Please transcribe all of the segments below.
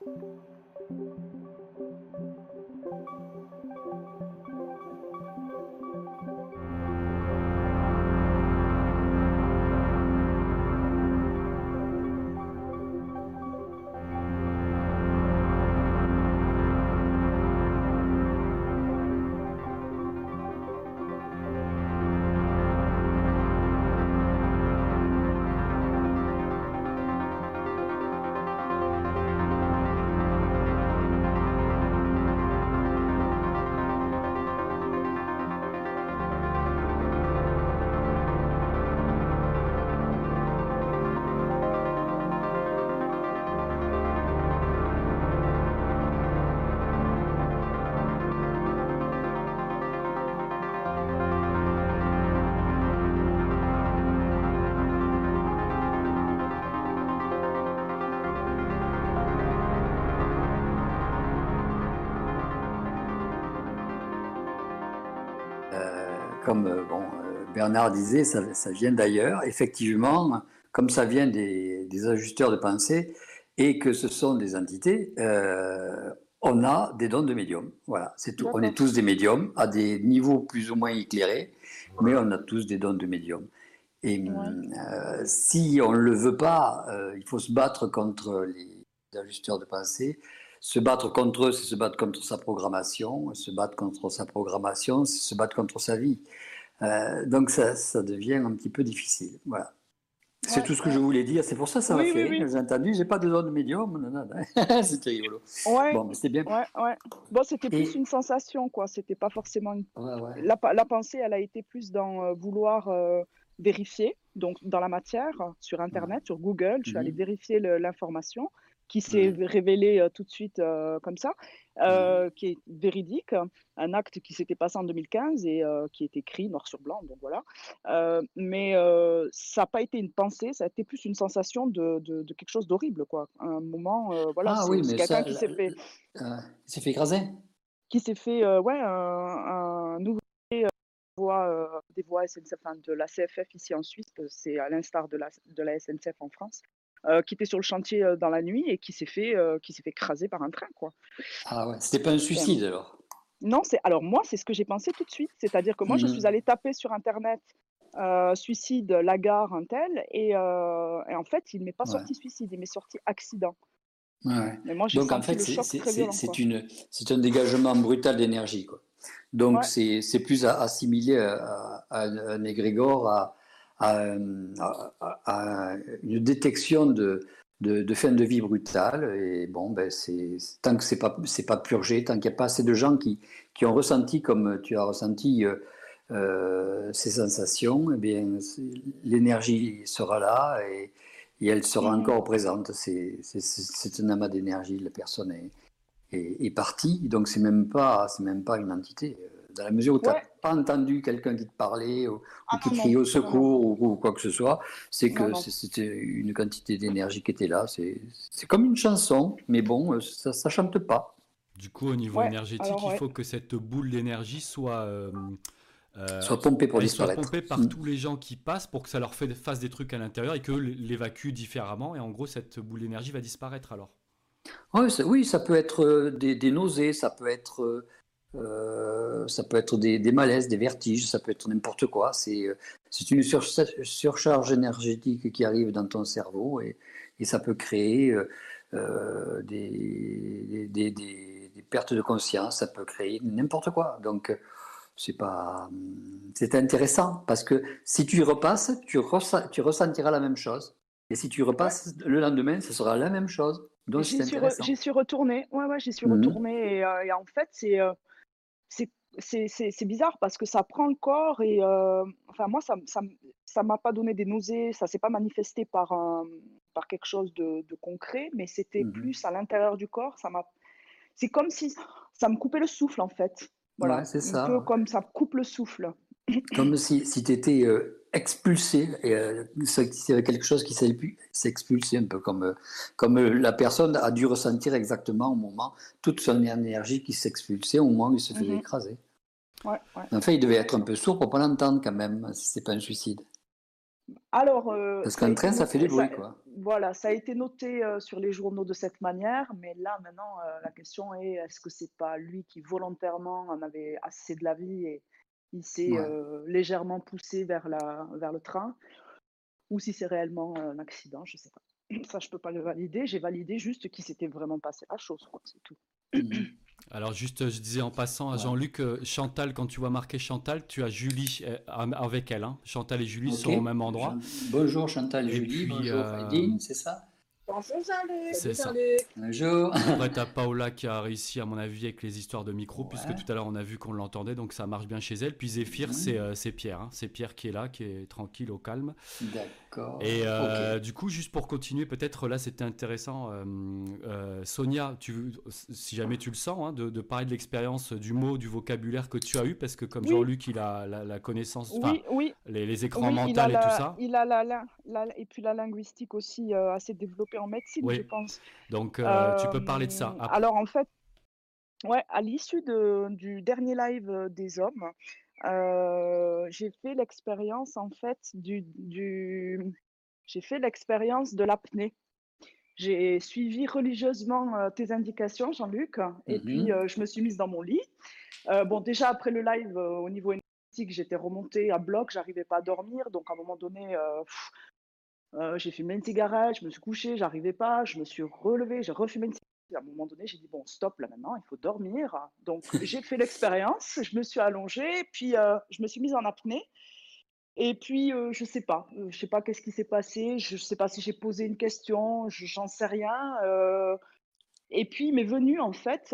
Comme Bernard disait, ça vient d'ailleurs. Effectivement, comme ça vient des ajusteurs de pensée et que ce sont des entités, on a des dons de médium. Voilà, c'est tout. On est tous des médiums à des niveaux plus ou moins éclairés, mais on a tous des dons de médium. Et si on ne le veut pas, il faut se battre contre les ajusteurs de pensée. Se battre contre eux, c'est se battre contre sa programmation. Se battre contre sa programmation, c'est se battre contre sa vie. Donc ça devient un petit peu difficile. Voilà. C'est tout ce que je voulais dire. C'est pour ça que ça m'a fait rire. J'ai entendu, j'ai pas de don de médium. C'était rigolo. Bon, mais c'était bien. Bon, c'était plus une sensation, quoi. C'était pas forcément une... La pensée, elle a été plus dans vouloir vérifier, donc dans la matière, sur Internet, sur Google. Je suis allée vérifier l'information qui s'est révélée tout de suite comme ça, qui est véridique, un acte qui s'était passé en 2015 et qui est écrit noir sur blanc, donc voilà. Mais ça n'a pas été une pensée, ça a été plus une sensation de quelque chose d'horrible, quoi. Un moment, voilà, c'est quelqu'un qui s'est fait... il s'est fait écraser. Qui s'est fait, un ouvrier des voies SNCF, enfin, de la CFF ici en Suisse, c'est à l'instar de la SNCF en France, qui était sur le chantier dans la nuit et qui s'est fait écraser par un train, quoi. Ah ouais, c'était pas un suicide alors? Non, alors moi, c'est ce que j'ai pensé tout de suite. C'est-à-dire que moi, je suis allée taper sur Internet suicide, Lagarde, un tel, et en fait, il ne m'est pas sorti suicide, il m'est sorti accident. Ouais. Mais moi, j'ai senti le choc très violent. C'est un dégagement brutal d'énergie, quoi. Donc c'est plus assimilé à un égrégore, à une détection de fin de vie brutale. Et bon, ben tant que c'est pas purgé, tant qu'il n'y a pas assez de gens qui ont ressenti comme tu as ressenti ces sensations, eh bien l'énergie sera là et elle sera encore présente. C'est un amas d'énergie. La personne est partie, donc c'est même pas une entité. Dans la mesure où tu n'as pas entendu quelqu'un qui te parlait ou qui criait au secours ou quoi que ce soit, c'est que c'était une quantité d'énergie qui était là. C'est comme une chanson, mais bon, ça chante pas. Du coup, au niveau énergétique, il faut que cette boule d'énergie soit pompée pour disparaître. Soit pompée par tous les gens qui passent pour que ça leur fasse des trucs à l'intérieur et que l'évacue différemment. Et en gros, cette boule d'énergie va disparaître alors. Oui, ça peut être des nausées, ça peut être des malaises, des vertiges, ça peut être n'importe quoi. C'est une surcharge énergétique qui arrive dans ton cerveau et ça peut créer des pertes de conscience, ça peut créer n'importe quoi. Donc, c'est intéressant parce que si tu y repasses, tu ressentiras la même chose. Et si tu repasses le lendemain, ce sera la même chose. Donc c'est intéressant. J'y suis retournée. J'y suis retournée et en fait c'est bizarre parce que ça prend le corps et enfin moi ça m'a pas donné des nausées, ça s'est pas manifesté par quelque chose de concret, mais c'était plus à l'intérieur du corps. C'est comme si ça me coupait le souffle en fait. Voilà, c'est un ça. peu comme ça coupe le souffle. Comme si tu étais expulsé, c'est quelque chose qui s'expulsait un peu, comme la personne a dû ressentir exactement au moment, toute son énergie qui s'expulsait au moment où il se faisait écraser. Enfin, il devait être un peu sourd pour ne pas l'entendre quand même, si ce n'est pas un suicide. Alors, Parce ça a qu'un été train, ça fait noté, du bruit, quoi. voilà, ça a été noté sur les journaux de cette manière, mais là maintenant, la question est, est-ce que c'est pas lui qui volontairement en avait assez de la vie et il s'est Ouais. légèrement poussé vers le train, ou si c'est réellement un accident, je sais pas. Ça, je peux pas le valider. J'ai validé juste qu'il s'était vraiment passé la chose, quoi, c'est tout. Mhm. Alors juste, je disais en passant à Ouais. Jean-Luc, Chantal, quand tu vois marqué Chantal, tu as Julie avec elle. Hein. Chantal et Julie Ok. sont au même endroit. Bonjour Chantal et Et Julie, puis, bonjour Aidine, c'est ça? Bonjour Jean-Luc. c'est Salut ça. Jean-Luc. Bonjour. Après, t'as Paola qui a réussi, à mon avis, avec les histoires de micro, puisque Ouais. tout à l'heure, on a vu qu'on l'entendait, donc ça marche bien chez elle. Puis Zéphyr, Mhm. c'est Pierre. Hein. C'est Pierre qui est là, qui est tranquille, au calme. D'accord. Et Ok. du coup, juste pour continuer, peut-être là, c'était intéressant. Sonia, si jamais tu le sens, hein, de parler de l'expérience du mot, du vocabulaire que tu as eu, parce que comme Oui, Jean-Luc, il a la connaissance, enfin, oui, oui, les écrans oui, mentaux et tout ça. il a et puis la linguistique aussi assez développée en médecine, je Oui. pense. Donc, tu peux parler de ça. Alors en fait, ouais, à l'issue du dernier live des hommes, j'ai fait l'expérience en fait j'ai fait l'expérience de l'apnée. J'ai suivi religieusement tes indications, Jean-Luc, et puis Mhm. je me suis mise dans mon lit. Bon, déjà après le live, au niveau énergétique, j'étais remontée à bloc, j'arrivais pas à dormir, donc à un moment donné, j'ai fumé une cigarette, je me suis couchée, j'arrivais pas, je me suis relevée, j'ai refumé une cigarette. À un moment donné, j'ai dit bon, stop là maintenant, il faut dormir. Donc j'ai fait l'expérience, je me suis allongée, puis je me suis mise en apnée. Et puis je sais pas qu'est-ce qui s'est passé, je sais pas si j'ai posé une question, j'en sais rien. Et puis il m'est venu en fait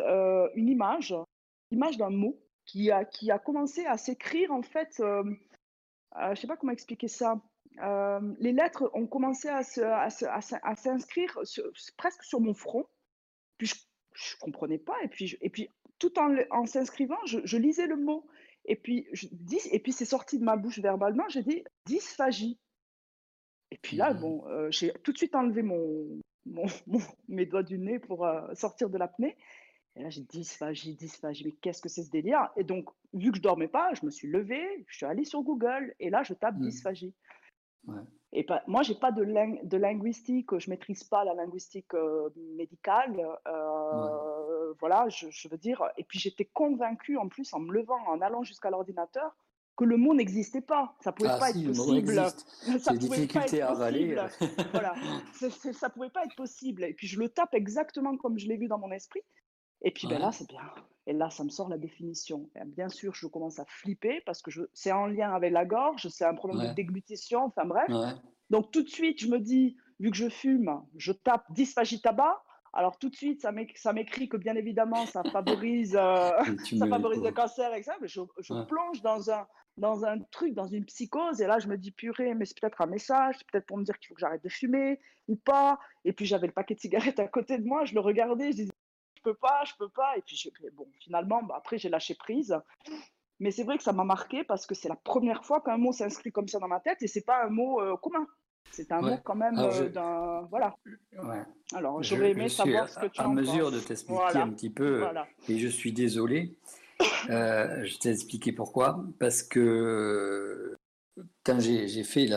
l'image d'un mot qui a commencé à s'écrire en fait. Je sais pas comment expliquer ça. Les lettres ont commencé à s'inscrire presque sur mon front. Puis je comprenais pas. Et puis tout en s'inscrivant, je lisais le mot. Et puis c'est sorti de ma bouche verbalement. J'ai dit dysphagie. Et puis là, Mhm. bon, j'ai tout de suite enlevé mes doigts du nez pour sortir de l'apnée. Et là, j'ai dit dysphagie, dysphagie, mais qu'est-ce que c'est ce délire? Et donc, vu que je dormais pas, je me suis levée, je suis allée sur Google et là, je tape Mhm. dysphagie. Ouais. Et moi, j'ai pas de linguistique, je maîtrise pas la linguistique médicale, Ouais. voilà, je veux dire. Et puis j'étais convaincue en plus en me levant, en allant jusqu'à l'ordinateur, que le mot n'existait pas. Ça pouvait Ah pas être si, le mot possible. existe. Ça J'ai pouvait pas difficulté être à avaler. possible. Voilà, ça pouvait pas être possible. Et puis je le tape exactement comme je l'ai vu dans mon esprit. Et puis ben Ouais. là, c'est bien. Et là, ça me sort la définition. Et bien sûr, je commence à flipper parce que c'est en lien avec la gorge, c'est un problème de Ouais. déglutition, enfin bref. Ouais. Donc tout de suite, je me dis, vu que je fume, je tape dysphagie tabac. Alors tout de suite, ça m'écrit que bien évidemment, Et tu ça me favorise le l'épaule. cancer, etc. Mais je Ouais. plonge dans un truc, dans une psychose. Et là, je me dis, purée, mais c'est peut-être un message, c'est peut-être pour me dire qu'il faut que j'arrête de fumer ou pas. Et puis j'avais le paquet de cigarettes à côté de moi, je le regardais, je disais, je peux pas. Et puis bon, finalement, bah, après, j'ai lâché prise. Mais c'est vrai que ça m'a marqué parce que c'est la première fois qu'un mot s'inscrit comme ça dans ma tête et c'est pas un mot commun. C'est un mot Ouais. quand même Alors d'un. Voilà. ouais. Alors j'aurais Je aimé suis savoir ce que tu à en mesure de penses. t'expliquer un Voilà. petit peu, Voilà. et je suis désolé. Je t'ai expliqué pourquoi. Parce que quand j'ai fait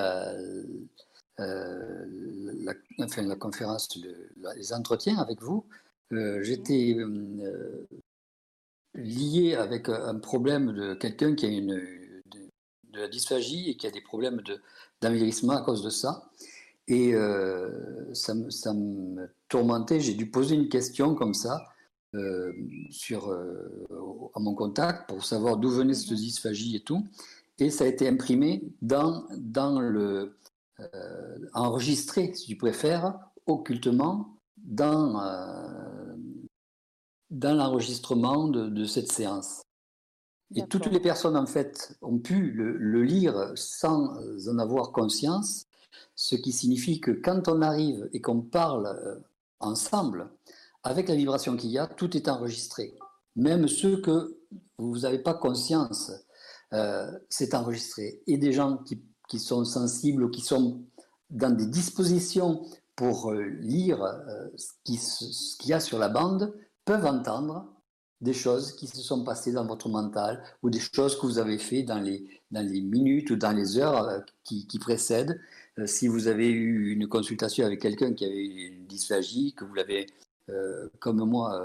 enfin, la conférence, les entretiens avec vous, Mhm. j'étais lié avec un problème de quelqu'un qui a de la dysphagie et qui a des problèmes d'amaigrissement à cause de ça. Et ça me tourmentait. J'ai dû poser une question comme ça euh, à mon contact pour savoir d'où venait cette Mhm. dysphagie et tout. Et ça a été imprimé enregistré, si tu préfères, occultement dans l'enregistrement de cette séance. Et toutes les D'accord. personnes, en fait, ont pu le lire sans en avoir conscience, ce qui signifie que quand on arrive et qu'on parle ensemble, avec la vibration qu'il y a, tout est enregistré. Même ceux que vous n'avez pas conscience, c'est enregistré. Et des gens qui sont sensibles ou qui sont dans des dispositions pour lire ce qu'il y a sur la bande peuvent entendre des choses qui se sont passées dans votre mental ou des choses que vous avez fait dans les minutes ou dans les heures qui précèdent. Si vous avez eu une consultation avec quelqu'un qui avait une dysphagie, que vous l'avez, comme moi,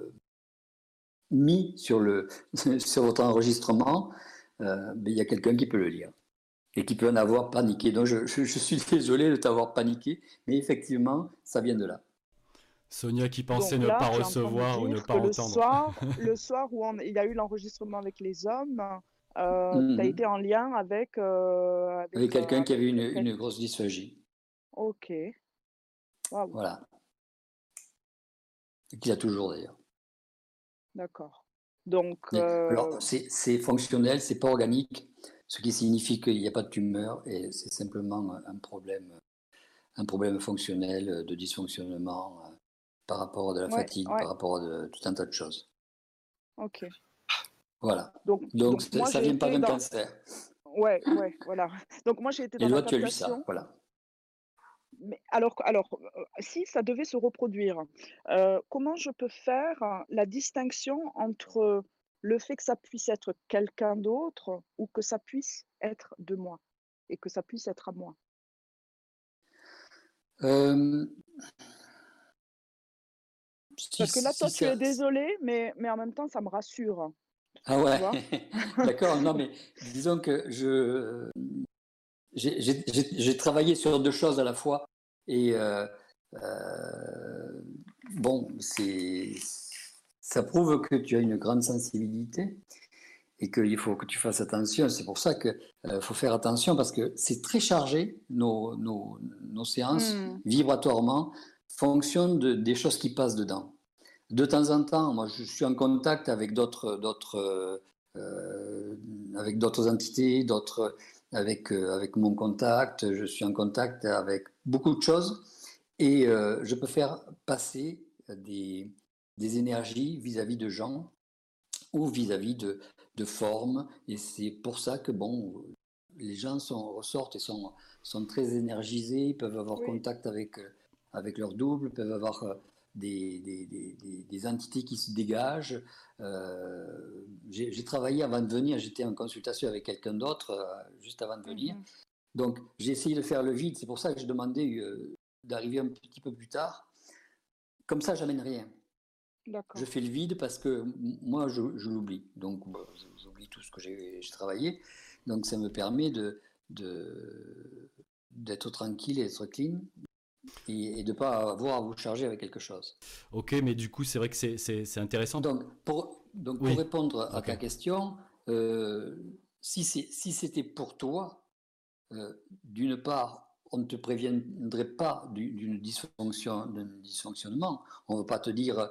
mis sur votre enregistrement, il y a quelqu'un qui peut le lire et qui peut en avoir paniqué. Donc je suis désolé de t'avoir paniqué, mais effectivement, ça vient de là. Sonia qui pensait Donc ne là, pas tu es en train de recevoir ou ne dire pas que entendre. le soir où il y a eu l'enregistrement avec les hommes, tu as été Mhm. en lien Avec quelqu'un qui avait avec... une grosse dysphagie. Ok, waouh, Voilà. Et qu'il y a toujours d'ailleurs. d'accord. Donc, Alors, c'est fonctionnel, c'est pas organique, ce qui signifie qu'il n'y a pas de tumeur et c'est simplement un problème fonctionnel de dysfonctionnement par rapport à de la ouais, fatigue, ouais, par rapport à tout un tas de choses. ok. Voilà. Donc Donc, moi, ça j'ai vient pas été d'un dans... cancer. Ouais, ouais, voilà. Donc moi, j'ai été Et dans la toi, tu as eu ça. captation. Voilà. Mais si ça devait se reproduire, comment je peux faire la distinction entre le fait que ça puisse être quelqu'un d'autre ou que ça puisse être de moi et que ça puisse être à moi? Euh, Parce que là, si toi, tu ça, es désolé, mais en même temps, ça me rassure, ah tu ouais, vois? d'accord. Non, mais disons que j'ai travaillé sur deux choses à la fois. Et bon, ça prouve que tu as une grande sensibilité et qu'il faut que tu fasses attention. C'est pour ça qu'il faut faire attention parce que c'est très chargé, nos séances, Mmh. vibratoirement, fonctionnent des choses qui passent dedans. De temps en temps, moi, je suis en contact avec avec d'autres entités, avec mon contact. Je suis en contact avec beaucoup de choses et je peux faire passer des énergies vis-à-vis de gens ou vis-à-vis de formes. Et c'est pour ça que bon, les gens ressortent et sont très énergisés, ils peuvent avoir Oui, contact avec leur double, peuvent avoir des entités qui se dégagent. J'ai travaillé avant de venir, j'étais en consultation avec quelqu'un d'autre juste avant de venir. mmh, Donc j'ai essayé de faire le vide, c'est pour ça que je demandais d'arriver un petit peu plus tard. Comme ça, j'amène rien. Je d'accord. fais le vide parce que moi, je l'oublie. Donc, bah, j'oublie tout ce que j'ai travaillé. Donc, ça me permet d'être tranquille et d'être clean et de ne pas avoir à vous charger avec quelque chose. Ok, mais du coup, c'est vrai que c'est intéressant. Donc, pour Oui, répondre à ok. ta question, euh, si c'était pour toi, d'une part, on ne te préviendrait pas d'un dysfonctionnement. On ne va pas te dire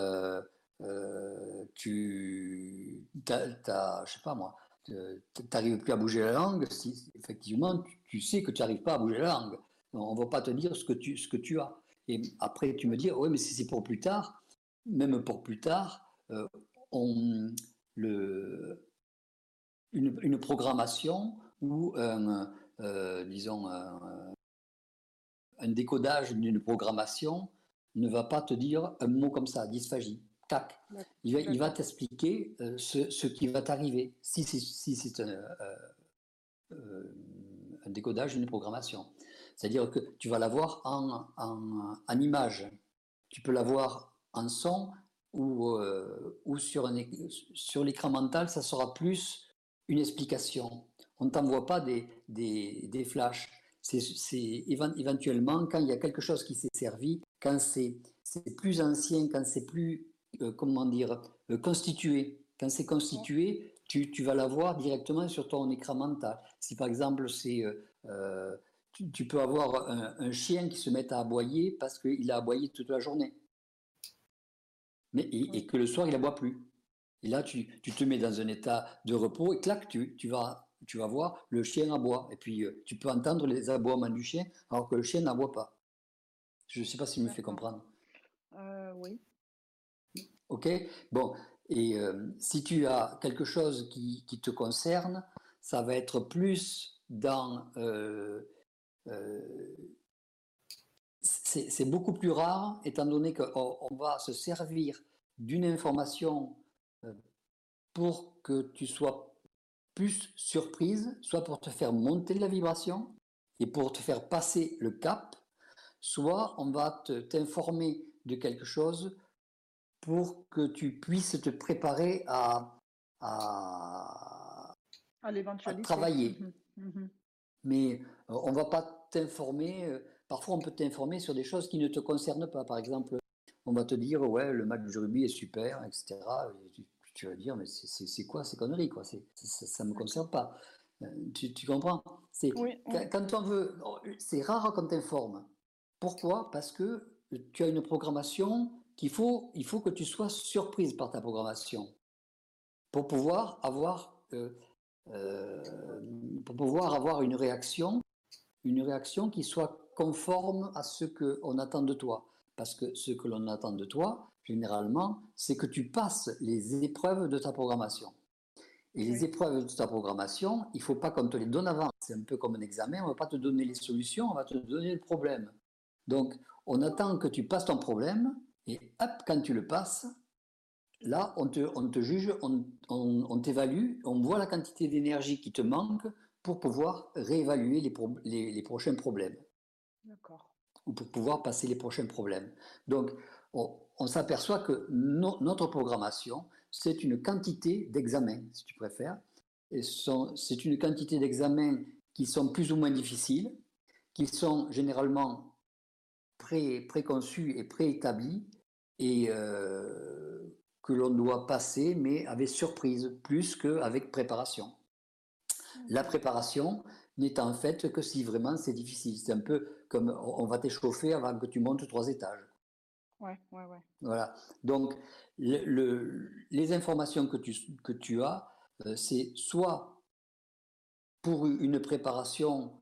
je sais pas moi, tu n'arrives plus à bouger la langue. Si effectivement tu sais que tu n'arrives pas à bouger la langue, on ne va pas te dire ce que tu as. Et après tu me dis, oui, mais si c'est pour plus tard, même pour plus tard, on, le, une programmation ou disons, un décodage d'une programmation ne va pas te dire un mot comme ça, dysphagie. Tac. Il va D'accord. t'expliquer ce qui va t'arriver si c'est un décodage d'une programmation. C'est-à-dire que tu vas l'avoir en image. Tu peux l'avoir en son ou sur l'écran mental, ça sera plus une explication. On ne t'envoie pas des flashs. Éventuellement, quand il y a quelque chose qui s'est servi, quand c'est plus ancien, quand c'est plus, comment dire, constitué. Quand c'est constitué, tu vas l'avoir directement sur ton écran mental. Si par exemple, tu peux avoir un chien qui se met à aboyer parce qu'il a aboyé toute la journée. Et Oui, que le soir, il n'aboie plus. Et là, tu te mets dans un état de repos et clac, tu vas voir le chien aboie. Et puis, tu peux entendre les aboiements du chien alors que le chien n'aboie pas. Je ne sais pas si je me fais d'accord. comprendre. Oui, OK? Bon, et si tu as quelque chose qui te concerne, ça va être plus dans... c'est beaucoup plus rare, étant donné qu'on va se servir d'une information pour que tu sois plus surprise, soit pour te faire monter la vibration et pour te faire passer le cap, soit on va t'informer de quelque chose pour que tu puisses te préparer à l'éventualité. Travailler. Mais on ne va pas t'informer. Parfois, on peut t'informer sur des choses qui ne te concernent pas. Par exemple, on va te dire, ouais, le match de rugby est super, etc. Et tu vas dire, mais c'est quoi ces conneries, quoi. Ça ne me concerne pas. Tu comprends? Oui. Quand on veut, c'est rare qu'on t'informe. Pourquoi? Parce que tu as une programmation il faut que tu sois surprise par ta programmation pour pouvoir avoir une réaction qui soit conforme à ce qu'on attend de toi. Parce que ce que l'on attend de toi, généralement, c'est que tu passes les épreuves de ta programmation. Et les épreuves de ta programmation, il ne faut pas qu'on te les donne avant. C'est un peu comme un examen, on ne va pas te donner les solutions, on va te donner le problème. Donc, on attend que tu passes ton problème, et hop, quand tu le passes, là, on te juge, on t'évalue, on voit la quantité d'énergie qui te manque pour pouvoir réévaluer les prochains problèmes. D'accord. Ou pour pouvoir passer les prochains problèmes. Donc, on s'aperçoit que notre programmation, c'est une quantité d'examens, si tu préfères. C'est une quantité d'examens qui sont plus ou moins difficiles, qui sont généralement préconçus et préétablis, et que l'on doit passer, mais avec surprise, plus qu'avec préparation. La préparation n'étant faite que si vraiment c'est difficile. C'est un peu comme on va t'échauffer avant que tu montes 3 étages. Ouais. Voilà. Donc, les informations que tu as, c'est soit pour une préparation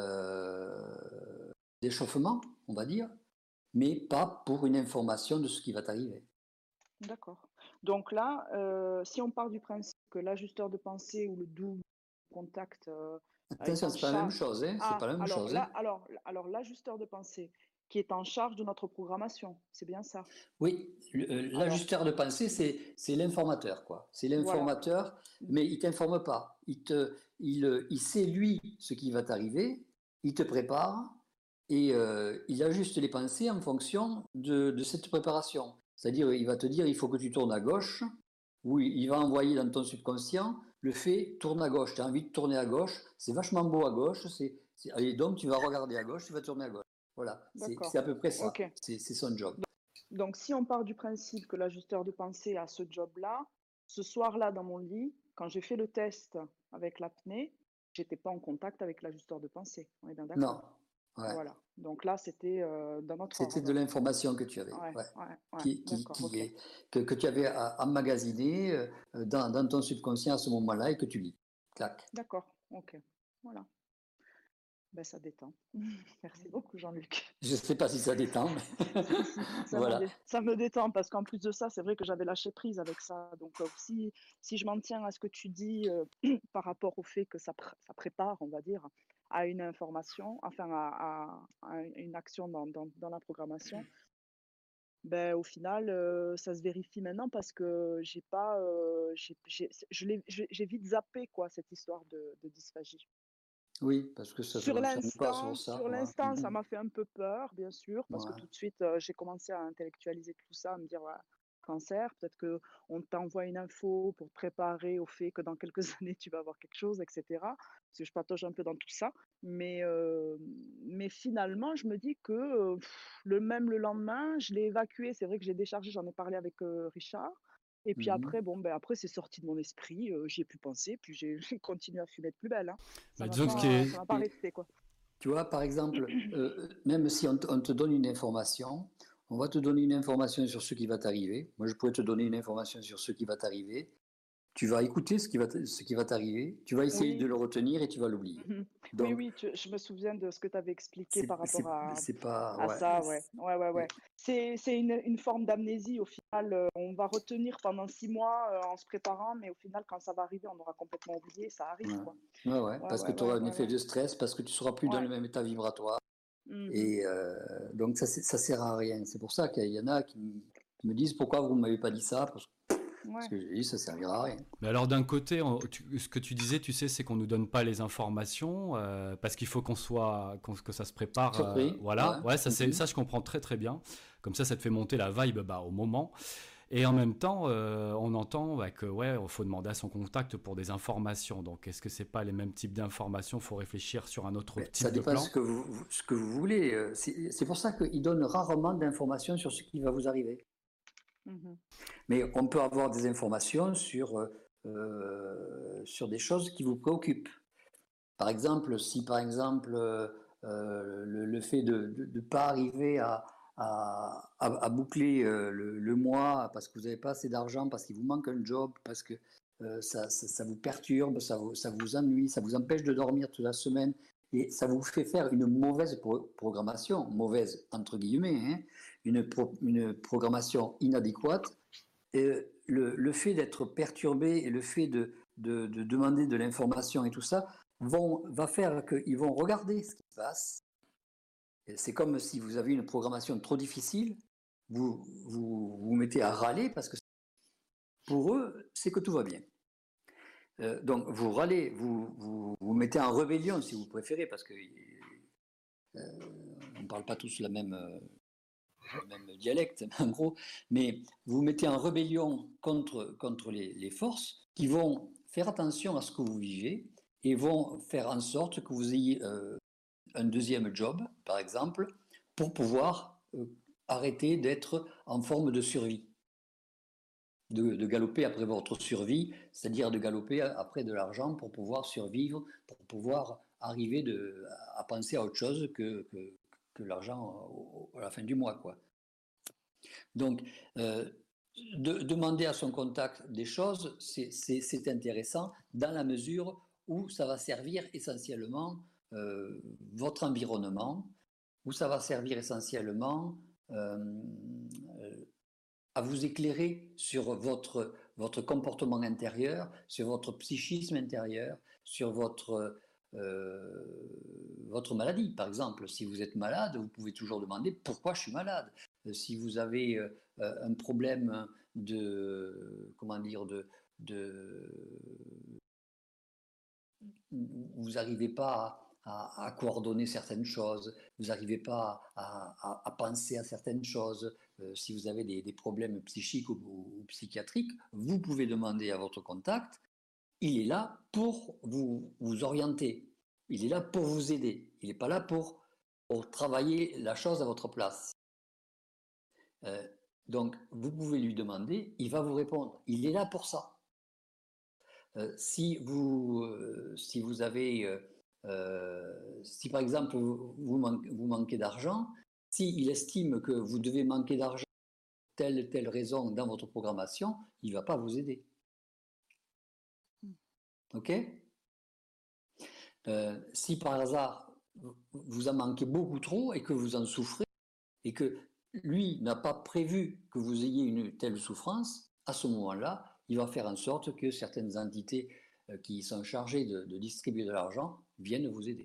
d'échauffement, on va dire, mais pas pour une information de ce qui va t'arriver. D'accord. Donc là, si on part du principe que l'ajusteur de pensée ou le double contact Attention, c'est pas la même chose, hein. C'est pas la même chose. Alors l'ajusteur de pensée qui est en charge de notre programmation, c'est bien ça? Oui, l'ajusteur de pensée, c'est l'informateur, quoi. C'est l'informateur, voilà. Mais il t'informe pas. Il sait, lui, ce qui va t'arriver, il te prépare et il ajuste les pensées en fonction de cette préparation. C'est-à-dire, il va te dire, il faut que tu tournes à gauche, ou il va envoyer dans ton subconscient le fait, tourne à gauche, tu as envie de tourner à gauche, c'est vachement beau à gauche, et donc tu vas regarder à gauche, tu vas tourner à gauche. Voilà, c'est à peu près ça, okay. C'est son job. Donc, si on part du principe que l'ajusteur de pensée a ce job-là, ce soir-là, dans mon lit, quand j'ai fait le test avec l'apnée, j'étais pas en contact avec l'ajusteur de pensée. On est bien d'accord? Non. Ouais. Voilà. Donc là, c'était dans notre C'était ordre. De l'information que tu avais, que tu avais emmagasinée dans ton subconscient à ce moment-là et que tu lis. Clac. D'accord, ok. Voilà. Ben, ça détend. Merci beaucoup, Jean-Luc. Je ne sais pas si ça détend, mais voilà. Ça me détend parce qu'en plus de ça, c'est vrai que j'avais lâché prise avec ça. Donc, si je m'en tiens à ce que tu dis par rapport au fait que ça prépare, on va dire, à une information, enfin à une action dans la programmation, ben, au final, ça se vérifie maintenant parce que j'ai vite zappé quoi, cette histoire de dysphagie. Oui, parce que ça ne fonctionne pas sur ça. Sur l'instant, ça m'a fait un peu peur, bien sûr, parce que tout de suite, j'ai commencé à intellectualiser tout ça, à me dire, ouais, cancer, peut-être qu'on t'envoie une info pour te préparer au fait que dans quelques années, tu vas avoir quelque chose, etc. Parce que je patauge un peu dans tout ça. Mais finalement, je me dis que le lendemain, je l'ai évacué. C'est vrai que j'ai déchargé, j'en ai parlé avec Richard. Et puis après, après c'est sorti de mon esprit, j'y ai plus pensé, puis j'ai continué à fumer de plus belle. Hein. Ça m'a pas resté, quoi. Tu vois, par exemple, même si on te donne une information, on va te donner une information sur ce qui va t'arriver. Moi, je pourrais te donner une information sur ce qui va t'arriver. Tu vas écouter ce qui va t'arriver, tu vas essayer de le retenir et tu vas l'oublier. Donc, oui, je me souviens de ce que tu avais expliqué par rapport à ça. Ouais. C'est une forme d'amnésie. Au final, on va retenir pendant 6 mois en se préparant, mais au final, quand ça va arriver, on aura complètement oublié. Ça arrive, quoi. Parce que tu auras un effet de stress, parce que tu ne seras plus dans le même état vibratoire. Et donc, ça ne sert à rien. C'est pour ça qu'il y en a qui me disent pourquoi vous ne m'avez pas dit ça, parce que Ce que j'ai dit, ça servira à rien. Mais alors d'un côté, ce que tu disais, tu sais, c'est qu'on nous donne pas les informations parce qu'il faut que ça se prépare. Voilà, ouais, ça je comprends très très bien. Comme ça te fait monter la vibe au moment. Et en même temps, on entend que il faut demander à son contact pour des informations. Donc, est-ce que c'est pas les mêmes types d'informations? Il faut réfléchir sur un autre type de plan. Ça dépend ce que vous voulez. C'est pour ça qu'il donne rarement d'informations sur ce qui va vous arriver. Mais on peut avoir des informations sur des choses qui vous préoccupent. Par exemple, si le fait de ne pas arriver à boucler le mois parce que vous n'avez pas assez d'argent, parce qu'il vous manque un job, parce que ça vous perturbe, ça vous ennuie, ça vous empêche de dormir toute la semaine, et ça vous fait faire une mauvaise programmation, mauvaise entre guillemets, une programmation inadéquate. Le fait d'être perturbé et le fait de demander de l'information et tout ça va faire qu'ils vont regarder ce qui se passe. C'est comme si vous avez une programmation trop difficile, vous mettez à râler parce que pour eux, c'est que tout va bien. Donc vous râlez, vous mettez en rébellion si vous préférez, parce que on ne parle pas tous le même dialecte en gros, mais vous mettez en rébellion contre les forces qui vont faire attention à ce que vous vivez et vont faire en sorte que vous ayez un deuxième job, par exemple, pour pouvoir arrêter d'être en forme de survie, de galoper après votre survie, c'est-à-dire de galoper après de l'argent pour pouvoir survivre, pour pouvoir arriver à penser à autre chose que l'argent à la fin du mois, quoi. Donc, demander à son contact des choses, c'est intéressant dans la mesure où ça va servir essentiellement votre environnement, où ça va servir essentiellement à vous éclairer sur votre comportement intérieur, sur votre psychisme intérieur, sur votre maladie. Par exemple, si vous êtes malade, vous pouvez toujours demander pourquoi je suis malade. Si vous avez un problème vous n'arrivez pas à coordonner certaines choses, vous n'arrivez pas à penser à certaines choses, si vous avez des problèmes psychiques ou psychiatriques, vous pouvez demander à votre contact. Il est là pour vous orienter, il est là pour vous aider, il n'est pas là pour travailler la chose à votre place. Donc, vous pouvez lui demander, il va vous répondre, il est là pour ça. Si par exemple vous manquez d'argent, s'il estime que vous devez manquer d'argent pour telle raison dans votre programmation, il ne va pas vous aider. Ok ? Si par hasard vous en manquez beaucoup trop et que vous en souffrez et que lui n'a pas prévu que vous ayez une telle souffrance, à ce moment-là, il va faire en sorte que certaines entités qui sont chargées de distribuer de l'argent viennent vous aider.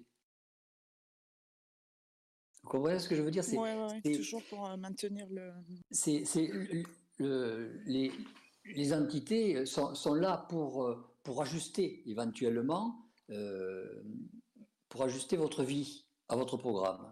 Vous comprenez ce que je veux dire ? Oui, toujours pour maintenir le... Les entités sont là pour ajuster éventuellement, pour ajuster votre vie à votre programme.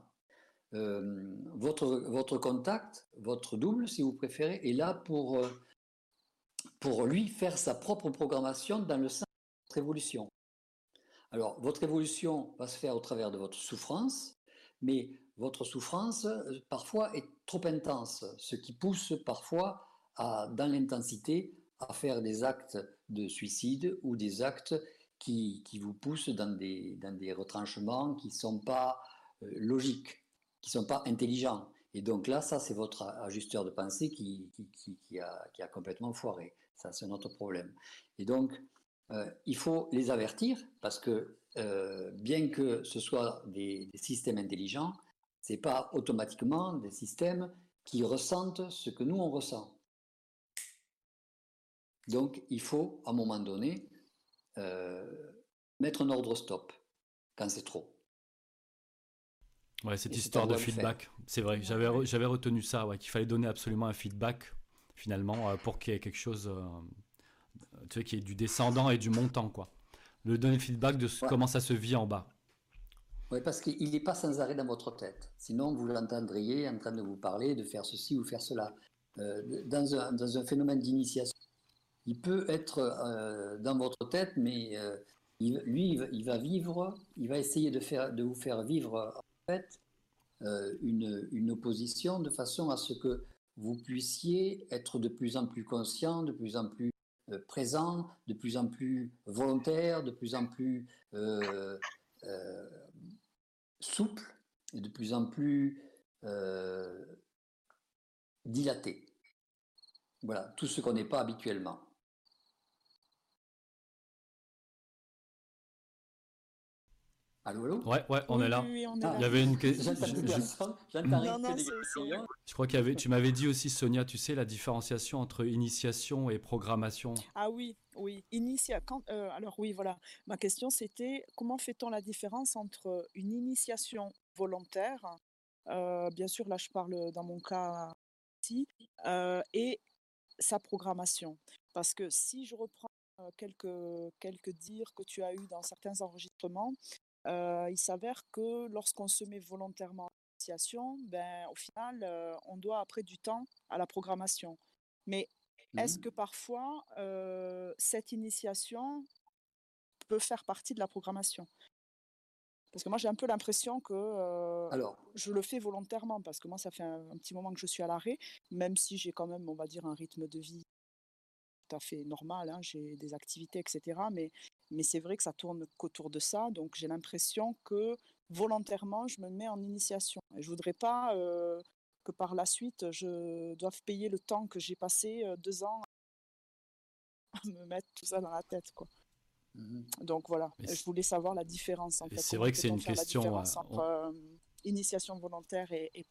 Votre contact, votre double, si vous préférez, est là pour lui faire sa propre programmation dans le sens de votre évolution. Alors, votre évolution va se faire au travers de votre souffrance, mais votre souffrance, parfois, est trop intense, ce qui pousse parfois, dans l'intensité, à faire des actes de suicide ou des actes qui vous poussent dans des retranchements qui ne sont pas logiques, qui ne sont pas intelligents. Et donc là, ça, c'est votre ajusteur de pensée qui a complètement foiré. Ça, c'est un autre problème. Et donc, il faut les avertir parce que bien que ce soit des systèmes intelligents, ce n'est pas automatiquement des systèmes qui ressentent ce que nous, on ressent. Donc, il faut, à un moment donné, mettre un ordre stop quand c'est trop. Ouais, cette histoire de feedback, c'est vrai. J'avais retenu ça, qu'il fallait donner absolument un feedback finalement, pour qu'il y ait quelque chose, tu sais, qui est du descendant et du montant, quoi. De donner le feedback de comment ça se vit en bas. Oui, parce qu'il n'est pas sans arrêt dans votre tête. Sinon, vous l'entendriez en train de vous parler, de faire ceci ou faire cela. Dans un phénomène d'initiation, il peut être dans votre tête, mais il va vivre, il va essayer de vous faire vivre en fait une opposition de façon à ce que vous puissiez être de plus en plus conscient, de plus en plus présent, de plus en plus volontaire, de plus en plus souple et de plus en plus dilaté. Voilà, tout ce qu'on n'est pas habituellement. Allô, allô? Ouais, on est là. Oui, on est là. Il y avait une question. Je crois tu m'avais dit aussi, Sonia, tu sais, la différenciation entre initiation et programmation. Ah oui. Alors oui, voilà. Ma question, c'était comment fait-on la différence entre une initiation volontaire, bien sûr, là je parle dans mon cas ici, et sa programmation. Parce que si je reprends quelques dires que tu as eus dans certains enregistrements, il s'avère que lorsqu'on se met volontairement en initiation, au final, on doit après du temps à la programmation. Mais est-ce que parfois, cette initiation peut faire partie de la programmation? Parce que moi, j'ai un peu l'impression que je le fais volontairement, parce que moi, ça fait un petit moment que je suis à l'arrêt, même si j'ai quand même, on va dire, un rythme de vie tout à fait normal, hein, j'ai des activités, etc. Mais c'est vrai que ça tourne qu'autour de ça, donc j'ai l'impression que volontairement, je me mets en initiation. Et je ne voudrais pas que par la suite, je doive payer le temps que j'ai passé 2 ans à me mettre tout ça dans la tête, quoi. Donc voilà, je voulais savoir la différence. En fait, c'est vrai que c'est une question entre initiation volontaire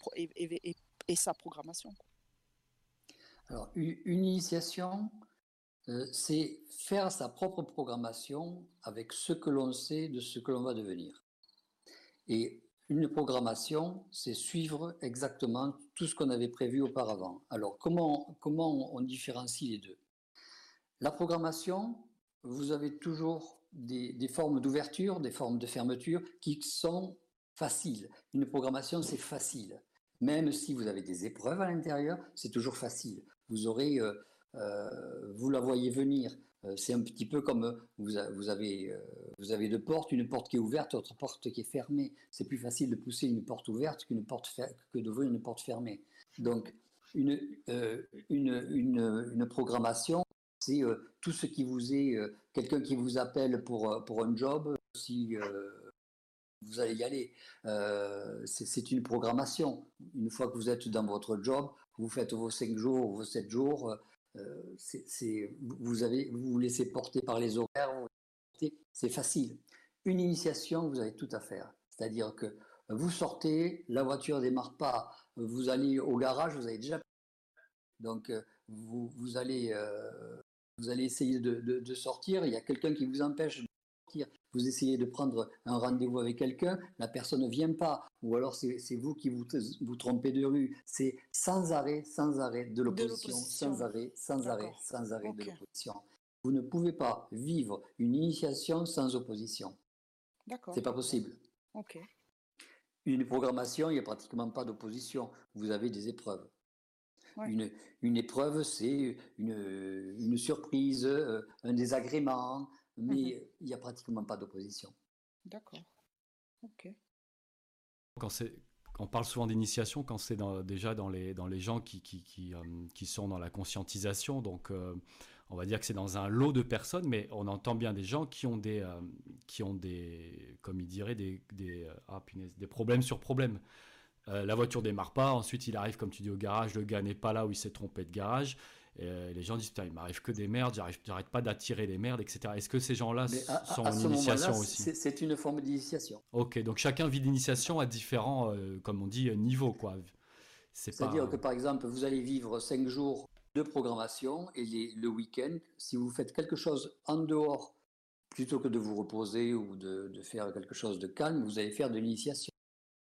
et sa programmation. Alors, une initiation, c'est faire sa propre programmation avec ce que l'on sait de ce que l'on va devenir. Et une programmation, c'est suivre exactement tout ce qu'on avait prévu auparavant. Alors, comment on différencie les deux? La programmation, vous avez toujours des formes d'ouverture, des formes de fermeture qui sont faciles. Une programmation, c'est facile. Même si vous avez des épreuves à l'intérieur, c'est toujours facile. Vous aurez, vous la voyez venir. C'est un petit peu comme vous avez 2 portes, une porte qui est ouverte, autre porte qui est fermée. C'est plus facile de pousser une porte ouverte que d'ouvrir une porte fermée. Donc, une programmation, c'est tout ce qui vous est, quelqu'un qui vous appelle pour un job, si vous allez y aller. C'est une programmation. Une fois que vous êtes dans votre job, vous faites vos 5 jours, vos 7 jours, vous vous laissez porter par les horaires, c'est facile. Une initiation, vous avez tout à faire. C'est-à-dire que vous sortez, la voiture ne démarre pas, vous allez au garage, vous avez déjà... Donc, vous allez essayer de sortir, il y a quelqu'un qui vous empêche de sortir, vous essayez de prendre un rendez-vous avec quelqu'un, la personne ne vient pas, ou alors c'est vous qui vous trompez de rue. C'est sans arrêt de l'opposition, sans arrêt de l'opposition. Vous ne pouvez pas vivre une initiation sans opposition. D'accord. C'est pas possible. Ok. Une programmation, il n'y a pratiquement pas d'opposition. Vous avez des épreuves. Ouais. Une épreuve, c'est une surprise, un désagrément, mais il n'y a pratiquement pas d'opposition. D'accord. Ok. On parle souvent d'initiation quand c'est déjà dans les gens qui sont dans la conscientisation, donc on va dire que c'est dans un lot de personnes, mais on entend bien des gens qui ont des comme il dirait, des problèmes sur problèmes. La voiture démarre pas, ensuite il arrive, comme tu dis, au garage, le gars n'est pas là où il s'est trompé de garage, et les gens disent putain, il m'arrive que des merdes, j'arrête pas d'attirer les merdes, etc. Est-ce que ces gens-là sont en initiation aussi? C'est une forme d'initiation. Ok, donc chacun vit l'initiation à différents, comme on dit, niveaux, quoi. C'est-à-dire que par exemple, vous allez vivre 5 jours de programmation, et le week-end, si vous faites quelque chose en dehors, plutôt que de vous reposer ou de faire quelque chose de calme, vous allez faire de l'initiation.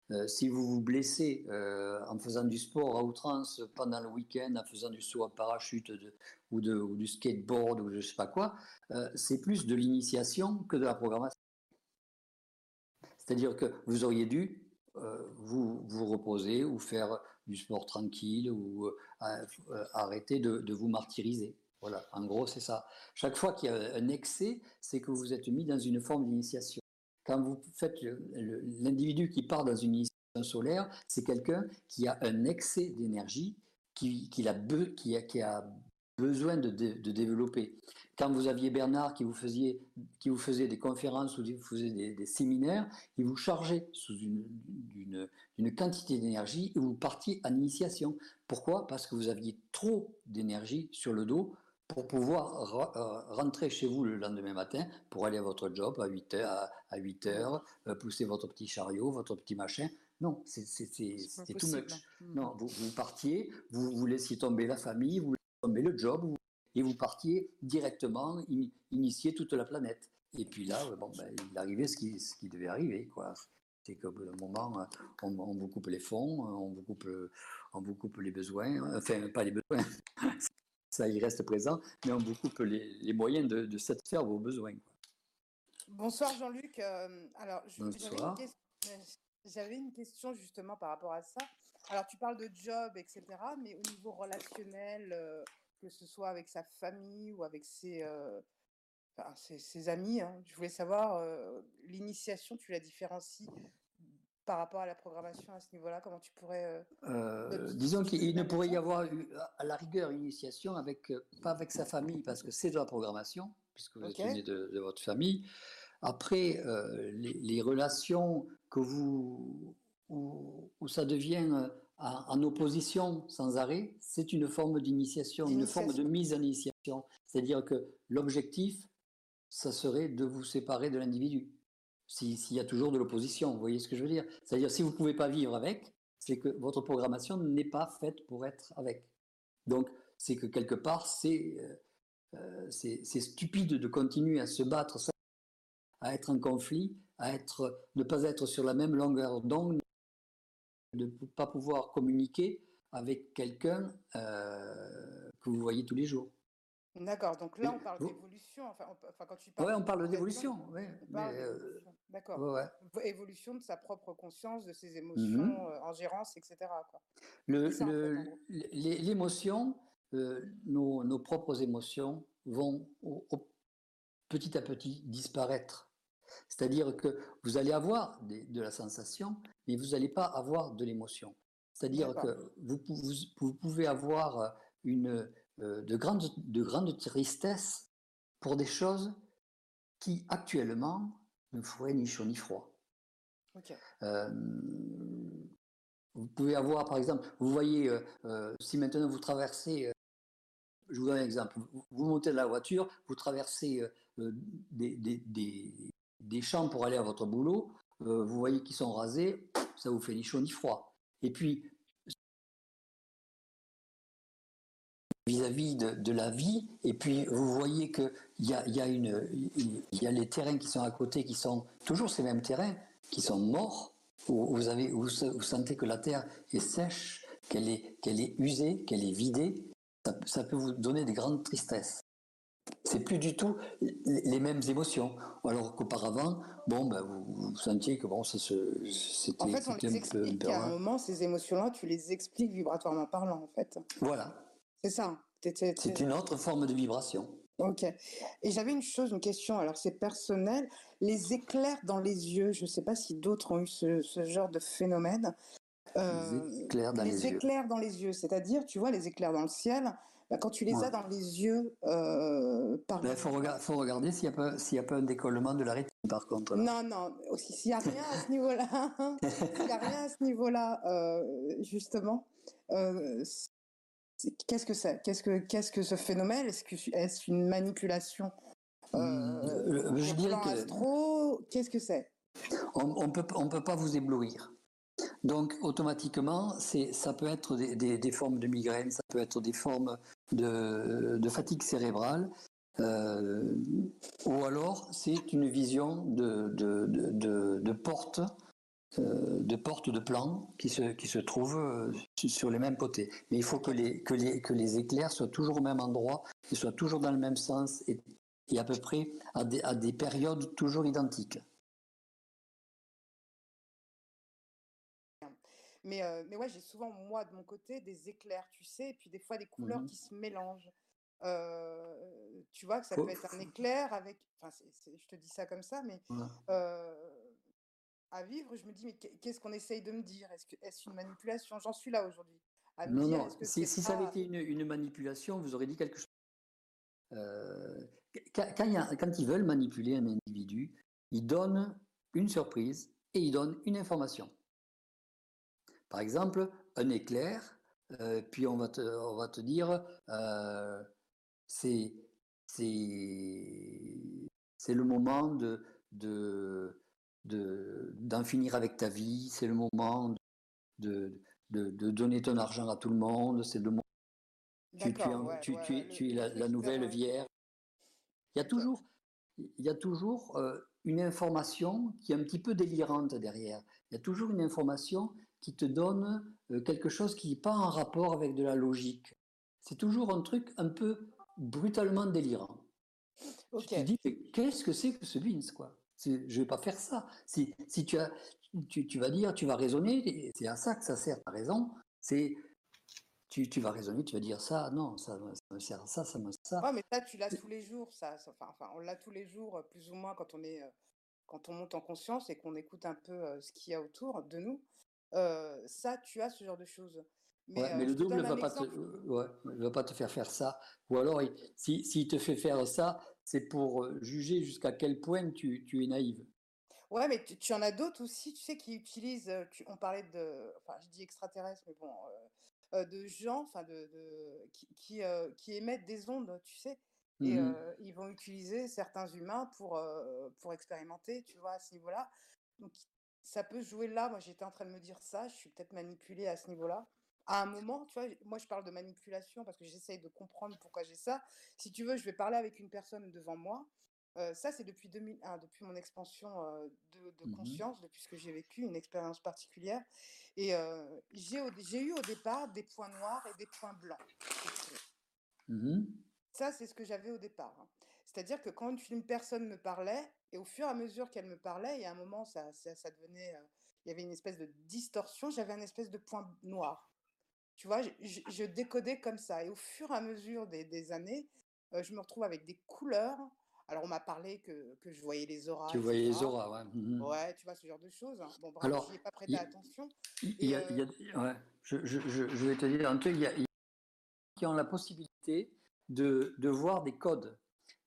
Si vous vous blessez en faisant du sport à outrance pendant le week-end, en faisant du saut à parachute ou du skateboard ou je ne sais pas quoi, c'est plus de l'initiation que de la programmation. C'est-à-dire que vous auriez dû vous reposer ou faire du sport tranquille ou arrêter de vous martyriser. Voilà, en gros, c'est ça. Chaque fois qu'il y a un excès, c'est que vous êtes mis dans une forme d'initiation. Quand vous faites l'individu qui part dans une initiation solaire, c'est quelqu'un qui a un excès d'énergie, qui a besoin de développer. Quand vous aviez Bernard qui vous faisait des conférences ou qui vous faisait des séminaires, il vous chargeait sous une quantité d'énergie et vous partiez en initiation. Pourquoi ? Parce que vous aviez trop d'énergie sur le dos pour pouvoir rentrer chez vous le lendemain matin pour aller à votre job à 8 heures, pousser votre petit chariot, votre petit machin. Non, c'est too much. Non, vous partiez, vous laissiez tomber la famille, vous laissiez tomber le job, et vous partiez directement initier toute la planète. Et puis là, il arrivait ce qui devait arriver, quoi. C'est qu'au bout d'un moment, on vous coupe les fonds, on vous coupe les besoins, enfin pas les besoins, ça y reste présent, mais on vous coupe les moyens de satisfaire vos besoins, quoi. Bonsoir Jean-Luc. Alors, bonsoir. J'avais une question justement par rapport à ça. Alors, tu parles de job, etc., mais au niveau relationnel, que ce soit avec sa famille ou avec ses amis, hein, je voulais savoir, l'initiation, tu la différencies par rapport à la programmation à ce niveau-là, comment tu pourrais... disons qu'il ne pourrait y avoir à la rigueur une initiation pas avec sa famille, parce que c'est de la programmation, puisque vous êtes né de votre famille. Après, les relations où ça devient en opposition sans arrêt, c'est une forme d'initiation, une forme de mise en initiation. C'est-à-dire que l'objectif, ça serait de vous séparer de l'individu. S'il y a toujours de l'opposition, vous voyez ce que je veux dire ? C'est-à-dire si vous ne pouvez pas vivre avec, c'est que votre programmation n'est pas faite pour être avec. Donc, c'est que quelque part, c'est stupide de continuer à se battre, à être en conflit, ne pas être sur la même longueur d'onde, de ne pas pouvoir communiquer avec quelqu'un que vous voyez tous les jours. D'accord, donc là on parle d'évolution. Enfin, quand tu parles on parle d'évolution. D'accord. Ouais. Évolution de sa propre conscience, de ses émotions, en gérance, etc. Quoi. L'émotion, nos propres émotions vont petit à petit disparaître. C'est-à-dire que vous allez avoir de la sensation, mais vous n'allez pas avoir de l'émotion. C'est-à-dire que vous pouvez avoir de grandes tristesses pour des choses qui, actuellement, ne feraient ni chaud ni froid. Vous pouvez avoir, par exemple, vous voyez, si maintenant vous traversez, je vous donne un exemple, vous montez dans la voiture, vous traversez des champs pour aller à votre boulot, vous voyez qu'ils sont rasés, ça vous fait ni chaud ni froid. Et puis, vis-à-vis de la vie, et puis vous voyez qu'il y a les terrains qui sont à côté, qui sont toujours ces mêmes terrains, qui sont morts, où vous sentez que la terre est sèche, qu'elle est usée, qu'elle est vidée, ça peut vous donner des grandes tristesses. C'est plus du tout les mêmes émotions. Alors qu'auparavant, vous sentiez que c'était en fait, on les explique à un moment, ces émotions-là, tu les expliques vibratoirement parlant, en fait. Voilà. C'est ça. C'est une autre forme de vibration. Ok. Et j'avais une question, alors c'est personnel. Les éclairs dans les yeux, je ne sais pas si d'autres ont eu ce genre de phénomène. Les éclairs dans les yeux, c'est-à-dire, tu vois, les éclairs dans le ciel, quand tu les as dans les yeux... Il faut regarder s'il n'y a pas un décollement de la rétine, par contre. Non, s'il n'y a rien à ce niveau-là, justement, qu'est-ce que c'est ? Qu'est-ce que ce phénomène ? Est-ce une manipulation je dirais que astro, qu'est-ce que c'est ? On peut pas vous éblouir. Donc automatiquement, ça peut être des formes de migraine, ça peut être des formes de fatigue cérébrale, ou alors c'est une vision de porte de portes de plans qui se trouvent sur les mêmes côtés. Mais il faut que les éclairs soient toujours au même endroit, qu'ils soient toujours dans le même sens et à peu près à des périodes toujours identiques. Mais ouais, j'ai souvent, moi, de mon côté, des éclairs, tu sais, et puis des fois des couleurs qui se mélangent. Tu vois que ça peut être un éclair avec... Enfin, je te dis ça comme ça, mais à vivre, je me dis, mais qu'est-ce qu'on essaye de me dire? Est-ce une manipulation? J'en suis là aujourd'hui. À me dire, est-ce que si ça avait été une manipulation, vous aurez dit quelque chose. Quand ils veulent manipuler un individu, ils donnent une surprise et ils donnent une information. Par exemple, un éclair, puis on va te dire, c'est le moment d'en finir avec ta vie, c'est le moment de donner ton argent à tout le monde, c'est le moment tu es la nouvelle vierge. Il y a toujours une information qui est un petit peu délirante derrière. Il y a toujours une information qui te donne quelque chose qui n'est pas en rapport avec de la logique. C'est toujours un truc un peu brutalement délirant. Tu te dis, mais qu'est-ce que c'est que ce Vince, quoi? Je ne vais pas faire ça. Si tu vas dire, tu vas raisonner, c'est à ça que ça sert, tu as raison. Tu vas raisonner, tu vas dire ça, non, ça me sert à ça, ça me sert à ça. Ouais, mais ça, tu l'as tous les jours, ça. Enfin, on l'a tous les jours, plus ou moins, quand on monte en conscience et qu'on écoute un peu ce qu'il y a autour de nous. Ça, tu as ce genre de choses. Mais le double ne va pas te faire ça. Ou alors, s'il te fait faire ça, c'est pour juger jusqu'à quel point tu es naïve. Ouais, mais tu en as d'autres aussi, tu sais, qui utilisent, on parlait enfin, je dis extraterrestres, mais bon, de gens, enfin, qui émettent des ondes, tu sais, et ils vont utiliser certains humains pour expérimenter, tu vois, à ce niveau-là. Donc, ça peut jouer là. Moi, j'étais en train de me dire ça, je suis peut-être manipulée à ce niveau-là. À un moment, tu vois, moi, je parle de manipulation parce que j'essaye de comprendre pourquoi j'ai ça. Si tu veux, je vais parler avec une personne devant moi. Ça, c'est depuis 2001, depuis mon expansion de conscience, depuis ce que j'ai vécu, une expérience particulière. Et j'ai eu au départ des points noirs et des points blancs. Ça, c'est ce que j'avais au départ. Hein. C'est-à-dire que quand une personne me parlait, et au fur et à mesure qu'elle me parlait, il y a un moment, ça devenait... il y avait une espèce de distorsion, j'avais un espèce de point noir. Tu vois, je décodais comme ça. Et au fur et à mesure des années, je me retrouve avec des couleurs. Alors, on m'a parlé que je voyais les auras, Tu voyais les auras, ouais. Ouais, tu vois, ce genre de choses. Hein. Bon, bref, Alors, j'y ai pas prêté attention. ouais, je vais te dire un truc, il y a qui ont la possibilité de voir des codes,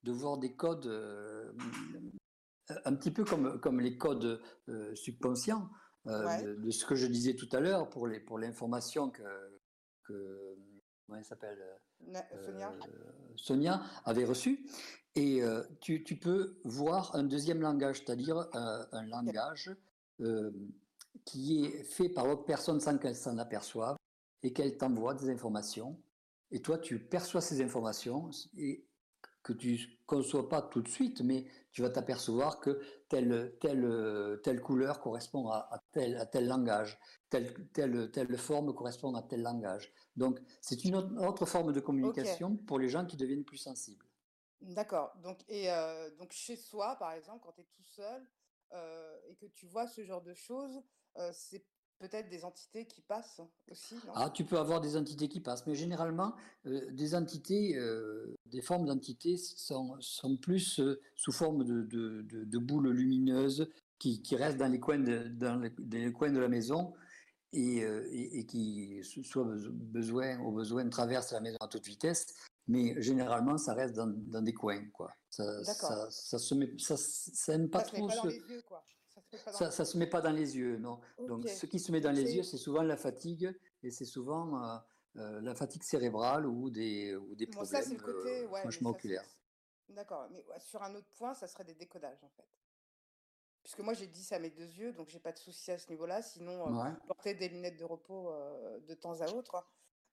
un petit peu comme les codes subconscients, de ce que je disais tout à l'heure pour l'information que comment elle s'appelle Sonia avait reçue. Et tu peux voir un deuxième langage, c'est-à-dire un langage qui est fait par l'autre personne sans qu'elle s'en aperçoive et qu'elle t'envoie des informations. Et toi, tu perçois ces informations et que tu ne conçois pas tout de suite, mais tu vas t'apercevoir que telle couleur correspond à tel langage, telle forme correspond à tel langage. Donc, c'est une autre forme de communication pour les gens qui deviennent plus sensibles. D'accord. Donc, donc, chez soi, par exemple, quand tu es tout seul et que tu vois ce genre de choses, c'est peut-être des entités qui passent aussi, non? Ah, tu peux avoir des entités qui passent, mais généralement, des entités, des formes d'entités sont plus sous forme de boules lumineuses qui restent dans les coins les coins de la maison et qui, soit au besoin, traversent la maison à toute vitesse, mais généralement, ça reste dans des coins, quoi. Ça se met, ça aime pas trop. Ça se met pas dans les yeux, quoi. Ça se met pas dans les yeux, non. Donc, ce qui se met dans les yeux, c'est souvent la fatigue, et c'est souvent la fatigue cérébrale ou des problèmes ça, c'est le côté, franchement oculaires. D'accord, mais sur un autre point, ça serait des décodages, en fait. Puisque moi, j'ai 10 à mes 2 yeux, donc j'ai pas de souci à ce niveau-là. Sinon, porter des lunettes de repos de temps à autre.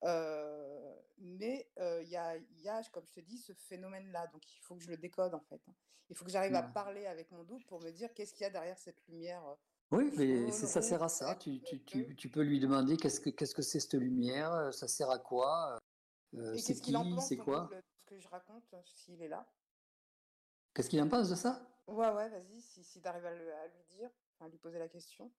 Mais il y a, comme je te dis, ce phénomène-là. Donc, il faut que je le décode, en fait. Il faut que j'arrive à parler avec mon double pour me dire qu'est-ce qu'il y a derrière cette lumière Oui, mais ça sert à ça. Tu peux lui demander qu'est-ce que c'est cette lumière, ça sert à quoi, Et c'est qu'est-ce qu'il en qui, pense, c'est ton quoi? double, de ce que je raconte, s'il est là? Qu'est-ce qu'il en pense de ça? Ouais, ouais, vas-y, si tu arrives à lui dire, à lui poser la question.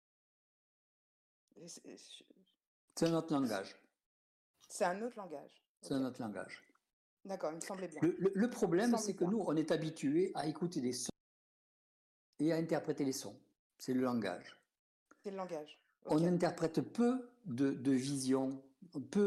Et C'est un autre langage. C'est un autre langage. C'est Ok. un autre langage. D'accord, il me semblait bien. Le problème, c'est que nous, on est habitués à écouter des sons et à interpréter les sons. C'est le langage. C'est le langage. On interprète peu de vision, peu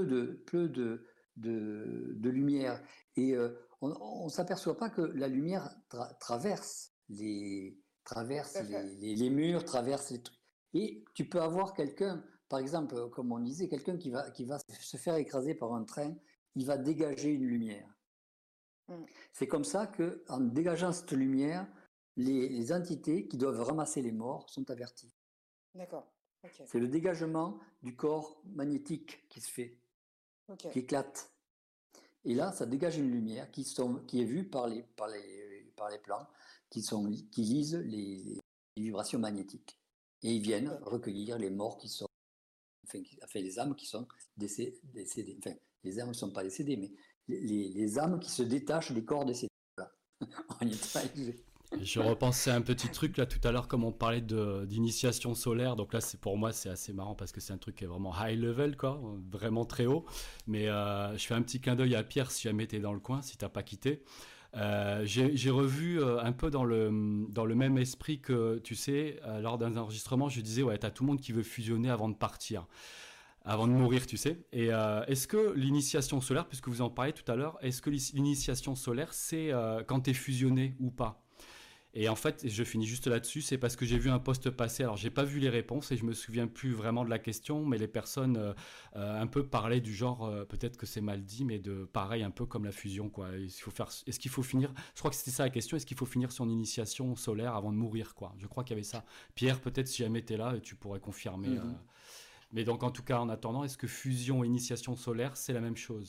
de lumière. Et on ne s'aperçoit pas que la lumière traverse les murs, traverse les trucs. Et tu peux avoir quelqu'un, par exemple, comme on disait, quelqu'un qui va se faire écraser par un train, il va dégager une lumière. C'est comme ça qu'en dégageant cette lumière, les entités qui doivent ramasser les morts sont averties. D'accord. Okay. C'est le dégagement du corps magnétique qui se fait, qui éclate. Et là, ça dégage une lumière qui est vue par les plans, qui lisent les vibrations magnétiques. Et ils viennent recueillir les morts qui sont, enfin les âmes qui sont décédées. Enfin, les âmes ne sont pas décédées, mais les âmes qui se détachent des corps décédés. Voilà. On y est arrivé. Je repensais à un petit truc là tout à l'heure, comme on parlait d'initiation solaire. Donc là, pour moi, c'est assez marrant parce que c'est un truc qui est vraiment high level, quoi, vraiment très haut. Mais je fais un petit clin d'œil à Pierre si jamais t'es dans le coin, si t'as pas quitté. J'ai revu un peu dans le même esprit que, tu sais, lors d'un enregistrement, je disais, ouais, t'as tout le monde qui veut fusionner avant de partir. Avant de mourir, tu sais. Et est-ce que l'initiation solaire, puisque vous en parlez tout à l'heure, est-ce que l'initiation solaire, c'est quand t'es fusionné ou pas? Et en fait, je finis juste là-dessus, c'est parce que j'ai vu un post passer, alors j'ai pas vu les réponses et je me souviens plus vraiment de la question, mais les personnes un peu parlaient du genre, peut-être que c'est mal dit, mais de pareil, un peu comme la fusion, quoi. Est-ce qu'il faut finir, je crois que c'était ça la question, est-ce qu'il faut finir son initiation solaire avant de mourir, quoi. Je crois qu'il y avait ça. Pierre, peut-être si jamais t'es là, tu pourrais confirmer. Mais donc en tout cas, en attendant, est-ce que fusion et initiation solaire, c'est la même chose?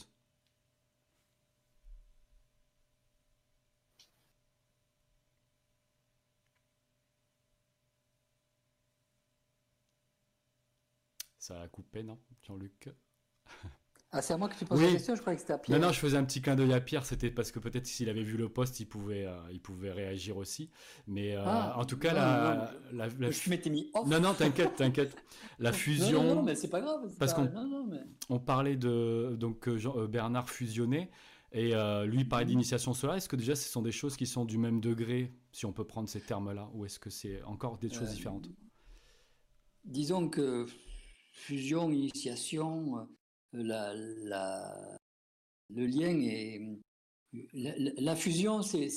Ça a coupé, non, Jean-Luc? Ah, c'est à moi que tu poses la question, je croyais que c'était à Pierre. Non, je faisais un petit clin d'œil à Pierre, c'était parce que peut-être s'il avait vu le post, il pouvait réagir aussi. Mais en tout cas, je m'étais mis off. Non, t'inquiète. La fusion. Non, mais c'est pas grave. Parce qu'on parlait de Bernard fusionné, et lui parlait d'initiation solaire. Est-ce que déjà ce sont des choses qui sont du même degré, si on peut prendre ces termes-là, ou est-ce que c'est encore des choses différentes? Disons que fusion, initiation, le lien est... La fusion, c'est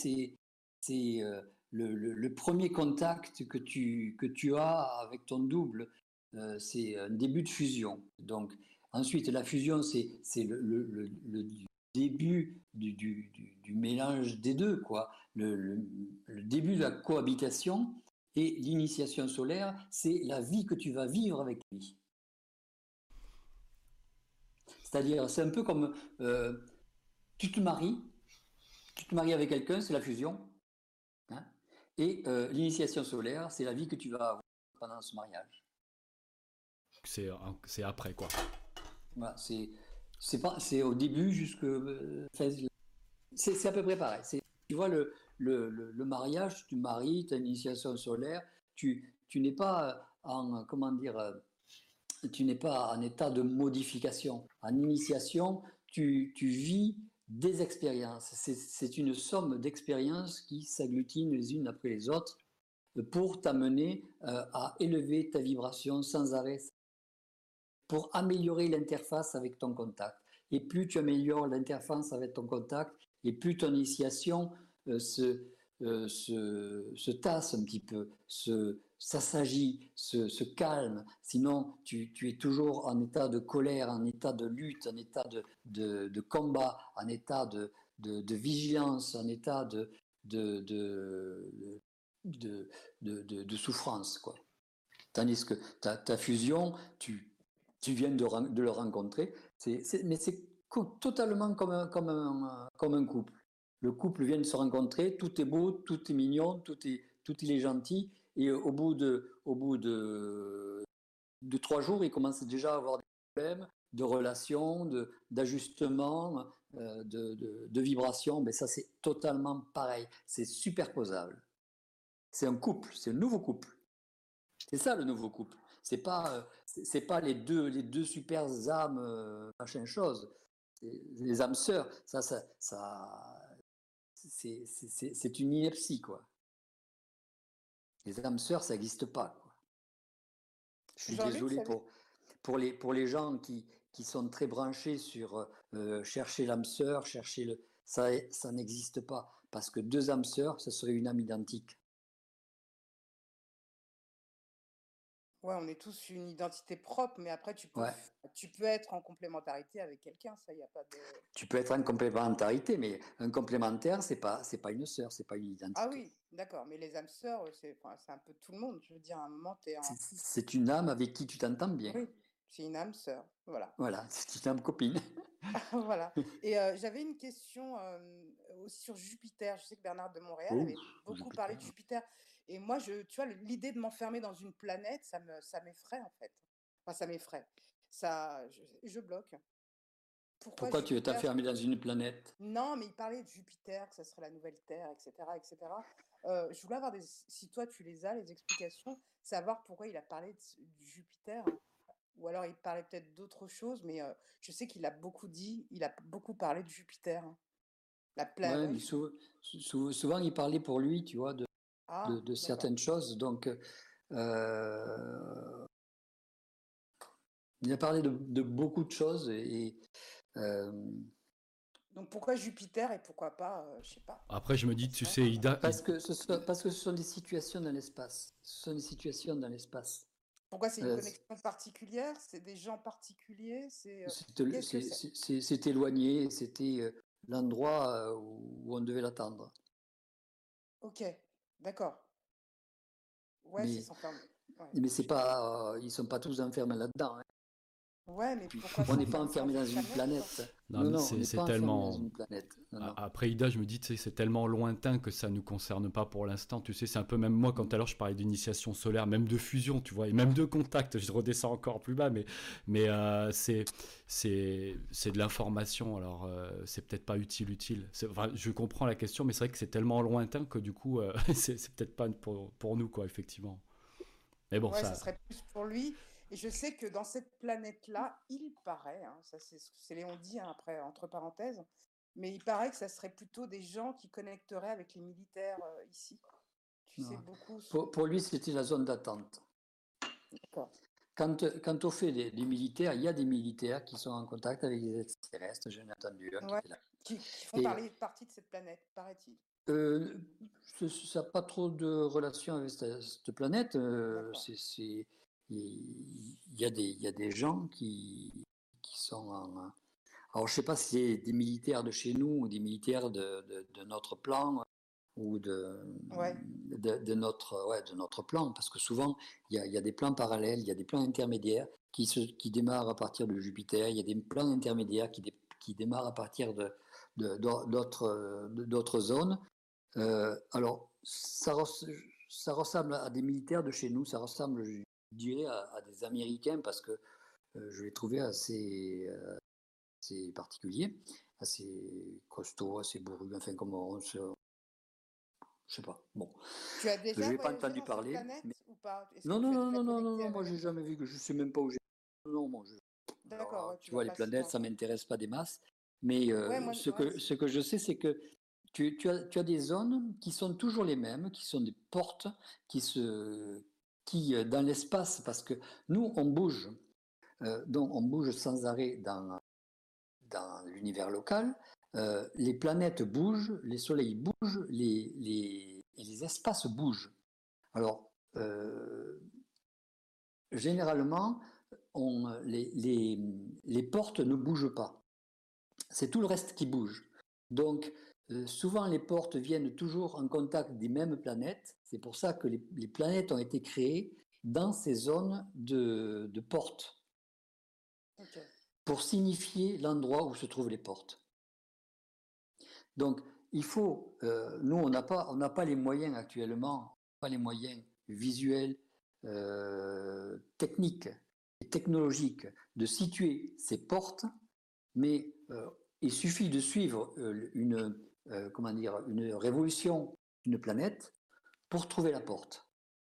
le premier contact que tu as avec ton double. C'est un début de fusion. Donc, ensuite, la fusion, c'est le début du mélange des deux, quoi. Le début de la cohabitation. Et l'initiation solaire, c'est la vie que tu vas vivre avec lui. C'est-à-dire, c'est un peu comme tu te maries avec quelqu'un, c'est la fusion. Hein, et l'initiation solaire, c'est la vie que tu vas avoir pendant ce mariage. C'est après, quoi. Voilà, c'est au début jusque... c'est à peu près pareil. Tu vois, le mariage, tu maries, tu as une initiation solaire, tu n'es pas en... Comment dire tu n'es pas en état de modification. En initiation, tu vis des expériences. C'est une somme d'expériences qui s'agglutinent les unes après les autres pour t'amener à élever ta vibration sans arrêt, pour améliorer l'interface avec ton contact. Et plus tu améliores l'interface avec ton contact, et plus ton initiation se tasse un petit peu, s'assagit, se calme. Sinon, tu es toujours en état de colère, en état de lutte, en état de combat, en état de vigilance, en état de souffrance, quoi. Tandis que ta fusion, tu viens de le rencontrer, mais c'est totalement comme un couple. Le couple vient de se rencontrer, tout est beau, tout est mignon, tout est gentil, et au bout de 3 jours, ils commencent déjà à avoir des problèmes de relations, d'ajustement, de vibrations. Mais ça, c'est totalement pareil. C'est superposable. C'est un couple, c'est un nouveau couple. C'est ça le nouveau couple. C'est pas les deux super âmes machin chose. Les âmes sœurs. C'est une ineptie, quoi. Les âmes sœurs, ça n'existe pas, quoi. Je suis désolé pour les gens qui sont très branchés sur chercher l'âme sœur, ça n'existe pas. Parce que 2 âmes sœurs, ça serait une âme identique. Ouais, on est tous une identité propre, mais après, tu peux être en complémentarité avec quelqu'un, ça, il n'y a pas de... Tu peux être en complémentarité, mais un complémentaire, c'est pas une sœur, c'est pas une identité. Ah oui, d'accord, mais les âmes sœurs, c'est un peu tout le monde. Je veux dire, à un moment, c'est une âme avec qui tu t'entends bien. Oui, c'est une âme sœur, voilà. Voilà, c'est une âme copine. Voilà. Et j'avais une question aussi sur Jupiter. Je sais que Bernard de Montréal avait beaucoup parlé de Jupiter. Et moi, tu vois, l'idée de m'enfermer dans une planète, ça m'effraie, en fait. Enfin, ça m'effraie. Je bloque. Pourquoi tu veux t'enfermer dans une planète? Non, mais il parlait de Jupiter, que ça serait la nouvelle Terre, etc., etc. Je voulais avoir si toi, tu les as, les explications, savoir pourquoi il a parlé de Jupiter. Ou alors il parlait peut-être d'autres choses, mais je sais qu'il a beaucoup parlé de Jupiter. La planète. Ouais, mais souvent, il parlait pour lui, tu vois, de certaines choses. Donc, il a parlé de beaucoup de choses. Donc pourquoi Jupiter et pourquoi pas, je sais pas. Après, je me dis, tu sais, Ida... Parce que ce sont des situations dans l'espace. Ce sont des situations dans l'espace. Pourquoi c'est une connexion particulière? C'est des gens particuliers? C'est éloigné, c'était l'endroit où on devait l'attendre. Ok, d'accord. Ouais, c'est s'enfermer. Mais c'est pas, ils sont pas tous enfermés là-dedans. Hein. Ouais, mais pourquoi on n'est pas enfermé dans une planète. Non, c'est tellement. Après, Ida, je me dis, tu sais, c'est tellement lointain que ça nous concerne pas pour l'instant. Tu sais, c'est un peu même moi, quand tout à l'heure je parlais d'initiation solaire, même de fusion, tu vois, et même de contact. Je redescends encore plus bas, mais c'est de l'information. Alors, c'est peut-être pas utile. Enfin, je comprends la question, mais c'est vrai que c'est tellement lointain que du coup, c'est peut-être pas pour nous, quoi, effectivement. Mais bon, ça serait plus pour lui. Et je sais que dans cette planète-là, il paraît, hein, ça c'est Léon dit, hein, après, entre parenthèses, mais il paraît que ça serait plutôt des gens qui connecteraient avec les militaires ici. Tu sais, beaucoup... Pour lui, c'était la zone d'attente. D'accord. Quand on fait des militaires, il y a des militaires qui sont en contact avec les extraterrestres, j'ai entendu. Qui font partie de cette planète, paraît-il. Ça n'a pas trop de relation avec cette planète. Il y a des gens qui sont alors je sais pas si c'est des militaires de chez nous ou des militaires de notre plan ou de notre plan, parce que souvent il y a des plans parallèles, il y a des plans intermédiaires qui démarrent à partir de Jupiter, il y a des plans intermédiaires qui démarrent à partir d'autres zones. Alors ça ressemble à des militaires de chez nous, ça ressemble, je dirais, à des Américains, parce que je les trouvais assez particuliers, assez costauds, assez bourrus, enfin comme je sais pas. Bon. Tu as déjà je n'ai pas entendu parler. Ou pas? Non, moi j'ai jamais vu, je sais même pas où j'ai. Non, moi D'accord. Tu vois, les planètes, ça m'intéresse pas des masses. Mais ce que je sais, c'est que tu as des zones qui sont toujours les mêmes, qui sont des portes qui dans l'espace, parce que nous, on bouge. Donc, on bouge sans arrêt dans l'univers local. Les planètes bougent, les soleils bougent, et les espaces bougent. Alors, généralement, les portes ne bougent pas. C'est tout le reste qui bouge. Donc, souvent, les portes viennent toujours en contact des mêmes planètes. C'est pour ça que les planètes ont été créées dans ces zones de portes. Okay. Pour signifier l'endroit où se trouvent les portes. Donc, il faut... nous, on n'a pas les moyens actuellement, pas les moyens visuel, technique et technologique de situer ces portes, mais il suffit de suivre une révolution d'une planète pour trouver la porte.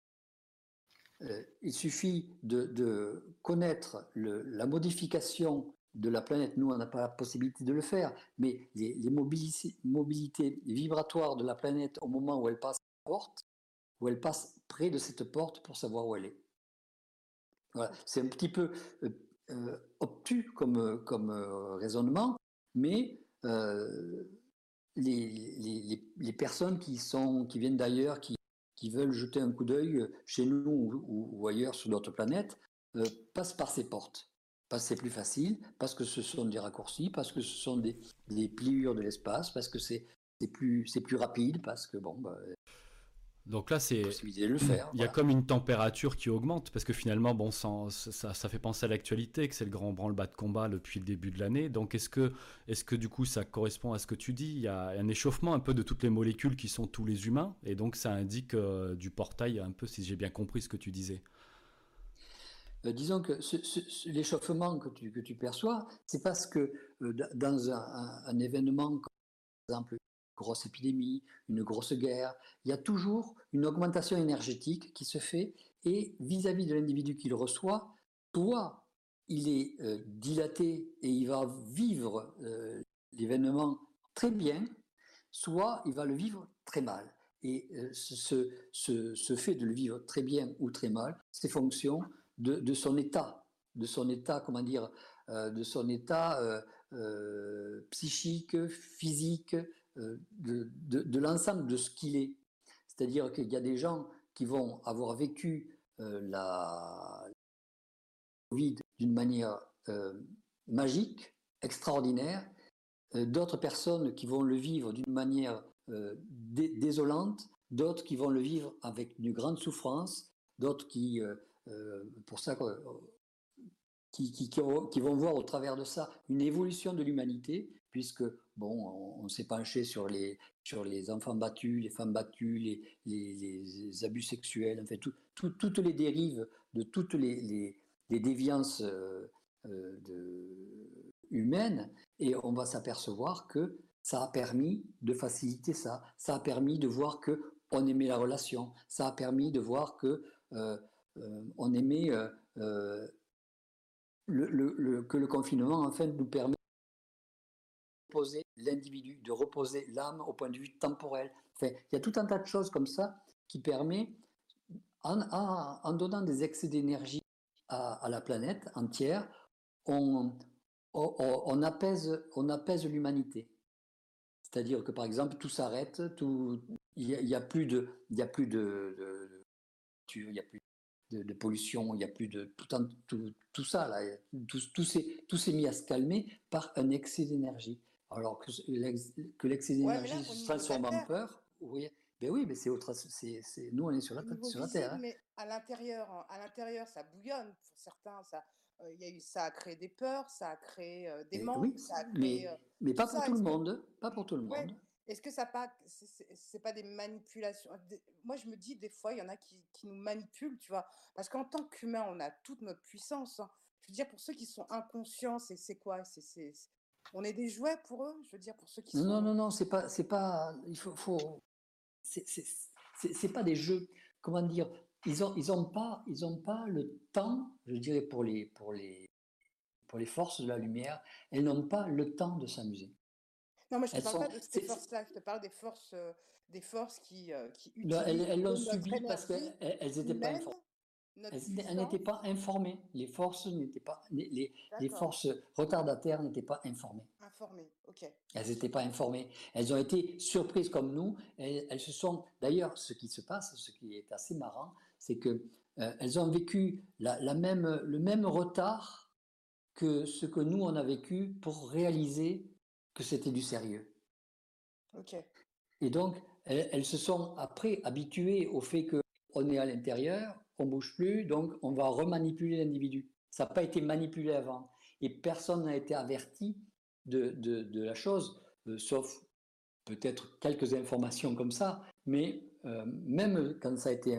Il suffit de connaître la modification de la planète. Nous, on n'a pas la possibilité de le faire, mais les mobilités vibratoires de la planète au moment où elle passe la porte, où elle passe près de cette porte pour savoir où elle est. Voilà. C'est un petit peu obtus comme raisonnement, mais les personnes qui viennent d'ailleurs, qui veulent jeter un coup d'œil chez nous ou ailleurs sur d'autres planètes, passent par ces portes. Parce que c'est plus facile, parce que ce sont des raccourcis, parce que ce sont des pliures de l'espace, parce que c'est plus rapide, parce que donc là, possibilité de le faire. Il y a comme une température qui augmente, parce que finalement, ça fait penser à l'actualité, que c'est le grand branle-bas de combat depuis le début de l'année. Donc est-ce que du coup ça correspond à ce que tu dis? Il y a un échauffement un peu de toutes les molécules qui sont tous les humains, et donc ça indique du portail un peu, si j'ai bien compris ce que tu disais. Disons que l'échauffement que tu perçois, c'est parce que dans un événement, comme par exemple grosse épidémie, une grosse guerre, il y a toujours une augmentation énergétique qui se fait, et vis-à-vis de l'individu qui le reçoit, soit il est dilaté et il va vivre l'événement très bien, soit il va le vivre très mal. Et ce fait de le vivre très bien ou très mal, c'est fonction de son état, de son état psychique, physique, de l'ensemble de ce qu'il est. C'est-à-dire qu'il y a des gens qui vont avoir vécu la Covid d'une manière magique, extraordinaire, d'autres personnes qui vont le vivre d'une manière désolante, d'autres qui vont le vivre avec une grande souffrance, d'autres qui vont voir au travers de ça une évolution de l'humanité, puisque on s'est penché sur les enfants battus, les femmes battues, les abus sexuels, en fait, toutes les dérives de toutes les déviances humaines, et on va s'apercevoir que ça a permis de faciliter ça a permis de voir que on aimait la relation, ça a permis de voir que on aimait que le confinement, en fait, nous permet de reposer l'individu, de reposer l'âme au point de vue temporel. Enfin, il y a tout un tas de choses comme ça qui permet, en donnant des excès d'énergie à la planète entière, on apaise l'humanité. C'est-à-dire que, par exemple, tout s'arrête, il y a plus de pollution, il n'y a plus de tout ça là, tout s'est mis à se calmer par un excès d'énergie. Alors que l'excès d'énergie se transforme en peur. Oui, mais nous on est sur la Terre. Mais à l'intérieur, ça bouillonne pour certains. Ça a créé des peurs, ça a créé des manques, oui, ça a créé, mais pas pour tout le monde, pas pour tout le ouais. monde. Est-ce que c'est pas des manipulations? Moi, je me dis, des fois, il y en a qui nous manipulent, tu vois. Parce qu'en tant qu'humain, on a toute notre puissance, hein. Je veux dire, pour ceux qui sont inconscients, c'est quoi? On est des jouets pour eux? Je veux dire, pour ceux qui sont... Non, c'est pas... Il faut... C'est pas des jeux, comment dire, ils ont pas le temps, je dirais, pour les forces de la lumière, elles n'ont pas le temps de s'amuser. Non, mais je ne te parle pas de ces forces-là, je te parle des forces qui utilisent elles l'ont subi parce qu'elles n'étaient pas informées. Elles n'étaient pas informées. Les forces n'étaient pas, les forces retardataires n'étaient pas informées. Informées, ok. Elles n'étaient pas informées. Elles ont été surprises comme nous. Elles se sont, d'ailleurs, ce qui se passe, ce qui est assez marrant, c'est que elles ont vécu le même retard que ce que nous on a vécu pour réaliser que c'était du sérieux. Ok. Et donc, elles se sont après habituées au fait qu'on est à l'intérieur, on ne bouge plus, donc on va remanipuler l'individu. Ça n'a pas été manipulé avant. Et personne n'a été averti de la chose, sauf peut-être quelques informations comme ça, mais même quand ça a été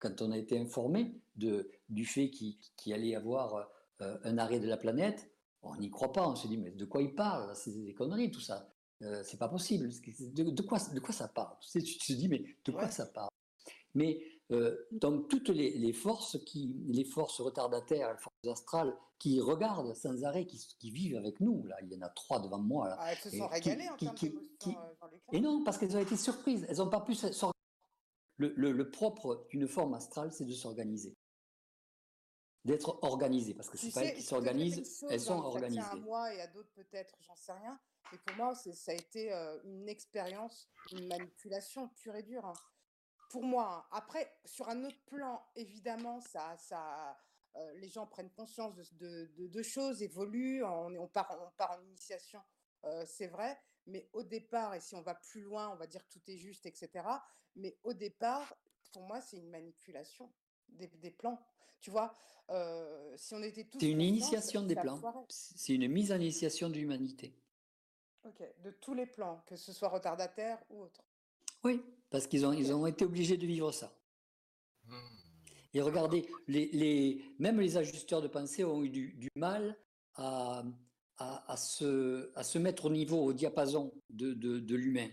quand on a été informé du fait qu'il allait y avoir un arrêt de la planète, on n'y croit pas. On se dit, mais de quoi il parle? C'est des conneries, tout ça. C'est pas possible. De quoi ça parle? Tu te dis, mais de quoi ça parle? Mais donc toutes les forces retardataires, les forces astrales qui regardent sans arrêt, qui vivent avec nous, là, il y en a 3 devant moi. Là, elles se sont régalées en termes d'émotions, Jean-Luc. Et non, parce qu'elles ont été surprises. Elles n'ont pas pu s'organiser. Le propre d'une forme astrale, c'est de s'organiser. D'être organisée, parce que c'est pas elles qui s'organisent, elles sont organisées. Ça tient à moi et à d'autres peut-être, j'en sais rien. Mais pour moi, ça a été une expérience, une manipulation pure et dure. Hein. Pour moi, après, sur un autre plan, évidemment, les gens prennent conscience de choses, évoluent, on part en initiation, c'est vrai, mais au départ, et si on va plus loin, on va dire tout est juste, etc. Mais au départ, pour moi, c'est une manipulation des plans. Tu vois, si on était tous... C'est une initiation des plans, c'est une mise en initiation de l'humanité. Ok, de tous les plans, que ce soit retardataire ou autre. Oui, parce qu'ils ont été obligés de vivre ça. Et regardez, même les ajusteurs de pensée ont eu du mal à se mettre au diapason de l'humain.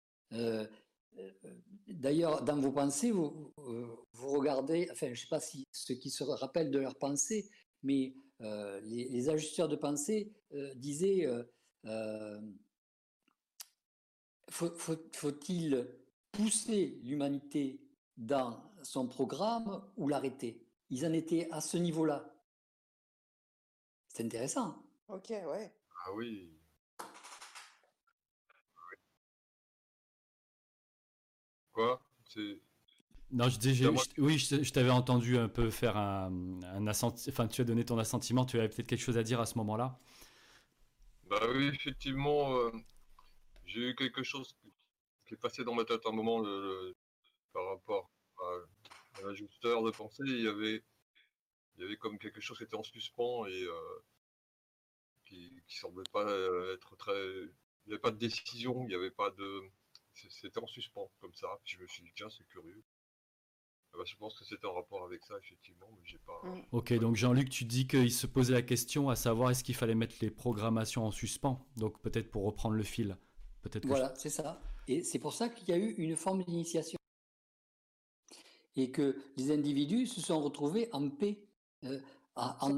D'ailleurs, dans vos pensées, vous regardez, enfin, je ne sais pas si ceux qui se rappellent de leurs pensées, mais les ajusteurs de pensée disaient faut-il pousser l'humanité dans son programme ou l'arrêter? Ils en étaient à ce niveau-là. C'est intéressant. Ok, ouais. Ah oui. Quoi? Non, je disais, oui, je t'avais entendu un peu faire un assentiment, enfin, tu as donné ton assentiment, tu avais peut-être quelque chose à dire à ce moment-là. Bah oui, effectivement, j'ai eu quelque chose qui est passé dans ma tête un moment par rapport à l'ajusteur de pensée. Il y avait comme quelque chose qui était en suspens et qui semblait pas être très... Il n'y avait pas de décision, il n'y avait pas de... C'était en suspens, comme ça. Puis je me suis dit, tiens, c'est curieux. Bah, je pense que c'était en rapport avec ça, effectivement, mais j'ai pas... Ok, donc Jean-Luc, tu dis qu'il se posait la question à savoir est-ce qu'il fallait mettre les programmations en suspens, donc peut-être pour reprendre le fil. Voilà, c'est ça. Et c'est pour ça qu'il y a eu une forme d'initiation. Et que les individus se sont retrouvés en paix, en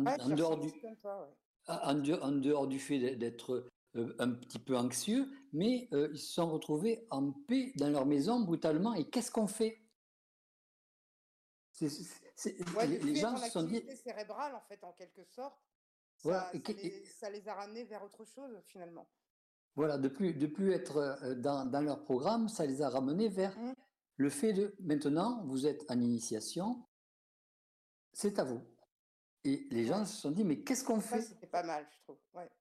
dehors du fait d'être un petit peu anxieux, mais ils se sont retrouvés en paix dans leur maison brutalement. Et qu'est-ce qu'on fait? Les gens se sont dit... L'activité cérébrale, en fait, en quelque sorte, ça les a ramenés vers autre chose, finalement. Voilà, de plus être dans leur programme, ça les a ramenés vers le fait de, maintenant, vous êtes en initiation, c'est à vous. Et les gens se sont dit, mais qu'est-ce qu'on fait? C'était pas mal, je trouve. Ouais.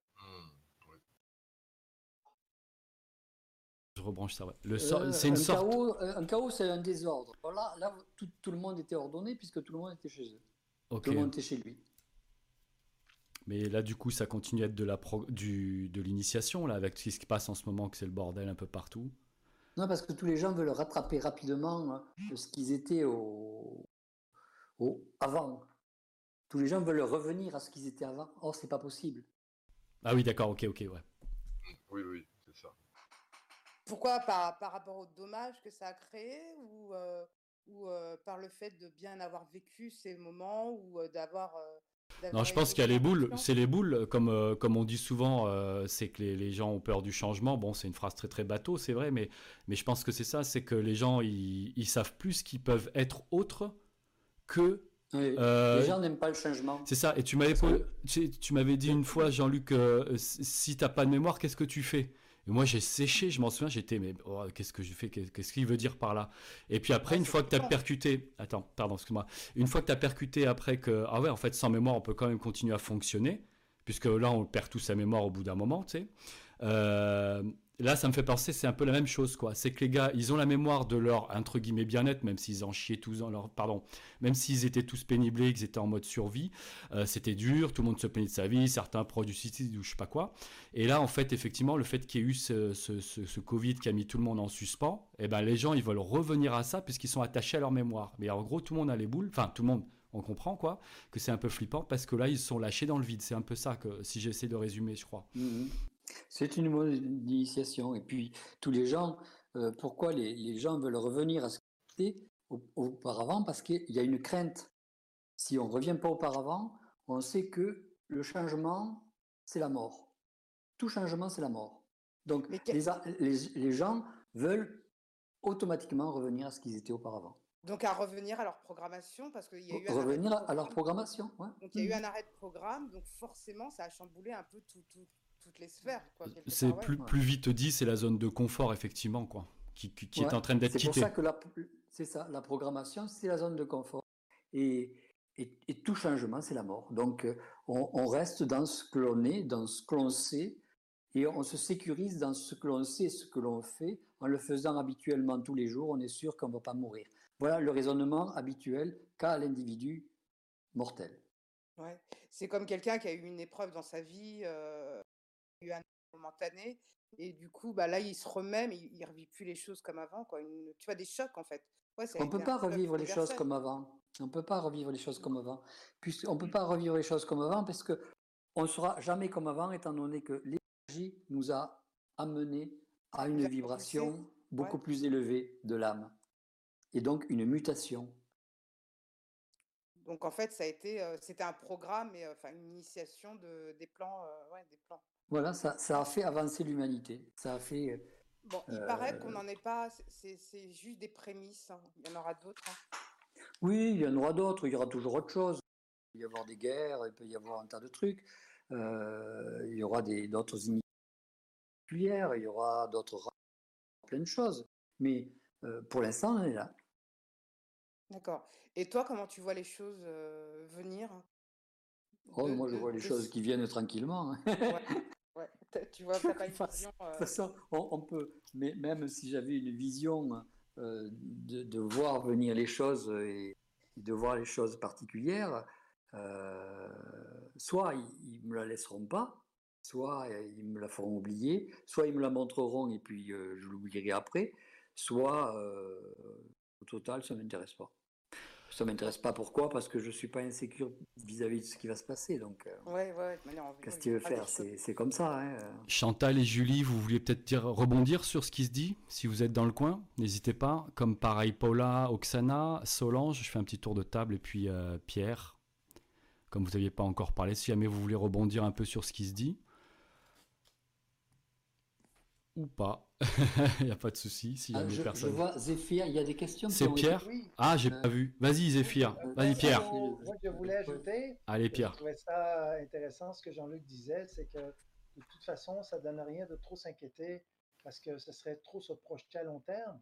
Je rebranche ça, ouais. Un chaos, c'est un désordre. Là tout le monde était ordonné puisque tout le monde était chez eux. Okay. Tout le monde était chez lui. Mais là, du coup, ça continue à être de l'initiation, là, avec ce qui se passe en ce moment, que c'est le bordel un peu partout. Non, parce que tous les gens veulent rattraper rapidement ce qu'ils étaient avant. Tous les gens veulent revenir à ce qu'ils étaient avant. Or, c'est pas possible. Ah oui, d'accord, ok, ouais. Oui, c'est ça. Pourquoi par rapport aux dommages que ça a créé ou par le fait de bien avoir vécu ces moments ou d'avoir... Non, je pense qu'il y a les boules. C'est les boules, comme on dit souvent, c'est que les gens ont peur du changement. Bon, c'est une phrase très très bateau, c'est vrai, mais je pense que c'est ça, c'est que les gens, ils savent plus qu'ils peuvent être autres que... Oui, les gens n'aiment pas le changement. C'est ça, et tu m'avais dit une fois, Jean-Luc, si t'as pas de mémoire, qu'est-ce que tu fais? Et moi, j'ai séché, je m'en souviens, j'étais, mais qu'est-ce que je fais? Qu'est-ce qu'il veut dire par là? Et puis après, une fois que tu as percuté... Attends, pardon, excuse-moi. Une fois que tu as percuté après que... Ah ouais, en fait, sans mémoire, on peut quand même continuer à fonctionner, puisque là, on perd tout sa mémoire au bout d'un moment, tu sais. là, ça me fait penser, c'est un peu la même chose, quoi. C'est que les gars, ils ont la mémoire de leur, entre guillemets, bien-être, même s'ils en chiaient tous dans leur... Pardon, même s'ils étaient tous péniblés, qu'ils étaient en mode survie, c'était dur, tout le monde se plaignait de sa vie, certains proches du suicide ou je sais pas quoi. Et là, en fait, effectivement, le fait qu'il y ait eu ce Covid qui a mis tout le monde en suspens, eh ben, les gens, ils veulent revenir à ça puisqu'ils sont attachés à leur mémoire. Mais en gros, tout le monde a les boules, enfin, tout le monde... On comprend quoi, que c'est un peu flippant parce que là ils sont lâchés dans le vide. C'est un peu ça que si j'essaie de résumer, je crois. C'est une mode d'initiation. Et puis tous les gens, pourquoi les gens veulent revenir à ce qu'ils étaient auparavant? Parce qu'il y a une crainte. Si on ne revient pas auparavant, on sait que le changement, c'est la mort. Tout changement, c'est la mort. Donc les gens veulent automatiquement revenir à ce qu'ils étaient auparavant. Donc à revenir à leur programmation, parce qu'il y a eu revenir à leur programmation. Ouais. Donc il y a eu un arrêt de programme, donc forcément ça a chamboulé un peu toutes les sphères. C'est plus vite dit, c'est la zone de confort effectivement, quoi, qui est en train d'être quittée. C'est pour ça que c'est ça, la programmation, c'est la zone de confort. Et tout changement, c'est la mort. Donc on reste dans ce que l'on est, dans ce que l'on sait, et on se sécurise dans ce que l'on sait, ce que l'on fait, en le faisant habituellement tous les jours, on est sûr qu'on ne va pas mourir. Voilà le raisonnement habituel qu'a l'individu mortel. Ouais. C'est comme quelqu'un qui a eu une épreuve dans sa vie, eu un momentané, et du coup, bah, là, il se remet, mais il ne revit plus les choses comme avant, quoi. Tu vois, des chocs, en fait. Ouais, on ne peut pas revivre les choses comme avant. On ne peut pas revivre les choses comme avant. On ne peut pas revivre les choses comme avant parce qu'on ne sera jamais comme avant, étant donné que l'énergie nous a amenés à une vibration beaucoup plus élevée de l'âme. Et donc une mutation. Donc en fait, c'était un programme et une initiation des plans, des plans. Voilà, ça a fait avancer l'humanité. Ça a fait. Bon, il paraît qu'on n'en est pas. C'est juste des prémices. Hein. Il y en aura d'autres. Hein. Oui, il y en aura d'autres. Il y aura toujours autre chose. Il peut y avoir des guerres. Il peut y avoir un tas de trucs. Il y aura d'autres initiatives particulières. Il y aura d'autres plein de choses. Mais pour l'instant, on est là. D'accord. Et toi, comment tu vois les choses venir? Moi, je vois les choses qui viennent tranquillement. Ouais. Tu vois, t'as pas une vision. De toute façon, on peut. Mais même si j'avais une vision de voir venir les choses et de voir les choses particulières, soit ils me la laisseront pas, soit ils me la feront oublier, soit ils me la montreront et puis je l'oublierai après, soit au total, ça ne m'intéresse pas. Ça ne m'intéresse pas. Pourquoi? Parce que je ne suis pas insécure vis-à-vis de ce qui va se passer. Donc, qu'est-ce que tu veux faire? C'est comme ça. Hein. Chantal et Julie, vous vouliez peut-être rebondir sur ce qui se dit? Si vous êtes dans le coin, n'hésitez pas. Comme pareil, Paula, Oksana, Solange, je fais un petit tour de table. Et puis Pierre, comme vous n'aviez pas encore parlé, si jamais vous voulez rebondir un peu sur ce qui se dit. Ou pas. Il n'y a pas de souci. Si je vois Zéphir, il y a des questions. C'est Pierre. Oui. Ah, j'ai pas vu. Vas-y Zéphir. Vas-y Pierre. Moi, je voulais ajouter. Allez Pierre. Je trouvais ça intéressant ce que Jean-Luc disait, c'est que de toute façon, ça ne donne rien de trop s'inquiéter parce que ce serait trop se projeter à long terme.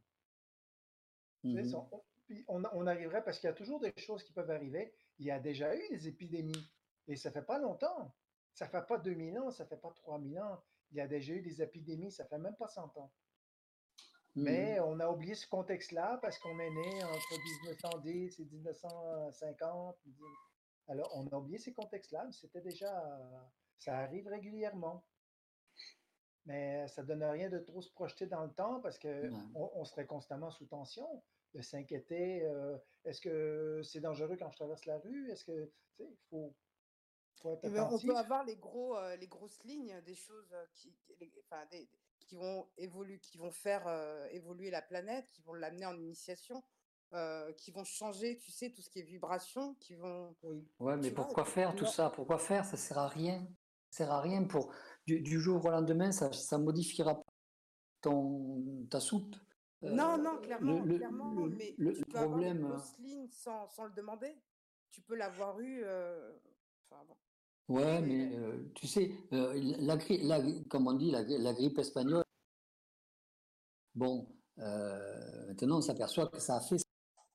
On arriverait parce qu'il y a toujours des choses qui peuvent arriver. Il y a déjà eu des épidémies et ça ne fait pas longtemps. Ça ne fait pas 2000 ans, ça ne fait pas 3000 ans. Il y a déjà eu des épidémies, ça ne fait même pas 100 ans. Mais on a oublié ce contexte-là parce qu'on est né entre 1910 et 1950. Alors, on a oublié ces contextes-là, mais c'était déjà... Ça arrive régulièrement. Mais ça ne donne rien de trop se projeter dans le temps parce qu'on serait constamment sous tension, de s'inquiéter. Est-ce que c'est dangereux quand je traverse la rue? Est-ce que... Il faut être attentif. On peut avoir les grosses lignes, des choses qui vont évoluer, qui vont faire évoluer la planète, qui vont l'amener en initiation, qui vont changer, tu sais, tout ce qui est vibration, qui vont... Ouais, mais pourquoi faire tout ça? Pourquoi faire? Ça sert à rien. Ça sert à rien. Du jour au lendemain, ça modifiera pas ta soupe. Non, clairement. Mais le tu peux problème... avoir une grosse ligne sans le demander. Tu peux l'avoir eu... Ouais, mais tu sais, comme on dit, la grippe espagnole, bon, maintenant on s'aperçoit que ça a fait,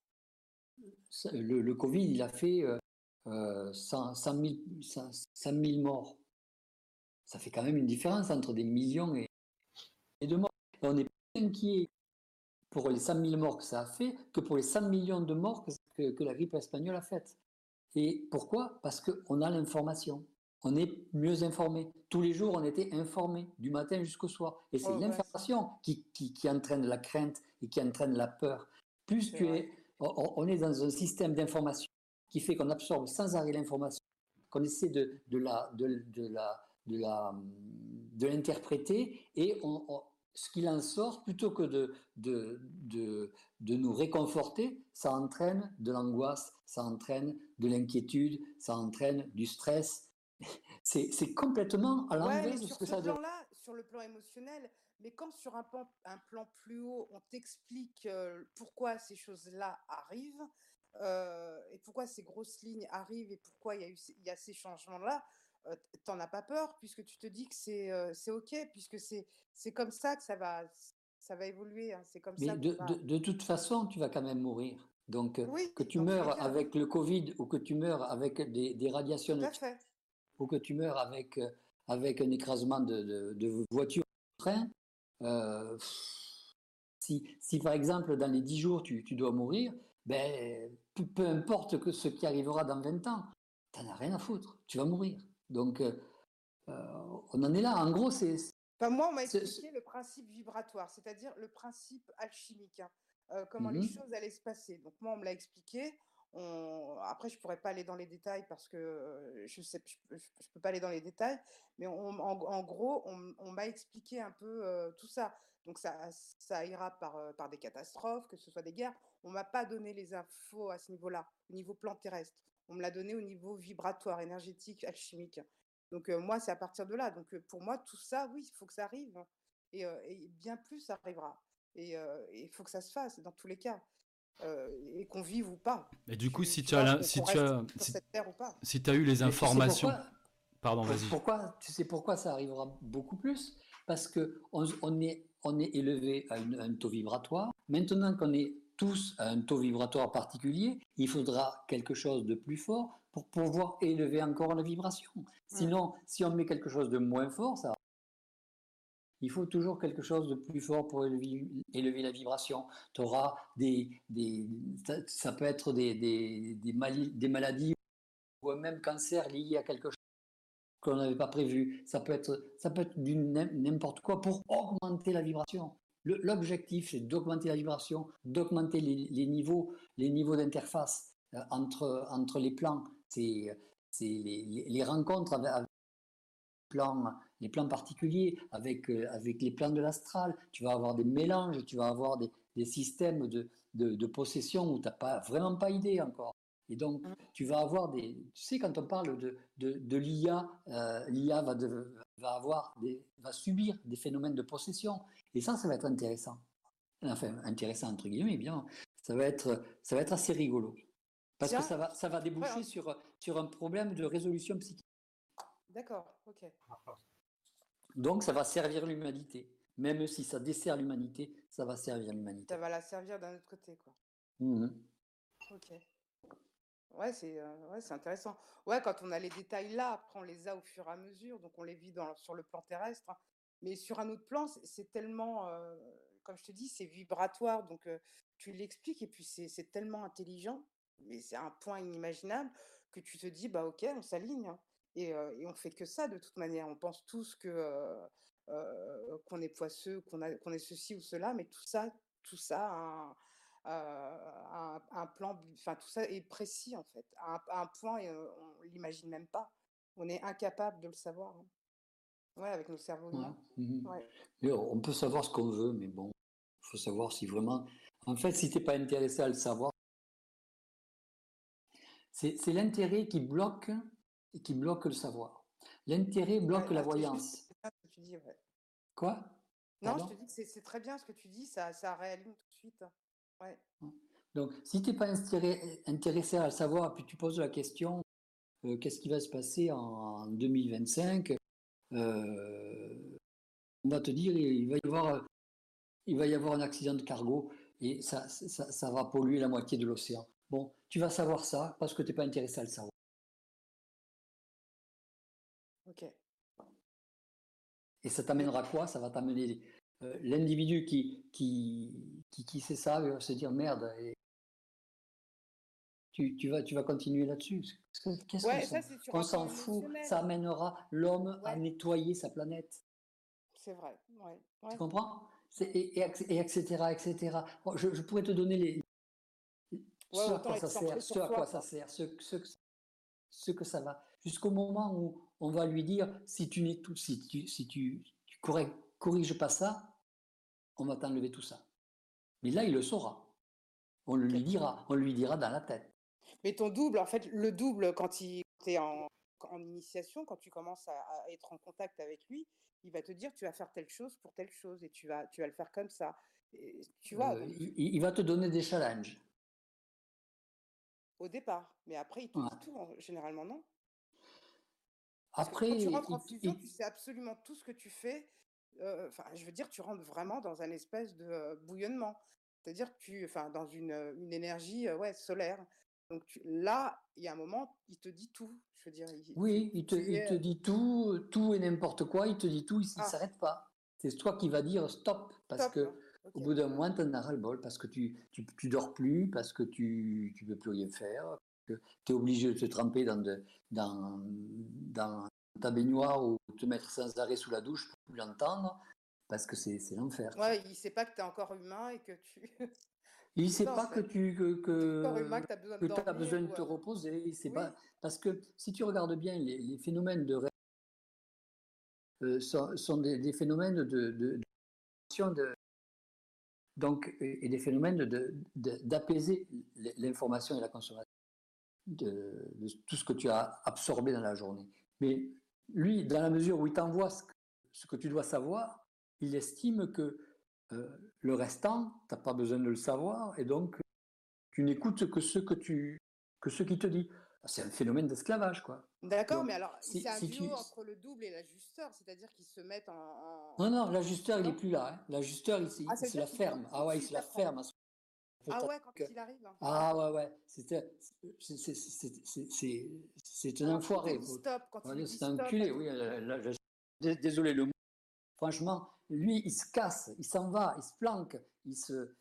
le Covid, il a fait 100 000 morts. Ça fait quand même une différence entre des millions de morts. Et on est plus inquiet pour les 100 000 morts que ça a fait que pour les 100 millions de morts que la grippe espagnole a faites. Et pourquoi? Parce qu'on a l'information. On est mieux informé. Tous les jours, on était informé, du matin jusqu'au soir. Et c'est l'information qui entraîne la crainte et qui entraîne la peur. Plus on est dans un système d'information qui fait qu'on absorbe sans arrêt l'information, qu'on essaie de l'interpréter, et ce qu'il en sort, plutôt que de nous réconforter, ça entraîne de l'angoisse, ça entraîne de l'inquiétude, ça entraîne du stress. C'est complètement à l'envers de ce que ça donne. Sur le plan émotionnel, mais quand sur un plan plus haut, on t'explique pourquoi ces choses-là arrivent, et pourquoi ces grosses lignes arrivent, et pourquoi il y a ces changements-là, t'en as pas peur, puisque tu te dis que c'est OK, puisque c'est comme ça que ça va évoluer. Hein, c'est comme mais ça. De toute façon, tu vas quand même mourir. Donc, que tu meurs avec le Covid, ou que tu meurs avec des radiations, ou que tu meurs avec un écrasement de voiture ou de train, si par exemple dans les 10 jours tu dois mourir, ben, peu importe ce qui arrivera dans 20 ans, t'en as rien à foutre, tu vas mourir. Donc on en est là. En gros, moi, on m'a expliqué le principe vibratoire, c'est-à-dire le principe alchimique, hein, comment les choses allaient se passer. Donc moi, on me l'a expliqué. Après, je pourrais pas aller dans les détails parce que je peux pas aller dans les détails, mais en gros, on m'a expliqué un peu tout ça. Donc ça ira par des catastrophes, que ce soit des guerres. On m'a pas donné les infos à ce niveau-là, au niveau plan terrestre. On me l'a donné au niveau vibratoire, énergétique, alchimique. Donc moi, c'est à partir de là. Donc pour moi, tout ça, oui, il faut que ça arrive. Et bien plus, ça arrivera. Et il faut que ça se fasse dans tous les cas. Et qu'on vive ou pas. Et du coup, si tu as eu les informations... Pardon, vas-y. Tu sais pourquoi ça arrivera beaucoup plus? Parce qu'on est élevé à un taux vibratoire. Maintenant qu'on est tous à un taux vibratoire particulier, il faudra quelque chose de plus fort pour pouvoir élever encore la vibration. Sinon, si on met quelque chose de moins fort, il faut toujours quelque chose de plus fort pour élever la vibration. Tu auras ça peut être des maladies ou même cancer liés à quelque chose qu'on n'avait pas prévu. Ça peut être n'importe quoi pour augmenter la vibration. L'objectif, c'est d'augmenter la vibration, d'augmenter les niveaux d'interface entre les plans. C'est les rencontres avec les plans particuliers, avec les plans de l'astral. Tu vas avoir des mélanges, tu vas avoir des systèmes de possession où tu n'as vraiment pas idée encore. Et donc, tu vas avoir tu sais, quand on parle de l'IA, l'IA va subir des phénomènes de possession. Et ça va être intéressant. Enfin, intéressant entre guillemets, bien. Ça va être assez rigolo. Parce que ça va déboucher sur un problème de résolution psychique. D'accord, ok. Donc, ça va servir l'humanité. Même si ça dessert l'humanité, ça va servir l'humanité. Ça va la servir d'un autre côté, quoi. Ok. Ouais, c'est intéressant. Ouais, quand on a les détails là, après on les a au fur et à mesure, donc on les vit sur le plan terrestre. Hein. Mais sur un autre plan, c'est tellement, comme je te dis, c'est vibratoire, donc tu l'expliques, et puis c'est tellement intelligent, mais c'est un point inimaginable que tu te dis, bah ok, on s'aligne. Hein. Et on fait que ça de toute manière. On pense tous qu'on est poisseux, qu'on est ceci ou cela, mais tout ça un plan, enfin tout ça est précis en fait, à un point, et on l'imagine même pas. On est incapable de le savoir. Hein. Ouais, avec nos cerveaux humains. Ouais. Mais on peut savoir ce qu'on veut, mais bon, il faut savoir si vraiment... En fait, si tu n'es pas intéressé à le savoir, c'est l'intérêt qui bloque le savoir. L'intérêt bloque la voyance. C'est ce que tu dis, ouais. Quoi? Non, je te dis que c'est très bien ce que tu dis, ça réaligne tout de suite. Ouais. Donc, si tu n'es pas intéressé à le savoir, puis tu poses la question, qu'est-ce qui va se passer en 2025? On va te dire, il va y avoir un accident de cargo et ça va polluer la moitié de l'océan. Bon, tu vas savoir ça parce que tu n'es pas intéressé à le savoir. Ok. Et ça t'amènera quoi? Ça va t'amener l'individu qui sait ça, il va se dire merde. Et tu vas continuer là-dessus. Qu'est-ce qu'on s'en fout? Ça amènera l'homme à nettoyer sa planète. C'est vrai. Ouais. Tu comprends? Et etc. etc. Bon, je pourrais te donner ce à quoi ça sert, ce que ça va. Jusqu'au moment où on va lui dire si tu corriges pas ça, on va t'enlever tout ça. Mais là, il le saura. On lui dira dans la tête. Mais ton double, en fait, le double, quand tu es en initiation, quand tu commences à être en contact avec lui, il va te dire tu vas faire telle chose pour telle chose et tu vas le faire comme ça. Et, tu vois. Il va te donner des challenges. Au départ. Mais après, il te dit tout, généralement, non? Après, quand tu rentres en fusion, tu sais absolument tout ce que tu fais. Je veux dire, tu rentres vraiment dans un espèce de bouillonnement. C'est-à-dire que dans une énergie solaire. Donc là, il y a un moment, il te dit tout. Je veux dire, il te dit tout et n'importe quoi. Il te dit tout, il ne s'arrête pas. C'est toi qui vas dire stop, parce que au bout d'un moment, tu en as ras-le-bol, parce que tu dors plus, parce que tu peux plus rien faire, que tu es obligé de te tremper dans ta baignoire ou te mettre sans arrêt sous la douche pour plus l'entendre, parce que c'est l'enfer. Ouais, il ne sait pas que tu es encore humain et que tu... Il ne sait pas que tu as besoin de te reposer. Il sait pas, parce que si tu regardes bien, les phénomènes de sont des phénomènes donc, et des phénomènes d'apaiser l'information et la consommation de tout ce que tu as absorbé dans la journée. Mais lui, dans la mesure où il t'envoie ce que tu dois savoir, il estime que le restant, tu n'as pas besoin de le savoir, et donc tu n'écoutes que ce qu'il te dit. C'est un phénomène d'esclavage, quoi. D'accord, donc, mais alors, c'est un duo entre le double et l'ajusteur, c'est-à-dire qu'ils se mettent en... Non, l'ajusteur, il n'est plus là. Hein. L'ajusteur, il se la ferme. Ah ouais, il se la ferme. Ah ouais, quand il arrive. Hein. Ah ouais. C'est un enfoiré. C'est un enculé, oui. Désolé le mot. Franchement, lui, il se casse, il s'en va, il se planque, il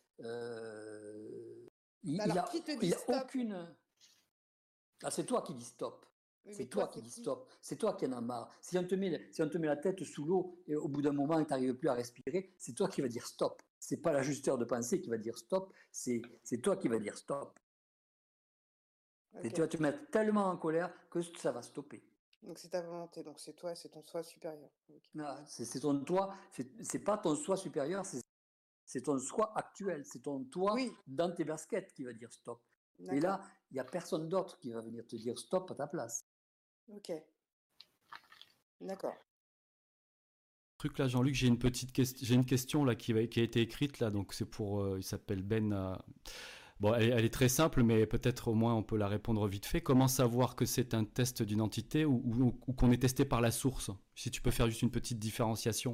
a aucune... Ah, c'est toi qui dis stop. Oui, c'est toi qui dis stop. C'est toi qui en as marre. Si on te met la tête sous l'eau et au bout d'un moment, tu n'arrives plus à respirer, c'est toi qui vas dire stop. C'est pas l'ajusteur de pensée qui va dire stop, c'est toi qui vas dire stop. Okay. Et tu vas te mettre tellement en colère que ça va stopper. Donc c'est ta volonté, donc c'est toi, c'est ton soi supérieur. Okay. Non, c'est ton toi, c'est pas ton soi supérieur, c'est ton soi actuel, c'est ton toi dans tes baskets qui va dire stop. Et là, il n'y a personne d'autre qui va venir te dire stop à ta place. Ok. D'accord. Truc là, Jean-Luc, j'ai une question là qui a été écrite là, donc c'est pour, il s'appelle Ben. Bon, elle est très simple, mais peut-être au moins on peut la répondre vite fait. Comment savoir que c'est un test d'identité ou qu'on est testé par la source? Si tu peux faire juste une petite différenciation.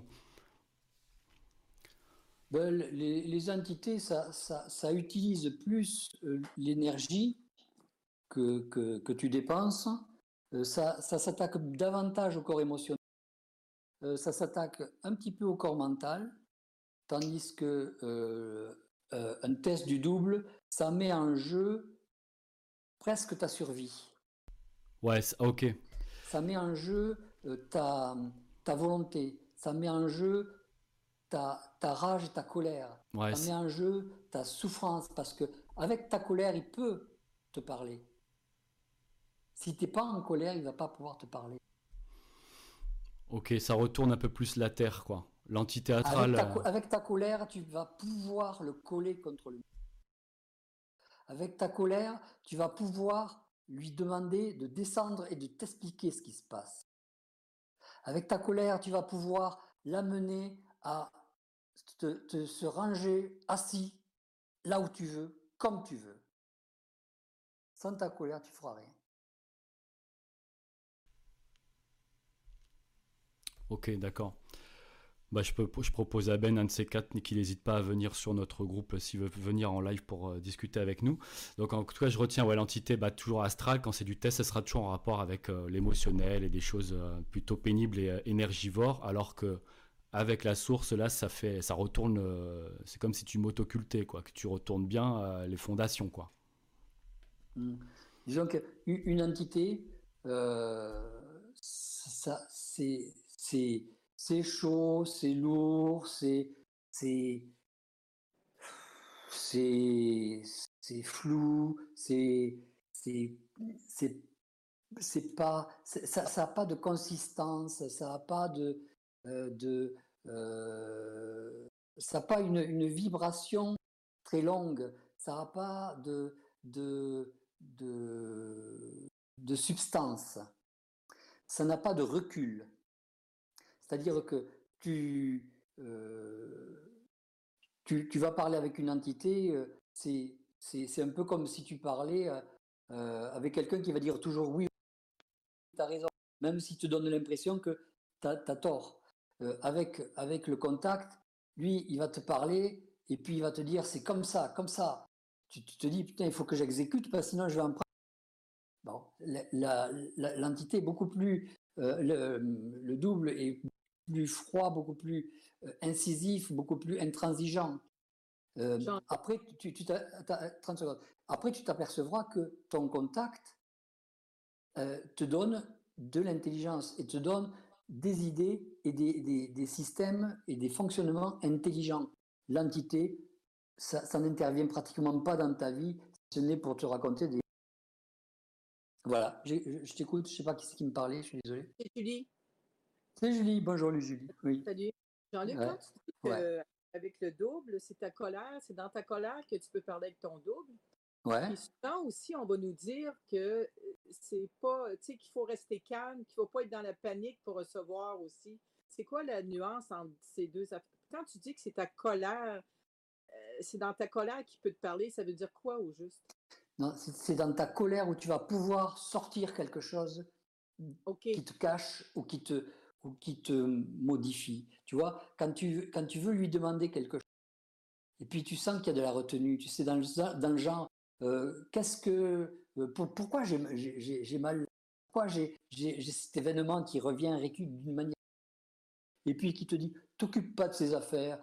Ben, les entités, ça utilise plus l'énergie que tu dépenses. Ça s'attaque davantage au corps émotionnel. Ça s'attaque un petit peu au corps mental, tandis que un test du double, ça met en jeu presque ta survie. Ouais, ok. Ça met en jeu ta volonté, ça met en jeu ta rage et ta colère, ouais, ça met en jeu ta souffrance, parce que avec ta colère, il peut te parler. Si tu n'es pas en colère, il ne va pas pouvoir te parler. Ok, ça retourne un peu plus la terre, quoi. L'antithéâtral. Avec ta colère, tu vas pouvoir le coller contre lui. Avec ta colère, tu vas pouvoir lui demander de descendre et de t'expliquer ce qui se passe. Avec ta colère, tu vas pouvoir l'amener à se ranger assis là où tu veux, comme tu veux. Sans ta colère, tu ne feras rien. Ok, d'accord. Bah, je propose à Ben, un de ces quatre, qu'il n'hésite pas à venir sur notre groupe s'il veut venir en live pour discuter avec nous. Donc en tout cas, je retiens l'entité toujours astrale. Quand c'est du test, ça sera toujours en rapport avec l'émotionnel et des choses plutôt pénibles et énergivores, alors que avec la source, là, ça retourne. C'est comme si tu m'autocultais, quoi, que tu retournes bien les fondations, quoi. Disons qu'une entité, c'est chaud, c'est lourd, c'est flou, ça n'a pas de consistance, ça n'a pas ça n'a pas une vibration très longue, ça n'a pas de substance, ça n'a pas de recul. C'est-à-dire que tu vas parler avec une entité, c'est un peu comme si tu parlais avec quelqu'un qui va dire toujours oui, tu as raison, même s'il te donne l'impression que tu as tort. Avec le contact, lui, il va te parler et puis il va te dire c'est comme ça, comme ça. Tu te dis putain, il faut que j'exécute parce que sinon je vais en prendre. Bon, l'entité est beaucoup plus, le double est plus froid, beaucoup plus incisif, beaucoup plus intransigeant. Après, 30 secondes. Après, tu t'apercevras que ton contact te donne de l'intelligence et te donne des idées et des systèmes et des fonctionnements intelligents. L'entité, ça n'intervient pratiquement pas dans ta vie, ce n'est pour te raconter des... Voilà, je t'écoute, je ne sais pas qui c'est qui me parlait, je suis désolé. C'est Julie. C'est Julie, bonjour Julie. Oui. Salut. Jean-Luc, quand tu dis qu'avec le double, c'est ta colère, c'est dans ta colère que tu peux parler avec ton double. Ouais. Et souvent aussi, on va nous dire que c'est pas, tu sais, qu'il faut rester calme, qu'il ne faut pas être dans la panique pour recevoir aussi. C'est quoi la nuance entre ces deux affaires? Quand tu dis que c'est ta colère, c'est dans ta colère qu'il peut te parler, ça veut dire quoi au juste? Non, c'est dans ta colère où tu vas pouvoir sortir quelque chose qui te cache ou qui te modifie. Tu vois, quand tu veux lui demander quelque chose, et puis tu sens qu'il y a de la retenue, tu sais, dans le genre, pourquoi j'ai mal, pourquoi j'ai cet événement qui revient d'une manière, et puis qui te dit, t'occupe pas de ces affaires,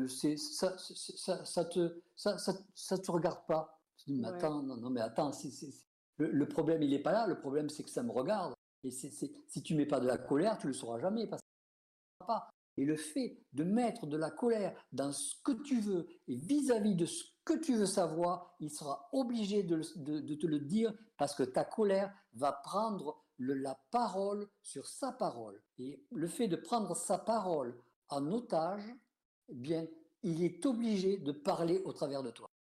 ça te regarde pas. Tu dis, mais attends, non, mais attends, le problème, il n'est pas là, le problème, c'est que ça me regarde. Et si tu ne mets pas de la colère, tu ne le sauras jamais, parce que ça ne pas. Et le fait de mettre de la colère dans ce que tu veux et vis-à-vis de ce que tu veux savoir, il sera obligé de te le dire, parce que ta colère va prendre la parole sur sa parole. Et le fait de prendre sa parole en otage, eh bien, il est obligé de parler au travers de toi.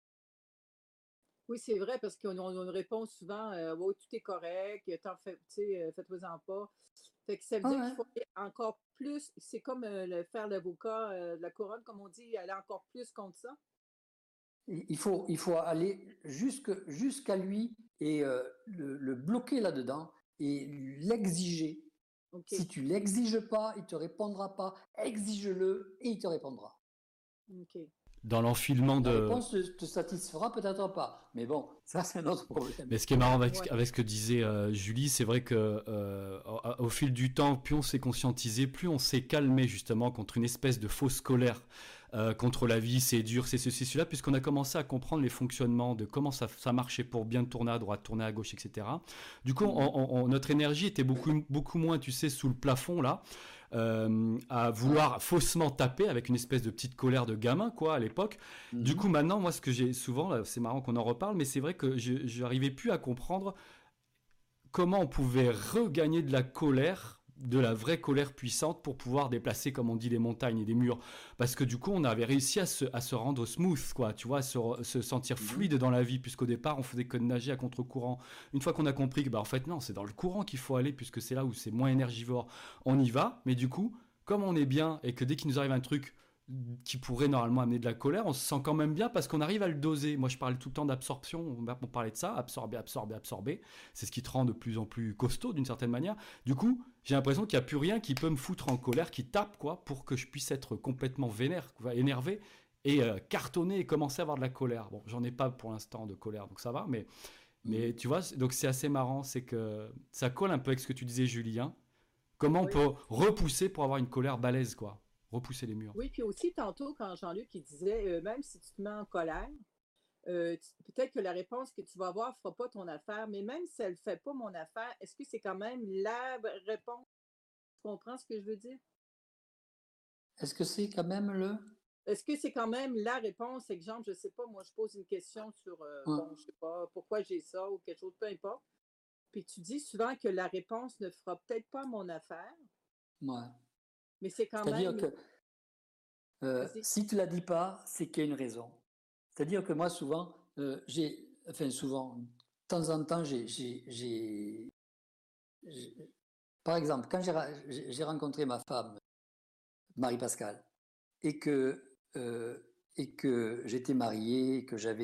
Oui, c'est vrai, parce qu'on nous répond souvent oui, tout est correct, faites-vous-en pas. Fait que ça veut dire qu'il faut aller encore plus. C'est comme faire l'avocat de la couronne, comme on dit, aller encore plus contre ça. Il faut aller jusqu'à lui et le bloquer là-dedans et l'exiger. Okay. Si tu ne l'exiges pas, il ne te répondra pas. Exige-le et il te répondra. Okay. Dans l'enfilement de... La réponse te satisfera peut-être pas, mais bon, ça c'est un autre problème. Mais ce qui est marrant avec ce que disait Julie, c'est vrai que au fil du temps, plus on s'est conscientisé, plus on s'est calmé justement contre une espèce de fausse colère, contre la vie, c'est dur, c'est ceci, cela, puisqu'on a commencé à comprendre les fonctionnements de comment ça marchait pour bien tourner à droite, tourner à gauche, etc. Du coup, notre énergie était beaucoup moins, tu sais, sous le plafond là. À vouloir faussement taper avec une espèce de petite colère de gamin quoi à l'époque. Du coup maintenant moi ce que j'ai souvent là, c'est marrant qu'on en reparle, mais c'est vrai que je n'arrivais plus à comprendre comment on pouvait regagner de la colère, de la vraie colère puissante pour pouvoir déplacer, comme on dit, les montagnes et des murs, parce que du coup on avait réussi à se rendre smooth quoi, tu vois, à se sentir fluide dans la vie, puisqu'au départ on faisait que de nager à contre-courant. Une fois qu'on a compris que en fait non, c'est dans le courant qu'il faut aller, puisque c'est là où c'est moins énergivore, on y va. Mais du coup, comme on est bien et que dès qu'il nous arrive un truc qui pourrait normalement amener de la colère, on se sent quand même bien parce qu'on arrive à le doser. Moi je parle tout le temps d'absorption, on parlait de ça, absorber, c'est ce qui te rend de plus en plus costaud d'une certaine manière. Du coup j'ai l'impression qu'il n'y a plus rien qui peut me foutre en colère, qui tape quoi, pour que je puisse être complètement vénère, énervé et cartonner et commencer à avoir de la colère. Bon, j'en ai pas pour l'instant de colère, donc ça va, mais tu vois, donc c'est assez marrant, c'est que ça colle un peu avec ce que tu disais Julien. Comment on peut repousser pour avoir une colère balèze quoi. repousser les murs. Oui, puis aussi, tantôt, quand Jean-Luc il disait, même si tu te mets en colère, peut-être que la réponse que tu vas avoir ne fera pas ton affaire, mais même si elle ne fait pas mon affaire, est-ce que c'est quand même la réponse? Tu comprends ce que je veux dire? Est-ce que c'est quand même Est-ce que c'est quand même la réponse? Exemple, je ne sais pas, moi, je pose une question sur, bon, je ne sais pas, pourquoi j'ai ça ou quelque chose, peu importe. Puis tu dis souvent que la réponse ne fera peut-être pas mon affaire. Ouais. Mais c'est quand C'est-à-dire même. que si tu ne la dis pas, c'est qu'il y a une raison. C'est-à-dire que moi, souvent, de temps en temps, par exemple, quand j'ai rencontré ma femme, Marie-Pascale, et que j'étais marié,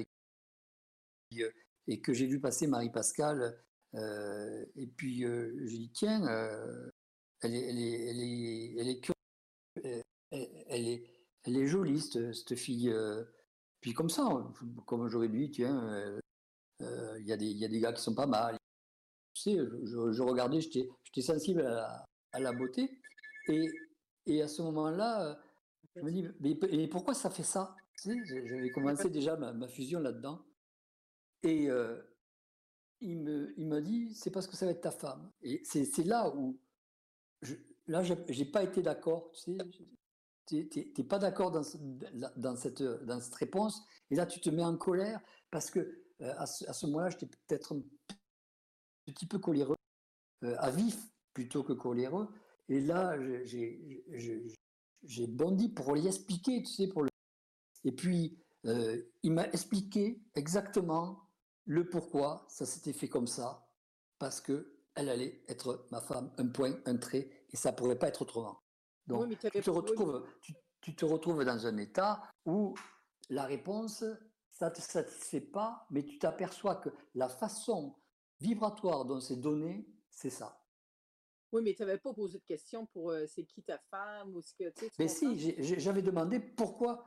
et que j'ai vu passer Marie-Pascale, et puis j'ai dit tiens, elle est curieuse, elle est jolie cette fille. Puis comme ça, comme j'aurais dit, tiens, il y a des gars qui sont pas mal. Tu sais, je regardais, j'étais sensible à la beauté, et à ce moment-là, je me dis, mais pourquoi ça fait ça? Tu sais, j'avais commencé déjà ma fusion là-dedans. Et il m'a dit, c'est parce que ça va être ta femme. Et c'est là où, j'ai pas été d'accord, tu sais. T'es pas d'accord dans cette réponse. Et là, tu te mets en colère parce que à ce moment-là, j'étais peut-être un petit peu coléreux, à vif plutôt que coléreux. Et là, j'ai bondi pour lui expliquer, tu sais, Et puis, il m'a expliqué exactement le pourquoi ça s'était fait comme ça, parce qu'elle allait être ma femme, un point, un trait, et ça ne pourrait pas être autrement. Donc, oui, tu te retrouves dans un état où la réponse, ça ne te satisfait pas, mais tu t'aperçois que la façon vibratoire dont c'est donné, c'est ça. Oui, mais tu n'avais pas posé de question pour c'est qui ta femme ou ce que tu sais. Mais si, j'avais demandé pourquoi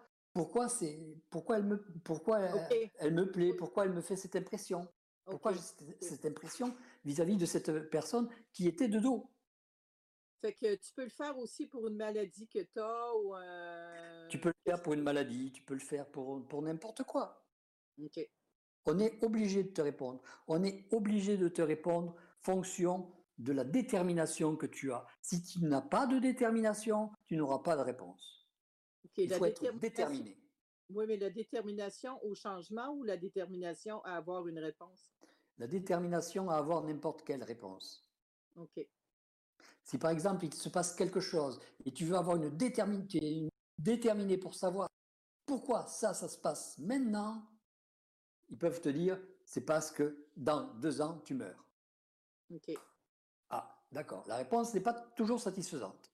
elle me plaît, pourquoi elle me fait cette impression, pourquoi j'ai cette impression vis-à-vis de cette personne qui était de dos. Fait que tu peux le faire aussi pour une maladie que tu as ou Tu peux le faire pour une maladie, tu peux le faire pour n'importe quoi. OK. On est obligé de te répondre. On est obligé de te répondre fonction de la détermination que tu as. Si tu n'as pas de détermination, tu n'auras pas de réponse. Okay, il faut être déterminé. Oui, mais la détermination au changement ou la détermination à avoir une réponse? La détermination à avoir n'importe quelle réponse. OK. Si par exemple il se passe quelque chose et tu veux avoir une déterminée pour savoir pourquoi ça se passe maintenant, ils peuvent te dire c'est parce que dans 2 ans tu meurs. OK. Ah, d'accord. La réponse n'est pas toujours satisfaisante.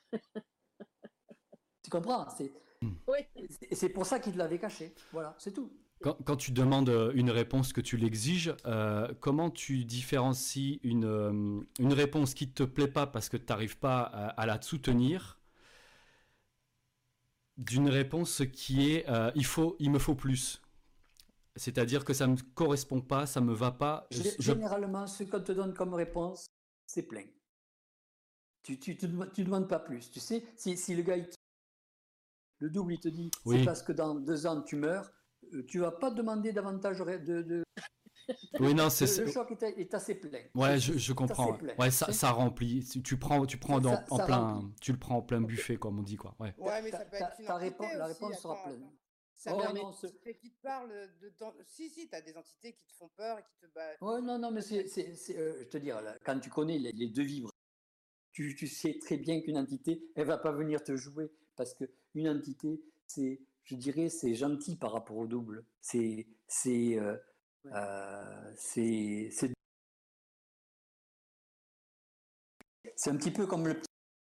Tu comprends? Oui. C'est pour ça qu'ils te l'avaient caché. Voilà, c'est tout. Quand tu demandes une réponse que tu l'exiges, comment tu différencies une réponse qui ne te plaît pas parce que tu n'arrives pas à la soutenir d'une réponse qui est il me faut plus? C'est-à-dire que ça ne me correspond pas, ça ne me va pas. Généralement, ce qu'on te donne comme réponse, c'est plein. Tu ne demandes pas plus. Tu sais, si le gars, le double, il te dit c'est parce que dans 2 ans tu meurs, tu ne vas pas demander davantage de... Oui, non, le choc est assez plein. Ouais, je comprends. Ouais, ça remplit. Tu le prends en plein buffet, comme on dit, quoi. Ouais, mais ça peut être une entité la aussi, réponse sera pleine. Ça permet qui te parlent si, tu as des entités qui te font peur et qui te battent. Ouais, non, mais je te dis, quand tu connais les deux vibres, tu sais très bien qu'une entité, elle va pas venir te jouer parce qu'une entité, je dirais, c'est gentil par rapport au double. C'est un petit peu comme le petit.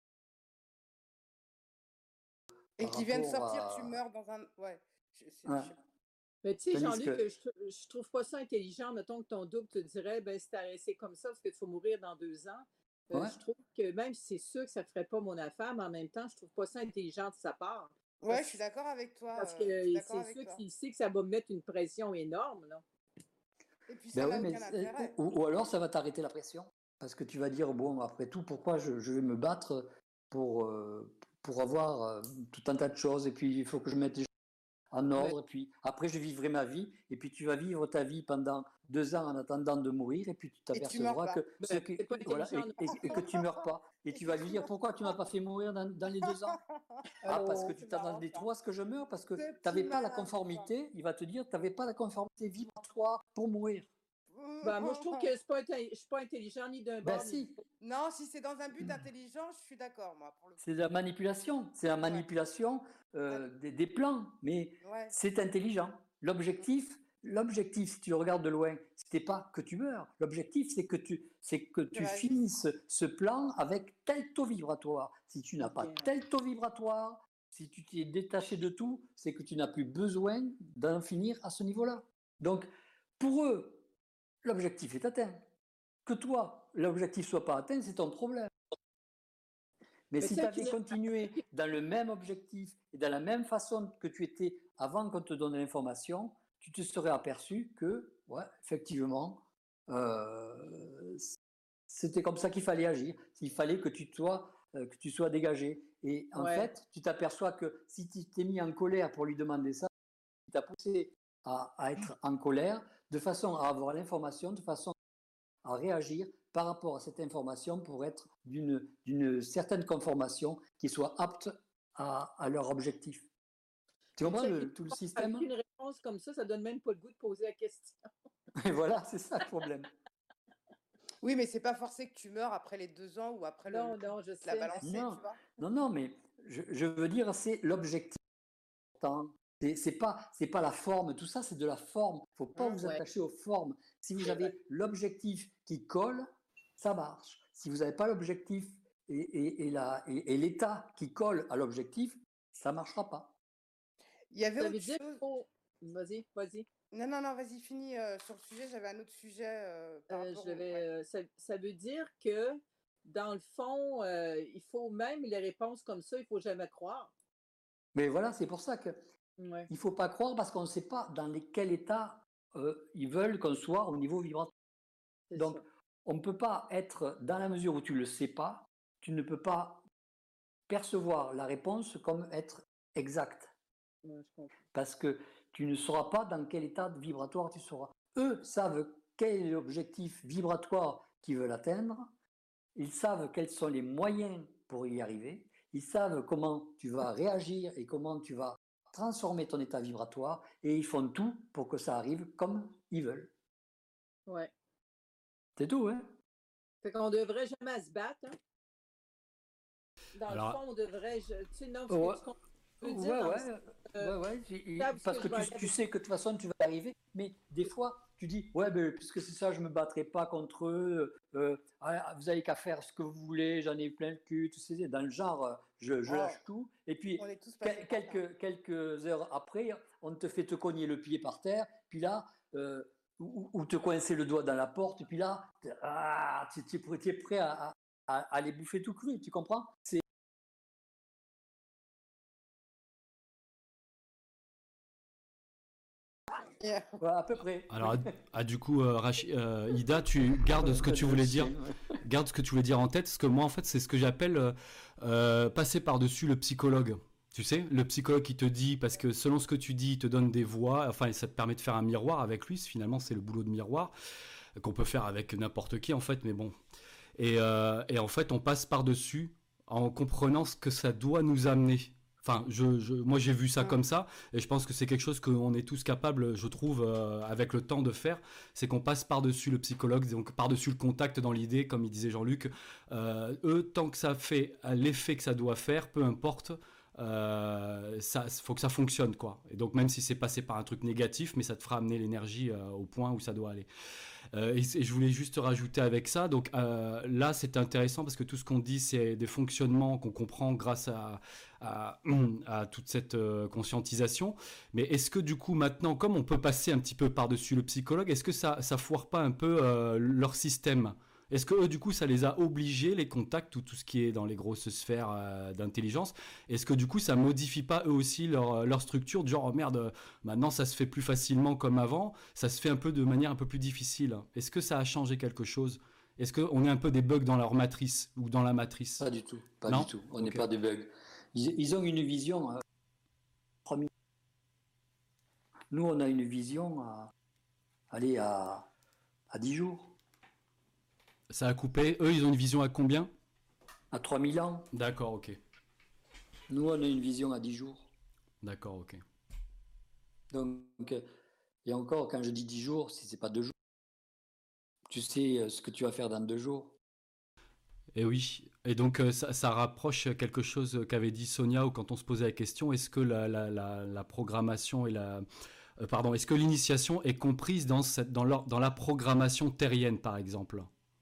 Et qui vient de sortir, tu meurs dans un. Ouais. Mais tu sais, Jean-Luc, je trouve pas ça intelligent. Mettons que ton double te dirait, c'est comme ça parce que tu vas mourir dans 2 ans. Je trouve que même si c'est sûr que ça ne ferait pas mon affaire, mais en même temps, je trouve pas ça intelligent de sa part. Ouais, je suis d'accord avec toi. Parce que c'est sûr qu'il sait que ça va me mettre une pression énorme, là. Et puis ça n'a aucun intérêt. Ou alors ça va t'arrêter la pression. Parce que tu vas dire, bon, après tout, pourquoi je vais me battre pour pour avoir tout un tas de choses. Et puis, il faut que je mette les choses en ordre. Et puis, après, je vivrai ma vie. Et puis, tu vas vivre ta vie pendant 2 ans en attendant de mourir. Et puis, tu t'apercevras que tu meurs pas. Et tu vas lui dire, pourquoi tu m'as pas fait mourir dans les 2 ans? Parce que tu t'attendais trop à ce que je meure, parce que tu n'avais pas la conformité. Il va te dire, tu n'avais pas la conformité vibratoire pour mourir. Moi, je trouve que je ne suis pas intelligent ni d'un bord. Si. Non, si c'est dans un but intelligent, je suis d'accord, moi. Pour le coup. C'est de la manipulation. C'est la manipulation des plans, mais c'est intelligent. L'objectif, si tu le regardes de loin, c'était pas que tu meurs. L'objectif, c'est que tu finisses ce plan avec tel taux vibratoire. Si tu n'as pas tel taux vibratoire, si tu t'es détaché de tout, c'est que tu n'as plus besoin d'en finir à ce niveau-là. Donc, pour eux, l'objectif est atteint. Que toi, l'objectif ne soit pas atteint, c'est ton problème. Mais si tu avais continué dans le même objectif et dans la même façon que tu étais avant qu'on te donne l'information, tu te serais aperçu que, effectivement, c'était comme ça qu'il fallait agir. Il fallait que tu sois dégagé. Et en fait, tu t'aperçois que si tu t'es mis en colère pour lui demander ça, il t'a poussé à être en colère, de façon à avoir l'information, de façon à réagir par rapport à cette information pour être d'une certaine conformation qui soit apte à leur objectif. Tu comprends tout le système? Avec une réponse comme ça donne même pas le goût de poser la question. Et voilà, c'est ça le problème. Oui, mais c'est pas forcé que tu meurs après les 2 ans ou après la balancée, tu vois. Non, mais je veux dire, c'est l'objectif. C'est pas la forme, tout ça, c'est de la forme. Il ne faut pas vous attacher aux formes. Si vous avez l'objectif qui colle, ça marche. Si vous n'avez pas l'objectif et l'état qui colle à l'objectif, ça ne marchera pas. Il y avait autre chose. Vas-y. Non, vas-y, finis sur le sujet. J'avais un autre sujet. Ça veut dire que, dans le fond, il faut même les réponses comme ça, il ne faut jamais croire. Mais voilà, c'est pour ça que il ne faut pas croire parce qu'on ne sait pas dans quel état ils veulent qu'on soit au niveau vibratoire. Donc, on ne peut pas être, dans la mesure où tu ne le sais pas, tu ne peux pas percevoir la réponse comme être exacte. Parce que tu ne sauras pas dans quel état vibratoire tu seras. Eux savent quel est l'objectif vibratoire qu'ils veulent atteindre. Ils savent quels sont les moyens pour y arriver. Ils savent comment tu vas réagir et comment tu vas transformer ton état vibratoire. Et ils font tout pour que ça arrive comme ils veulent. Ouais. C'est tout, hein? Fait qu'on devrait jamais se battre, hein? Dans le fond, on devrait... Tu sais, non, parce que tu sais que de toute façon, tu vas y arriver. Mais des fois, tu dis, puisque c'est ça, je ne me battrai pas contre eux. Vous avez qu'à faire ce que vous voulez, j'en ai plein le cul. Tu sais, dans le genre, je lâche tout. Et puis, quelques heures après, on te fait te cogner le pied par terre. Puis là, ou te coincer le doigt dans la porte. Et puis là, tu es prêt à les bouffer tout cru. Tu comprends? À peu près. Alors, du coup, Ida, tu gardes ce que tu voulais dire. Garde ce que tu voulais dire en tête, parce que moi, en fait, c'est ce que j'appelle passer par-dessus le psychologue. Tu sais, le psychologue qui te dit, parce que selon ce que tu dis, il te donne des voix, enfin, ça te permet de faire un miroir avec lui. Finalement, c'est le boulot de miroir qu'on peut faire avec n'importe qui, en fait, mais bon. Et en fait, on passe par-dessus en comprenant ce que ça doit nous amener. Enfin, moi j'ai vu ça comme ça, et je pense que c'est quelque chose qu'on est tous capables, je trouve, avec le temps de faire, c'est qu'on passe par-dessus le psychologue, donc par-dessus le contact dans l'idée, comme il disait Jean-Luc. Eux, tant que ça fait l'effet que ça doit faire, peu importe, faut que ça fonctionne, quoi. Et donc même si c'est passé par un truc négatif, mais ça te fera amener l'énergie au point où ça doit aller. Et je voulais juste rajouter avec ça, donc là c'est intéressant parce que tout ce qu'on dit c'est des fonctionnements qu'on comprend grâce à toute cette conscientisation, mais est-ce que du coup maintenant, comme on peut passer un petit peu par-dessus le psychologue, est-ce que ça foire pas un peu leur système? Est-ce que eux, du coup, ça les a obligés, les contacts ou tout ce qui est dans les grosses sphères d'intelligence? Est-ce que du coup, ça modifie pas eux aussi leur structure, du genre, oh merde, maintenant ça se fait plus facilement comme avant, ça se fait un peu de manière un peu plus difficile? Est-ce que ça a changé quelque chose? Est-ce qu'on est un peu des bugs dans leur matrice ou dans la matrice? Pas du tout, pas du tout. On n'est pas des bugs. ils ont une vision à 3 minutes. Nous, on a une vision à 10 jours. Ça a coupé. Eux, ils ont une vision à combien? À 3000 ans. D'accord, ok. Nous, on a une vision à 10 jours. D'accord, ok. Donc, et encore, quand je dis 10 jours, c'est pas 2 jours. Tu sais ce que tu vas faire dans 2 jours. Et oui. Et donc, ça rapproche quelque chose qu'avait dit Sonia, ou quand on se posait la question, est-ce que la programmation et est-ce que l'initiation est comprise dans la programmation terrienne, par exemple?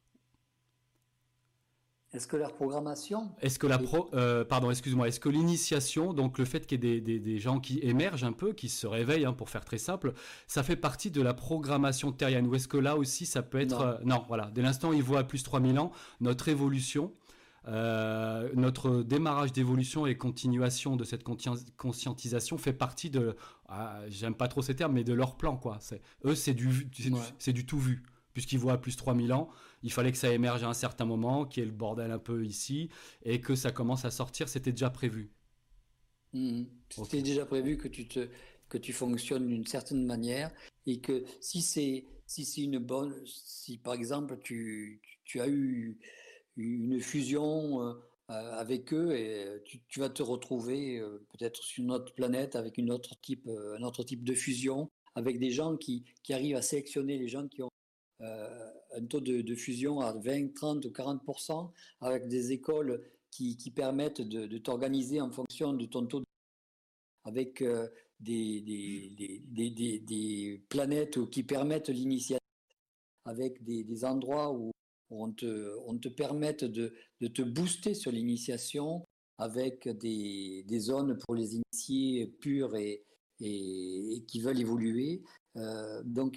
Est-ce que la programmation... Est-ce que est-ce que l'initiation, donc le fait qu'il y ait des gens qui émergent un peu, qui se réveillent, pour faire très simple, ça fait partie de la programmation terrienne? Ou est-ce que là aussi, ça peut être... Non, voilà. Dès l'instant où il voit à plus 3000 ans, notre évolution, notre démarrage d'évolution et continuation de cette conscientisation fait partie de... j'aime pas trop ces termes, mais de leur plan, quoi. Eux, c'est du tout vu. Puisqu'ils voient à plus 3000 ans, il fallait que ça émerge à un certain moment, qu'il y ait le bordel un peu ici, et que ça commence à sortir, c'était déjà prévu. C'était déjà prévu que tu fonctionnes d'une certaine manière, et que si par exemple tu as eu une fusion avec eux, et tu vas te retrouver peut-être sur une autre planète avec un autre type de fusion, avec des gens qui arrivent à sélectionner les gens qui ont un taux de fusion à 20, 30 ou 40%, avec des écoles qui permettent de t'organiser en fonction de ton taux de... avec des planètes qui permettent l'initiative, avec des endroits où on te permette de te booster sur l'initiation, avec des zones pour les initiés purs et qui veulent évoluer. Donc,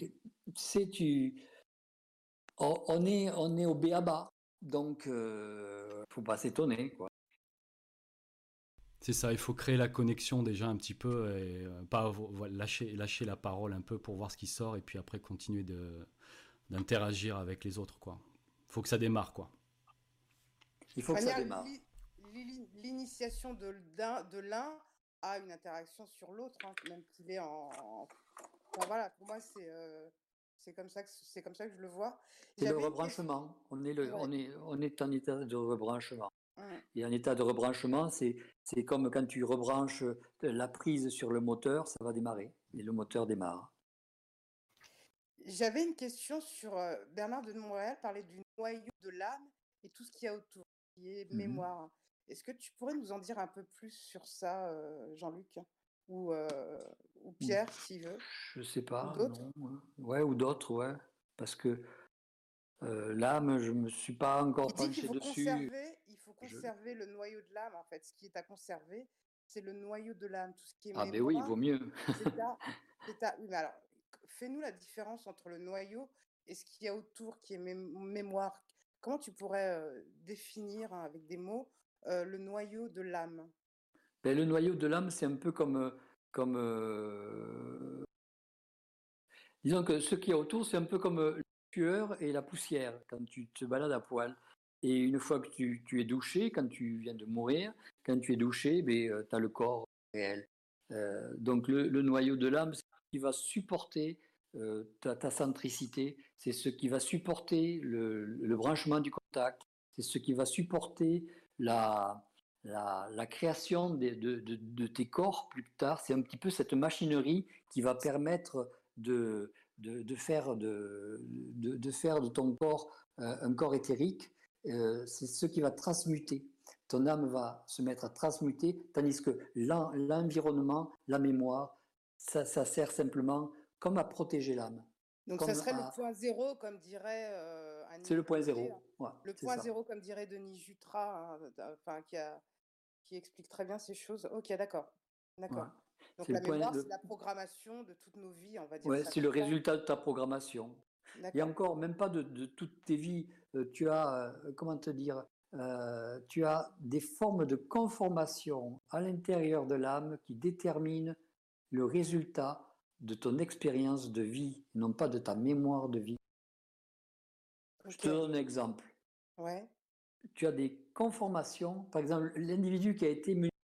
on est au b.a.-ba, donc faut pas s'étonner, quoi. C'est ça, il faut créer la connexion déjà un petit peu, et pas lâcher la parole un peu pour voir ce qui sort, et puis après continuer d'interagir avec les autres, quoi. Faut que ça démarre, quoi. Il faut que ça démarre. L'initiation de l'un a une interaction sur l'autre, même qu'il est en... Enfin, voilà, pour moi, c'est comme ça que je le vois. C'est le rebranchement. On est en état de rebranchement. Et en état de rebranchement, c'est comme quand tu rebranches la prise sur le moteur, ça va démarrer. Et le moteur démarre. J'avais une question sur Bernard de Montréal parlait du noyau de l'âme et tout ce qu'il y a autour, qui est mémoire. Est-ce que tu pourrais nous en dire un peu plus sur ça, Jean-Luc, ou Pierre, s'il veut? Je sais pas. Ou d'autres? Ouais, ou d'autres, ouais. Parce que l'âme, je me suis pas encore penché dessus. Il faut conserver le noyau de l'âme, en fait. Ce qui est à conserver, c'est le noyau de l'âme, tout ce qui est mémoire. Ah ben oui, il vaut mieux. Oui, mais alors, fais-nous la différence entre le noyau et ce qu'il y a autour, qui est mémoire. Comment tu pourrais définir, avec des mots, le noyau de l'âme? Ben, le noyau de l'âme, c'est un peu comme disons que ce qu'il y a autour, c'est un peu comme la sueur et la poussière quand tu te balades à poil. Et une fois que tu es douché, quand tu viens de mourir, quand tu es douché, tu as le corps réel. Donc le noyau de l'âme, c'est ce qui va supporter ta centricité, c'est ce qui va supporter le branchement du contact, c'est ce qui va supporter la création de tes corps plus tard. C'est un petit peu cette machinerie qui va permettre de faire de ton corps un corps éthérique. C'est ce qui va transmuter. Ton âme va se mettre à transmuter, tandis que l'environnement, la mémoire, ça sert simplement comme à protéger l'âme. Donc ça serait le point zéro, comme dirait c'est le point zéro. Ouais, le point zéro, comme dirait Denis Jutras, qui explique très bien ces choses. Ok, d'accord. Ouais. Donc la mémoire, c'est la programmation de toutes nos vies, on va dire. Ouais, c'est le résultat de ta programmation. Et encore, même pas de toutes tes vies. Tu as, comment te dire, tu as des formes de conformation à l'intérieur de l'âme qui déterminent le résultat de ton expérience de vie, non pas de ta mémoire de vie. Okay. Je te donne un exemple. Ouais. Tu as des conformations, par exemple, l'individu qui a été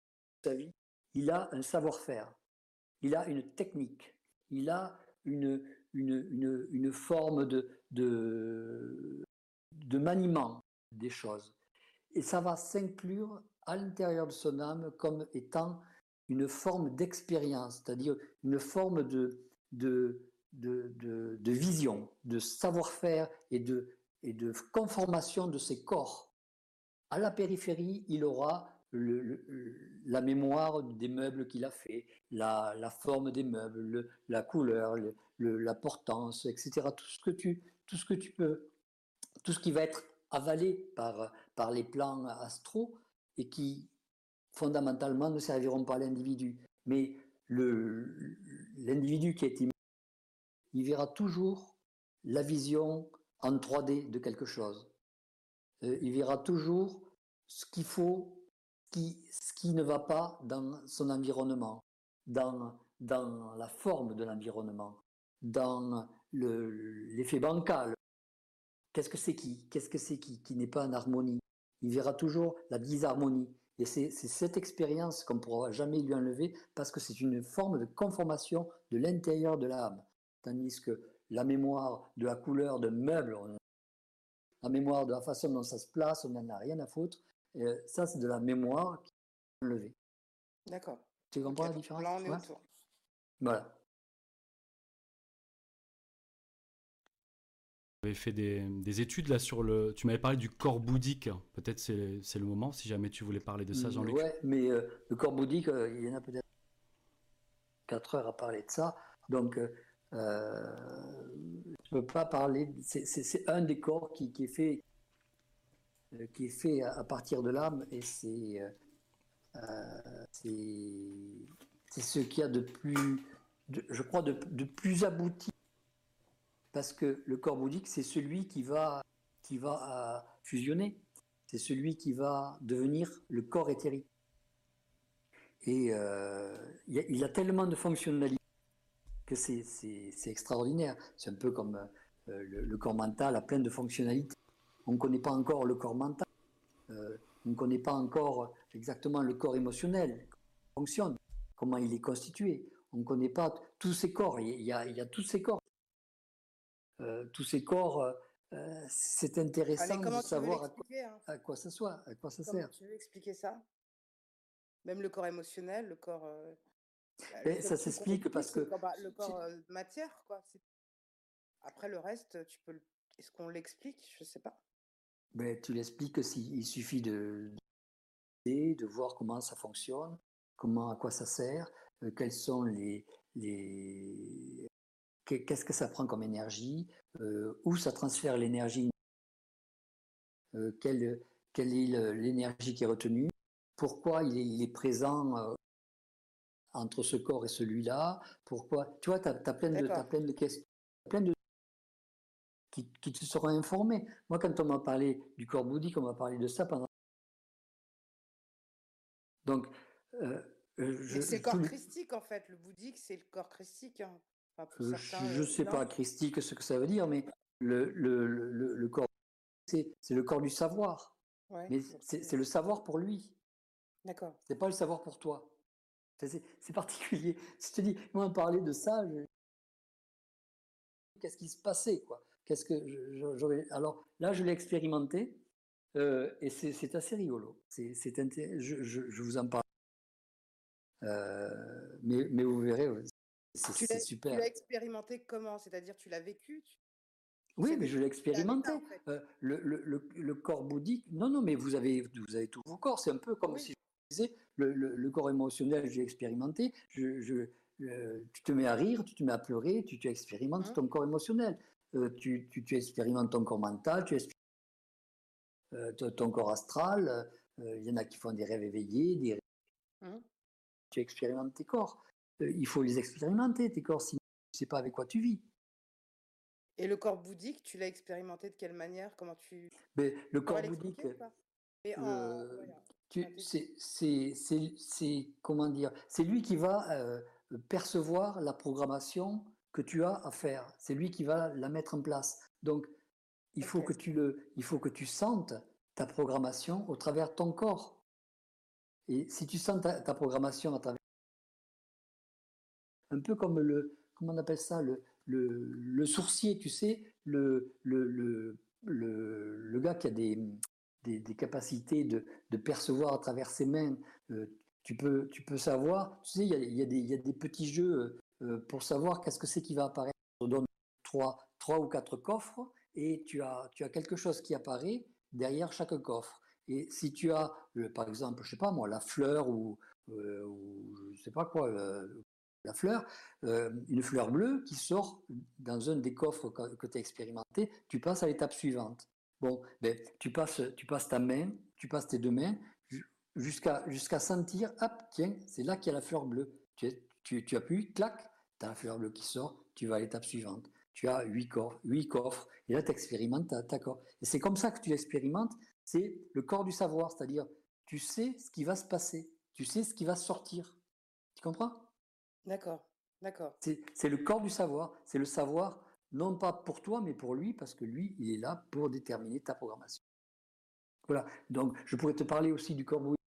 sa vie, il a un savoir-faire, il a une technique, il a une forme de maniement des choses. Et ça va s'inclure à l'intérieur de son âme comme étant une forme d'expérience, c'est-à-dire une forme de vision, de savoir-faire et de conformation de ses corps. À la périphérie, il aura la mémoire des meubles qu'il a fait, la forme des meubles, la couleur, la portance, etc. Tout ce que tu peux, tout ce qui va être avalé par les plans astraux et qui fondamentalement ne serviront pas à l'individu. Mais l'individu qui est immense, il verra toujours la vision en 3D de quelque chose. Il verra toujours ce qu'il faut, ce qui ne va pas dans son environnement, dans la forme de l'environnement, dans l'effet bancal. Qu'est-ce que c'est qui n'est pas en harmonie? Il verra toujours la disharmonie. Et c'est cette expérience qu'on ne pourra jamais lui enlever parce que c'est une forme de conformation de l'intérieur de l'âme. Tandis que la mémoire de la couleur de meubles, la mémoire de la façon dont ça se place, on n'en a rien à foutre. Ça, c'est de la mémoire qui est enlevée. D'accord. Tu comprends la différence? Là, on est autour. Voilà. Tu avais fait des études là sur le... Tu m'avais parlé du corps bouddhique. Peut-être c'est le moment, si jamais tu voulais parler de ça, Jean-Luc. Oui, mais le corps bouddhique, il y en a peut-être 4 heures à parler de ça. Donc, je ne peux pas parler... C'est un des corps qui est fait à partir de l'âme et c'est ce qu'il y a de plus, je crois, de plus abouti. Parce que le corps bouddhique, c'est celui qui va fusionner. C'est celui qui va devenir le corps éthérique. Et il a tellement de fonctionnalités que c'est extraordinaire. C'est un peu comme le corps mental a plein de fonctionnalités. On ne connaît pas encore le corps mental. On ne connaît pas encore exactement le corps émotionnel, comment il fonctionne, comment il est constitué. On ne connaît pas tous ces corps. Il y a tous ces corps. Tous ces corps, c'est intéressant de savoir à quoi ça soit, à quoi ça sert. Comment tu veux expliquer ça? Même le corps émotionnel, le corps... ça s'explique parce que... Le corps matière, quoi. Après, le reste, est-ce qu'on l'explique? Je ne sais pas. Ben, tu l'expliques il suffit de voir comment ça fonctionne, à quoi ça sert, quels sont qu'est-ce que ça prend comme énergie, où ça transfère l'énergie, quelle est l'énergie qui est retenue, pourquoi il est présent entre ce corps et celui-là, pourquoi... Tu vois, tu as plein de questions, qui te seront informés. Moi, quand on m'a parlé du corps bouddhique, on m'a parlé de ça pendant... Donc... c'est le corps christique, en fait. Le bouddhique, c'est le corps christique, hein. Je ne sais pas christique ce que ça veut dire, mais le corps, c'est le corps du savoir. Ouais, mais c'est le savoir pour lui. D'accord. C'est pas le savoir pour toi. C'est particulier. Si je te dis, moi, on parlait de ça, qu'est-ce qui se passait, quoi? Alors là, je l'ai expérimenté et c'est assez rigolo. Je vous en parle. Mais vous verrez. C'est super. Tu l'as expérimenté comment? C'est-à-dire, tu l'as vécu? Oui, mais je l'ai expérimenté. En fait. Le corps bouddhique, non, mais vous avez tous vos corps. C'est un peu comme si je disais, le corps émotionnel, j'ai expérimenté. Tu te mets à rire, tu te mets à pleurer, tu expérimentes ton corps émotionnel. Tu expérimentes ton corps mental, tu expérimentes ton corps astral. Il y en a qui font des rêves éveillés, tu expérimentes tes corps. Il faut les expérimenter, tes corps, sinon tu ne sais pas avec quoi tu vis. Et le corps bouddhique, tu l'as expérimenté de quelle manière? Comment tu... Mais le corps bouddhique, c'est comment dire? C'est lui qui va percevoir la programmation que tu as à faire. C'est lui qui va la mettre en place. Donc, il faut que tu sentes ta programmation au travers de ton corps. Et si tu sens ta programmation à travers, un peu comme comment on appelle ça, le sourcier, tu sais, le gars qui a des capacités de percevoir à travers ses mains. Tu peux savoir, tu sais, il y a des petits jeux pour savoir qu'est-ce que c'est qui va apparaître. On te donne trois ou quatre coffres et tu as quelque chose qui apparaît derrière chaque coffre. Et si tu as, par exemple, je sais pas moi, la fleur ou je sais pas quoi, la fleur, une fleur bleue qui sort dans un des coffres que tu as expérimenté, tu passes à l'étape suivante. Bon, ben, tu passes ta main, tu passes tes deux mains jusqu'à sentir, hop, tiens, c'est là qu'il y a la fleur bleue. Tu appuies, clac, tu as la fleur bleue qui sort, tu vas à l'étape suivante. Tu as 8 coffres, et là tu expérimentes ta corps. Et c'est comme ça que tu expérimentes, c'est le corps du savoir, c'est-à-dire tu sais ce qui va se passer, tu sais ce qui va sortir. Tu comprends? D'accord, d'accord. C'est le corps du savoir, c'est le savoir, non pas pour toi, mais pour lui, parce que lui, il est là pour déterminer ta programmation. Voilà, donc je pourrais te parler aussi du corps bouddhique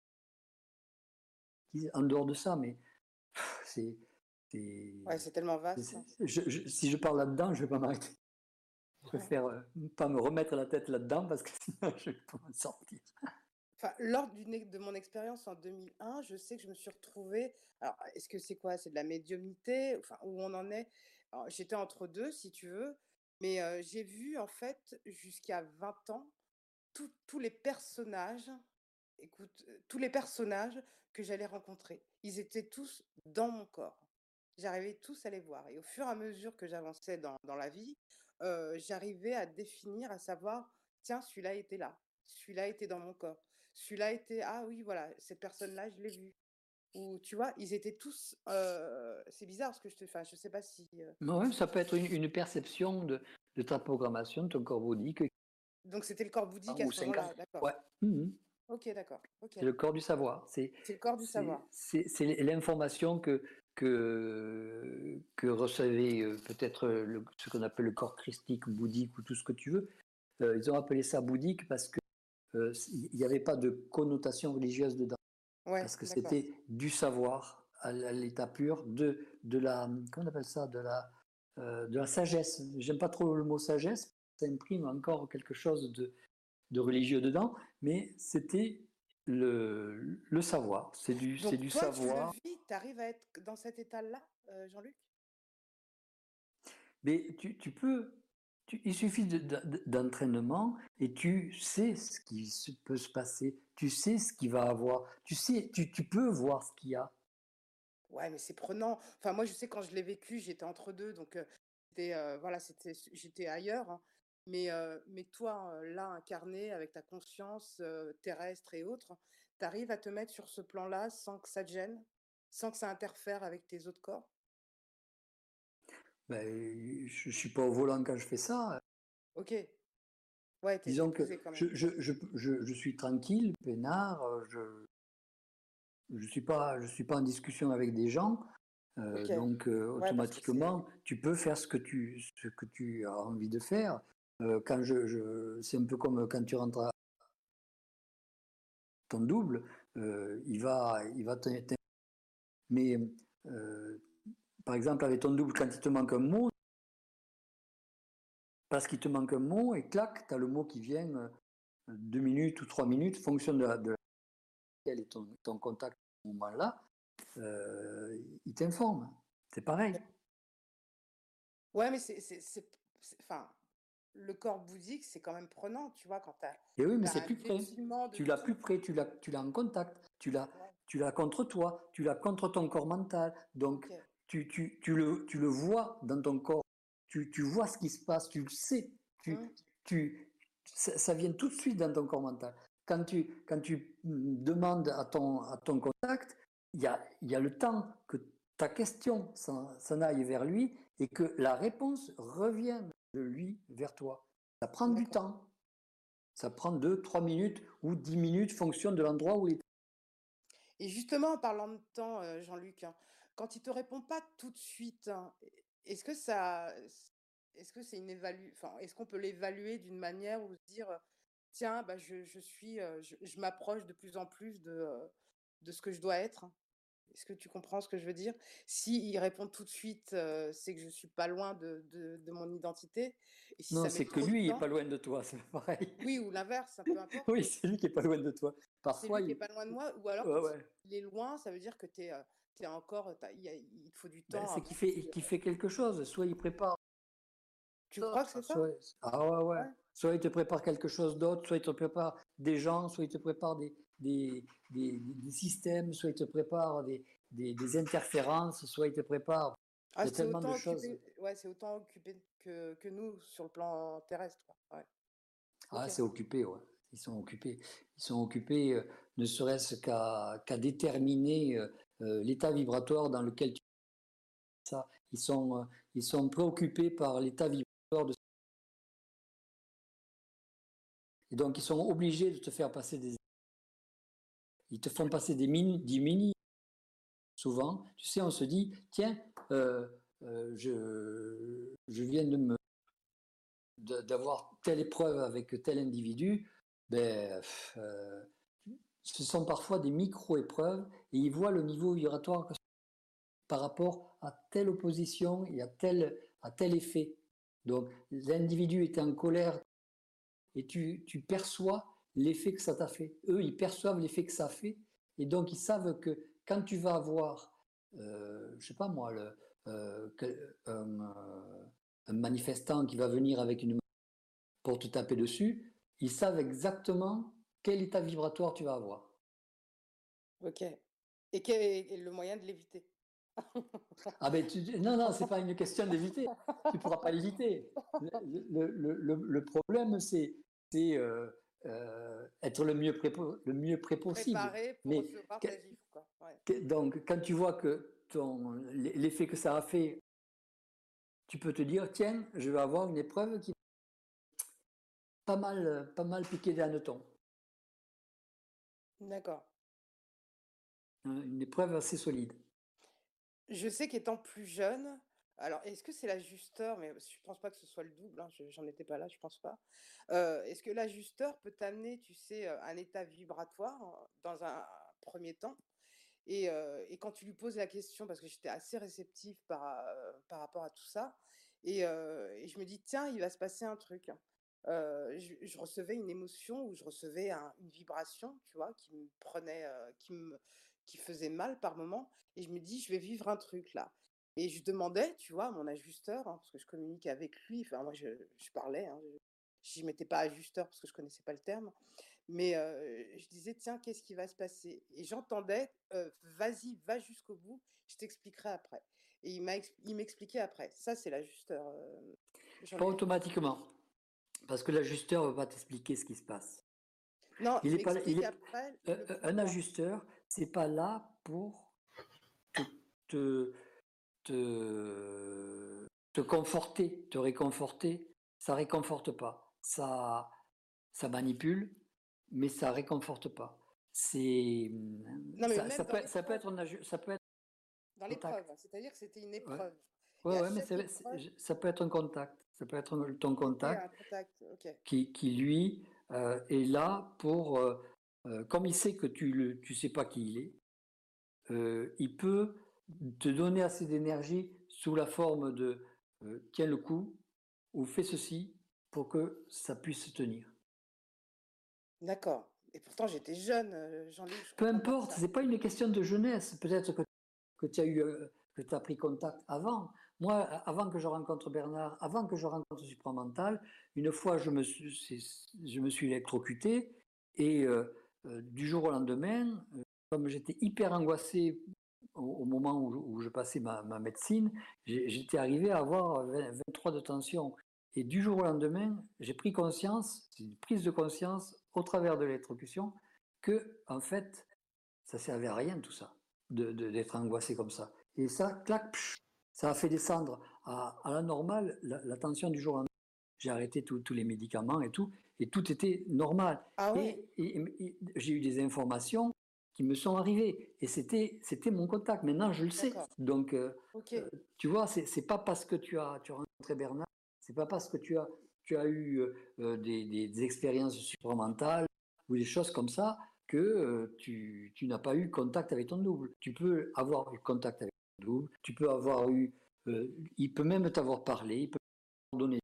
en dehors de ça, mais c'est... Ouais, c'est tellement vaste. Si je parle là-dedans, je ne vais pas m'arrêter. Je préfère pas me remettre la tête là-dedans parce que sinon je ne vais pas m'en sortir. Enfin, lors de mon expérience en 2001, je sais que je me suis retrouvée. Alors, est-ce que c'est quoi? C'est de la médiumnité? Enfin, où on en est? Alors, j'étais entre deux, si tu veux, mais j'ai vu, en fait, jusqu'à 20 ans, tous les personnages, écoute, tous les personnages que j'allais rencontrer. Ils étaient tous dans mon corps. J'arrivais tous à les voir. Et au fur et à mesure que j'avançais dans la vie, j'arrivais à définir, à savoir, tiens, celui-là était là, celui-là était dans mon corps, celui-là était, ah oui, voilà, cette personne-là, je l'ai vue. Ou tu vois, ils étaient tous, c'est bizarre ce que je te fais, je sais pas si... Ouais, ça peut être une perception de ta programmation, de ton corps bouddhique. Donc c'était le corps bouddhique à ce moment-là, d'accord. Ouais. Ok, d'accord. Okay. C'est le corps du savoir. C'est le corps du savoir. C'est l'information que recevait peut-être ce qu'on appelle le corps christique, bouddhique ou tout ce que tu veux. Ils ont appelé ça bouddhique parce que il n'y avait pas de connotation religieuse dedans. Ouais, parce que c'était du savoir à l'état pur, de la, comment on appelle ça, de la sagesse. J'aime pas trop le mot sagesse, ça imprime encore quelque chose de religieux dedans, mais c'était le savoir. C'est du savoir. Tu le vis, tu arrives à être dans cet état-là, Jean-Luc? Mais tu peux, il suffit d'entraînement et tu sais ce qui peut se passer, tu sais ce qu'il va avoir, tu peux voir ce qu'il y a. Ouais, mais c'est prenant. Enfin, moi, je sais quand je l'ai vécu, j'étais entre deux, donc voilà, j'étais ailleurs, hein. Mais toi, là, incarné avec ta conscience terrestre et autres, tu arrives à te mettre sur ce plan-là sans que ça te gêne, sans que ça interfère avec tes autres corps? Ben, je suis pas au volant quand je fais ça. Ok. Ouais, disons que posé quand même. je suis tranquille, peinard, je suis pas en discussion avec des gens, donc automatiquement tu peux faire ce que tu as envie de faire. Quand c'est un peu comme quand tu rentres à ton double, il va mais par exemple avec ton double, quand il te manque un mot, parce qu'il te manque un mot et clac, tu as le mot qui vient 2 minutes ou 3 minutes, fonction de quel est ton contact à ce moment-là, il t'informe. C'est pareil. Ouais, mais enfin, le corps bouddhique, c'est quand même prenant, tu vois, quand tu as... Et oui, mais c'est plus près. Tu l'as plus près, tu l'as en contact, tu l'as contre toi, tu l'as contre ton corps mental. Donc, tu le vois dans ton corps, tu vois ce qui se passe, tu le sais. Ça vient tout de suite dans ton corps mental. Quand tu demandes à ton contact, il y a le temps que ta question s'en aille vers lui et que la réponse revienne de lui vers toi. Ça prend du temps. Ça prend 2, 3 minutes ou 10 minutes, fonction de l'endroit où il est. Et justement, en parlant de temps, Jean-Luc, hein, quand il te répond pas tout de suite, hein, est-ce que c'est enfin, est-ce qu'on peut l'évaluer d'une manière où se dire, tiens, bah, je m'approche de plus en plus de ce que je dois être. Est-ce que tu comprends ce que je veux dire? S'il répond tout de suite, c'est que je suis pas loin de mon identité. Et si Non, ça met c'est que trop de lui n'est temps, pas loin de toi, c'est pareil. oui, ou l'inverse, peu importe, Oui, mais c'est lui qui est pas loin de toi. c'est lui Parfois, qui est pas loin de moi, ou alors ouais, quand ouais. il est loin, ça veut dire que tu es encore, il te faut du Ben, temps c'est avant qu'il fait quelque chose. Soit il prépare Tu crois que c'est ça? Ah ouais, ouais. Ouais. Soit il te prépare quelque chose d'autre, soit il te prépare des gens, soit il te prépare des systèmes, soit il te prépare des interférences, soit il te prépare. Il y a C'est tellement de autant choses. occupé, ouais, c'est autant occupé que nous sur le plan terrestre, quoi. Ouais. Ah, Ok. c'est occupé, ouais. Ils sont occupés. Ils sont occupés, ne serait-ce qu'à déterminer l'état vibratoire dans lequel tu es. Ça. Ils sont préoccupés par l'état vibratoire de. Et donc, ils sont obligés de te faire passer des. Ils te font passer des mini. Souvent, tu sais, on se dit, tiens, je viens d'avoir telle épreuve avec tel individu. Ben, ce sont parfois des micro-épreuves et ils voient le niveau vibratoire par rapport à telle opposition et à tel effet. Donc, l'individu est en colère et tu perçois l'effet que ça t'a fait. Eux, ils perçoivent l'effet que ça fait et donc ils savent que quand tu vas avoir, je sais pas moi, un manifestant qui va venir avec une pour te taper dessus, ils savent exactement quel état vibratoire tu vas avoir. Ok. Et quel est le moyen de l'éviter? Ah ben non, c'est pas une question d'éviter. Tu pourras pas l'éviter. Le problème, c'est être le mieux prêt possible. Préparé pour Mais recevoir ta gifle, quoi. Ouais. donc, quand tu vois que l'effet que ça a fait, tu peux te dire, tiens, je vais avoir une épreuve qui pas mal piqué des hannetons. D'accord. Une épreuve assez solide. Je sais qu'étant plus jeune, alors est-ce que c'est l'ajusteur, mais je pense pas que ce soit le double, hein, j'en étais pas là, je pense pas. Est-ce que l'ajusteur peut t'amener, tu sais, un état vibratoire dans un premier temps? Et quand tu lui poses la question, parce que j'étais assez réceptive par rapport à tout ça, et je me dis, tiens, il va se passer un truc. Je recevais une émotion ou je recevais une vibration, tu vois, qui me prenait, qui faisait mal par moment. Et je me dis, je vais vivre un truc là. Et je demandais, tu vois, à mon ajusteur, hein, parce que je communiquais avec lui, enfin moi je parlais, hein, je ne mettais pas ajusteur parce que je ne connaissais pas le terme, mais je disais, tiens, qu'est-ce qui va se passer? Et j'entendais, vas-y, va jusqu'au bout, je t'expliquerai après. Et il m'expliquait après. Ça, c'est l'ajusteur. Pas automatiquement, parce que l'ajusteur ne va pas t'expliquer ce qui se passe. Non, il m'explique après. Un ajusteur, c'est pas là pour te conforter, te réconforter. Ça réconforte pas. Ça manipule, mais ça réconforte pas. C'est ça peut être dans l'épreuve, c'est-à-dire que c'était une épreuve. Ouais, mais ça peut être un contact. Ça peut être ton contact, qui lui est là pour, comme il sait que tu sais pas qui il est, il peut te donner assez d'énergie sous la forme de tiens le coup ou fais ceci pour que ça puisse se tenir. D'accord. Et pourtant j'étais jeune, Jean-Luc. Peu importe, c'est pas une question de jeunesse. Peut-être que tu as eu que tu as pris contact avant. Moi, avant que je rencontre Bernard, avant que je rencontre Supramental, une fois je me suis électrocuté et du jour au lendemain, comme j'étais hyper angoissé au moment où je passais ma médecine, j'étais arrivé à avoir 23 de tension. Et du jour au lendemain, j'ai pris conscience, c'est une prise de conscience au travers de l'électrocution, que en fait, ça servait à rien tout ça, d'être angoissé comme ça. Et ça, clac, ça a fait descendre à la normale la tension du jour au lendemain. J'ai arrêté tous les médicaments et tout était normal. Ah ouais. Et j'ai eu des informations qui me sont arrivées. Et c'était mon contact. Maintenant, je le sais. Donc, tu vois, c'est pas parce que tu as rencontré Bernard, c'est pas parce que tu as eu des expériences supramentales ou des choses comme ça que tu n'as pas eu contact avec ton double. Tu peux avoir eu contact avec ton double, tu peux avoir eu... il peut même t'avoir parlé, il peut t'avoir donné...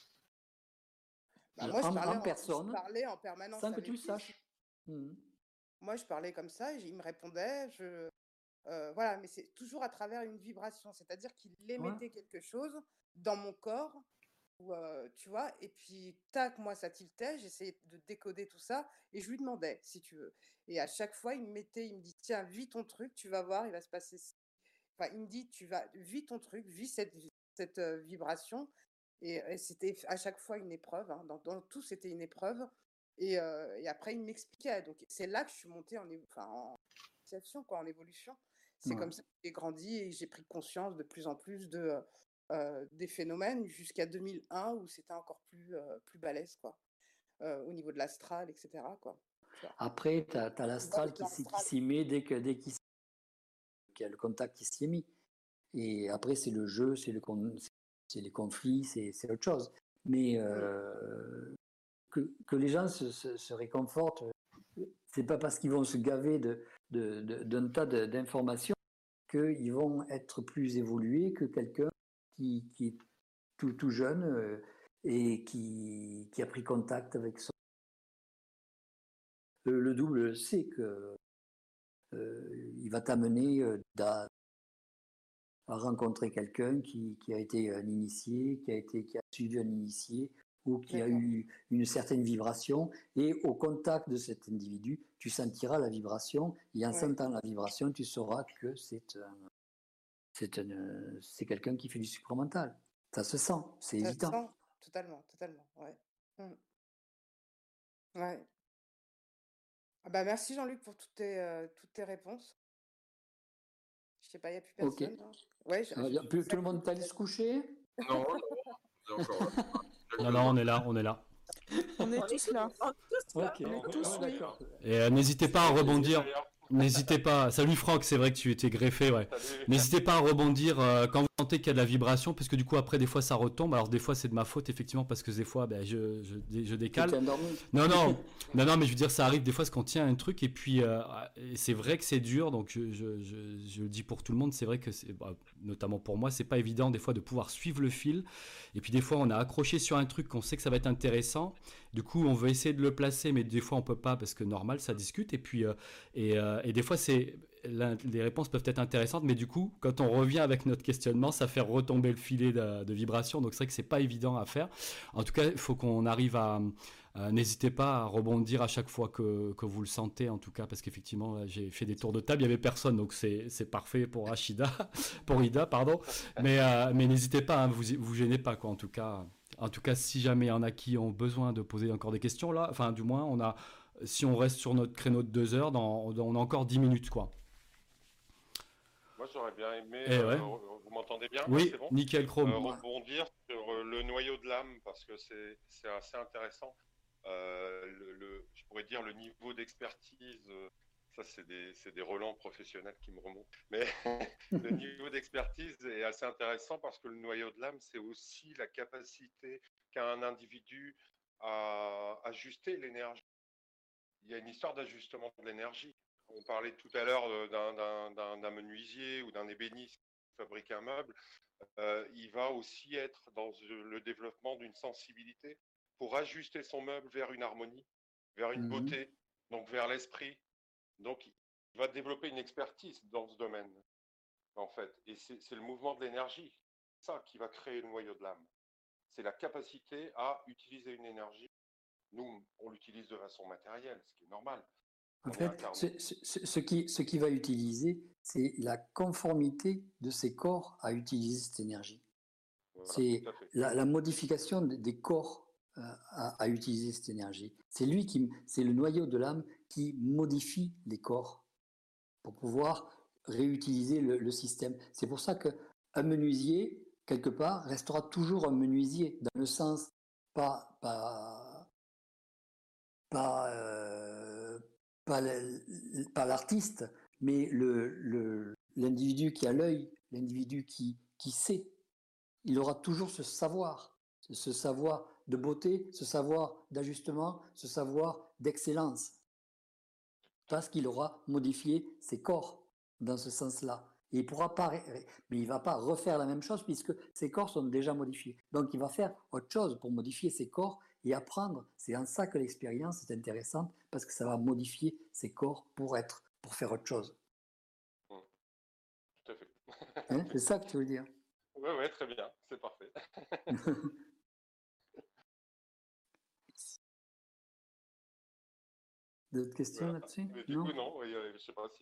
Moi, je personne, parlais en permanence sans que avec tu le lui. saches. Moi, je parlais comme ça, il me répondait, voilà, mais c'est toujours à travers une vibration, c'est-à-dire qu'il émettait quelque chose dans mon corps, tu vois, et puis tac, moi ça tiltait, j'essayais de décoder tout ça, et je lui demandais, si tu veux. Et à chaque fois, il me dit, tiens, vis ton truc, tu vas voir, il va se passer. Enfin, il me dit, vis ton truc, vis cette vibration. Et c'était à chaque fois une épreuve, hein, dans tout, c'était une épreuve. Et après, il m'expliquait. Donc, c'est là que je suis montée en initiation, quoi, en évolution. C'est comme ça que j'ai grandi et j'ai pris conscience de plus en plus des phénomènes jusqu'à 2001 où c'était encore plus balèze, quoi, au niveau de l'astral, etc., quoi. Après, tu as l'astral qui s'y met dès qu'il y a le contact qui s'y est mis. Et après, c'est le jeu, c'est les conflits, c'est autre chose. Mais que les gens se réconfortent, c'est pas parce qu'ils vont se gaver d'un tas d'informations qu'ils vont être plus évolués que quelqu'un qui est tout jeune et qui a pris contact avec son... Le double sait que il va t'amener à rencontrer quelqu'un qui a été un initié, qui a suivi un initié ou qui a eu une certaine vibration, et au contact de cet individu, tu sentiras la vibration, et en sentant la vibration, tu sauras que c'est quelqu'un qui fait du supramental. Ça se sent, c'est évident. Ça se sent, totalement, ouais. Ouais. Bah, merci Jean-Luc pour toutes tes réponses. Je sais pas, il n'y a plus personne. Ouais, tout le monde est allé se coucher? Non, non, on est là. On est tous là. Okay. On est tous, oui. Et n'hésitez pas à rebondir. N'hésitez pas. Salut Franck, c'est vrai que tu étais greffé, ouais. N'hésitez pas à rebondir quand vous sentez qu'il y a de la vibration, parce que du coup après des fois ça retombe. Alors des fois c'est de ma faute effectivement parce que des fois je décale. Non, mais je veux dire ça arrive des fois parce qu'on tient un truc et puis c'est vrai que c'est dur. Donc je le dis pour tout le monde, c'est vrai que notamment pour moi c'est pas évident des fois de pouvoir suivre le fil. Et puis des fois on a accroché sur un truc qu'on sait que ça va être intéressant. Du coup on veut essayer de le placer, mais des fois on peut pas parce que normal ça discute. Et puis et des fois, les réponses peuvent être intéressantes, mais du coup, quand on revient avec notre questionnement, ça fait retomber le filet de vibration. Donc, c'est vrai que c'est pas évident à faire. En tout cas, il faut qu'on arrive à... n'hésitez pas à rebondir à chaque fois que vous le sentez, en tout cas, parce qu'effectivement, j'ai fait des tours de table, il n'y avait personne, donc c'est parfait pour Ida, pardon. Mais n'hésitez pas, hein, vous gênez pas, quoi, en tout cas. En tout cas, si jamais il y en a qui ont besoin de poser encore des questions, là, enfin, du moins, si on reste sur notre créneau de 2 heures, on a encore 10 minutes, quoi. Moi, j'aurais bien aimé, vous m'entendez bien? Oui, c'est bon, nickel chrome. rebondir sur le noyau de l'âme, parce que c'est assez intéressant. Je pourrais dire le niveau d'expertise, ça c'est des relents professionnels qui me remontent, mais le niveau d'expertise est assez intéressant parce que le noyau de l'âme, c'est aussi la capacité qu'a un individu à ajuster l'énergie. Il y a une histoire d'ajustement de l'énergie. On parlait tout à l'heure d'un menuisier ou d'un ébéniste qui fabrique un meuble. Il va aussi être dans le développement d'une sensibilité pour ajuster son meuble vers une harmonie, vers une beauté, donc vers l'esprit. Donc, il va développer une expertise dans ce domaine, en fait. Et c'est le mouvement de l'énergie, ça qui va créer le noyau de l'âme. C'est la capacité à utiliser une énergie. Nous, on l'utilise de façon matérielle, ce qui est normal. En fait, ce qui va utiliser, c'est la conformité de ces corps à utiliser cette énergie. Voilà, c'est la modification des corps à utiliser cette énergie. C'est le noyau de l'âme qui modifie les corps pour pouvoir réutiliser le système. C'est pour ça qu'un menuisier, quelque part, restera toujours un menuisier, dans le sens pas l'artiste, mais l'individu qui a l'œil, l'individu qui sait. Il aura toujours ce savoir de beauté, ce savoir d'ajustement, ce savoir d'excellence. parce qu'il aura modifié ses corps dans ce sens-là. Et il pourra pas, mais il va pas refaire la même chose puisque ses corps sont déjà modifiés. Donc il va faire autre chose pour modifier ses corps et apprendre. C'est en ça que l'expérience est intéressante parce que ça va modifier ses corps pour faire autre chose. Tout à fait. Hein, c'est ça que tu veux dire? Ouais, très bien, c'est parfait. D'autres questions là-dessus? Du coup, non, je sais pas si.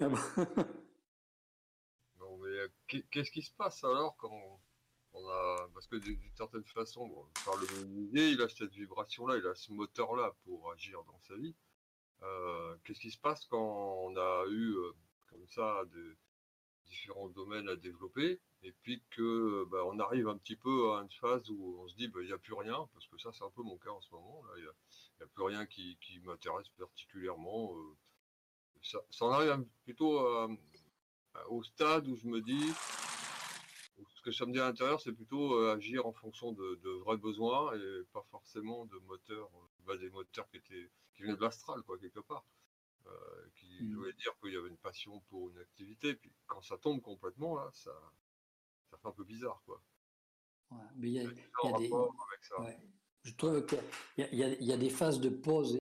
Non, mais qu'est-ce qui se passe alors quand on a. Parce que d'une certaine façon, bon, par le menuisier, il a cette vibration-là, il a ce moteur-là pour agir dans sa vie. Qu'est-ce qui se passe quand on a eu comme ça différents domaines à développer et puis que on arrive un petit peu à une phase où on se dit il n'y a plus rien, parce que ça c'est un peu mon cas en ce moment, là, il n'y a plus rien qui m'intéresse particulièrement. Ça en arrive plutôt au stade où je me dis, ce que ça me dit à l'intérieur, c'est plutôt agir en fonction de vrais besoins et pas forcément de moteurs, des moteurs qui venaient de l'astral, quoi, quelque part. Qui voulait dire qu'il y avait une passion pour une activité, puis quand ça tombe complètement, là, ça fait un peu bizarre, quoi. Ouais, mais il y a des... Ouais. Je trouve qu'il y a des phases de pause.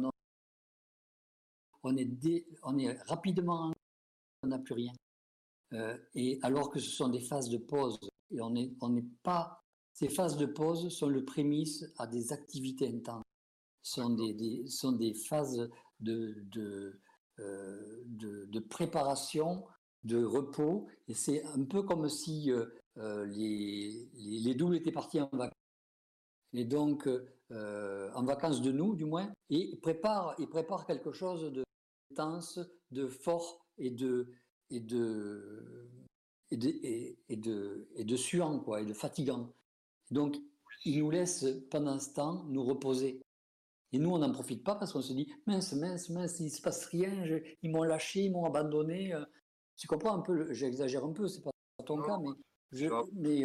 On est rapidement, on n'a plus rien. Et alors que ce sont des phases de pause, et on n'est pas... Ces phases de pause sont le prémisse à des activités intenses. Sont des phases de préparation, de repos, et c'est un peu comme si les doubles étaient partis en vacances. Et donc, en vacances de nous, du moins, et ils préparent quelque chose de intense, de fort et de suant, quoi, et de fatigant. Donc, ils nous laissent pendant ce temps nous reposer. Et nous, on n'en profite pas parce qu'on se dit mince, il ne se passe rien, ils m'ont lâché, ils m'ont abandonné. Tu comprends un peu, j'exagère un peu, c'est pas ton cas, mais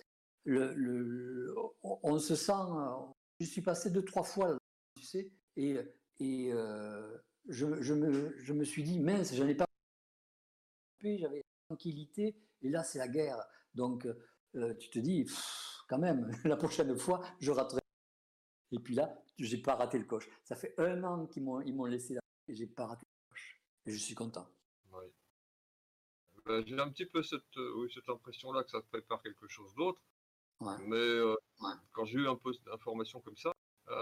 on se sent. Je suis passé 2-3 fois là, tu sais, et je me suis dit mince, j'en ai pas pu, j'avais la tranquillité, et là, c'est la guerre. Donc, tu te dis, quand même, la prochaine fois, je raterai. Et puis là, j'ai pas raté le coche. Ça fait 1 an qu'ils m'ont laissé là et j'ai pas raté le coche. Et je suis content. Oui. J'ai un petit peu cette impression-là que ça te prépare quelque chose d'autre. Ouais. Mais quand j'ai eu un peu d'informations comme ça,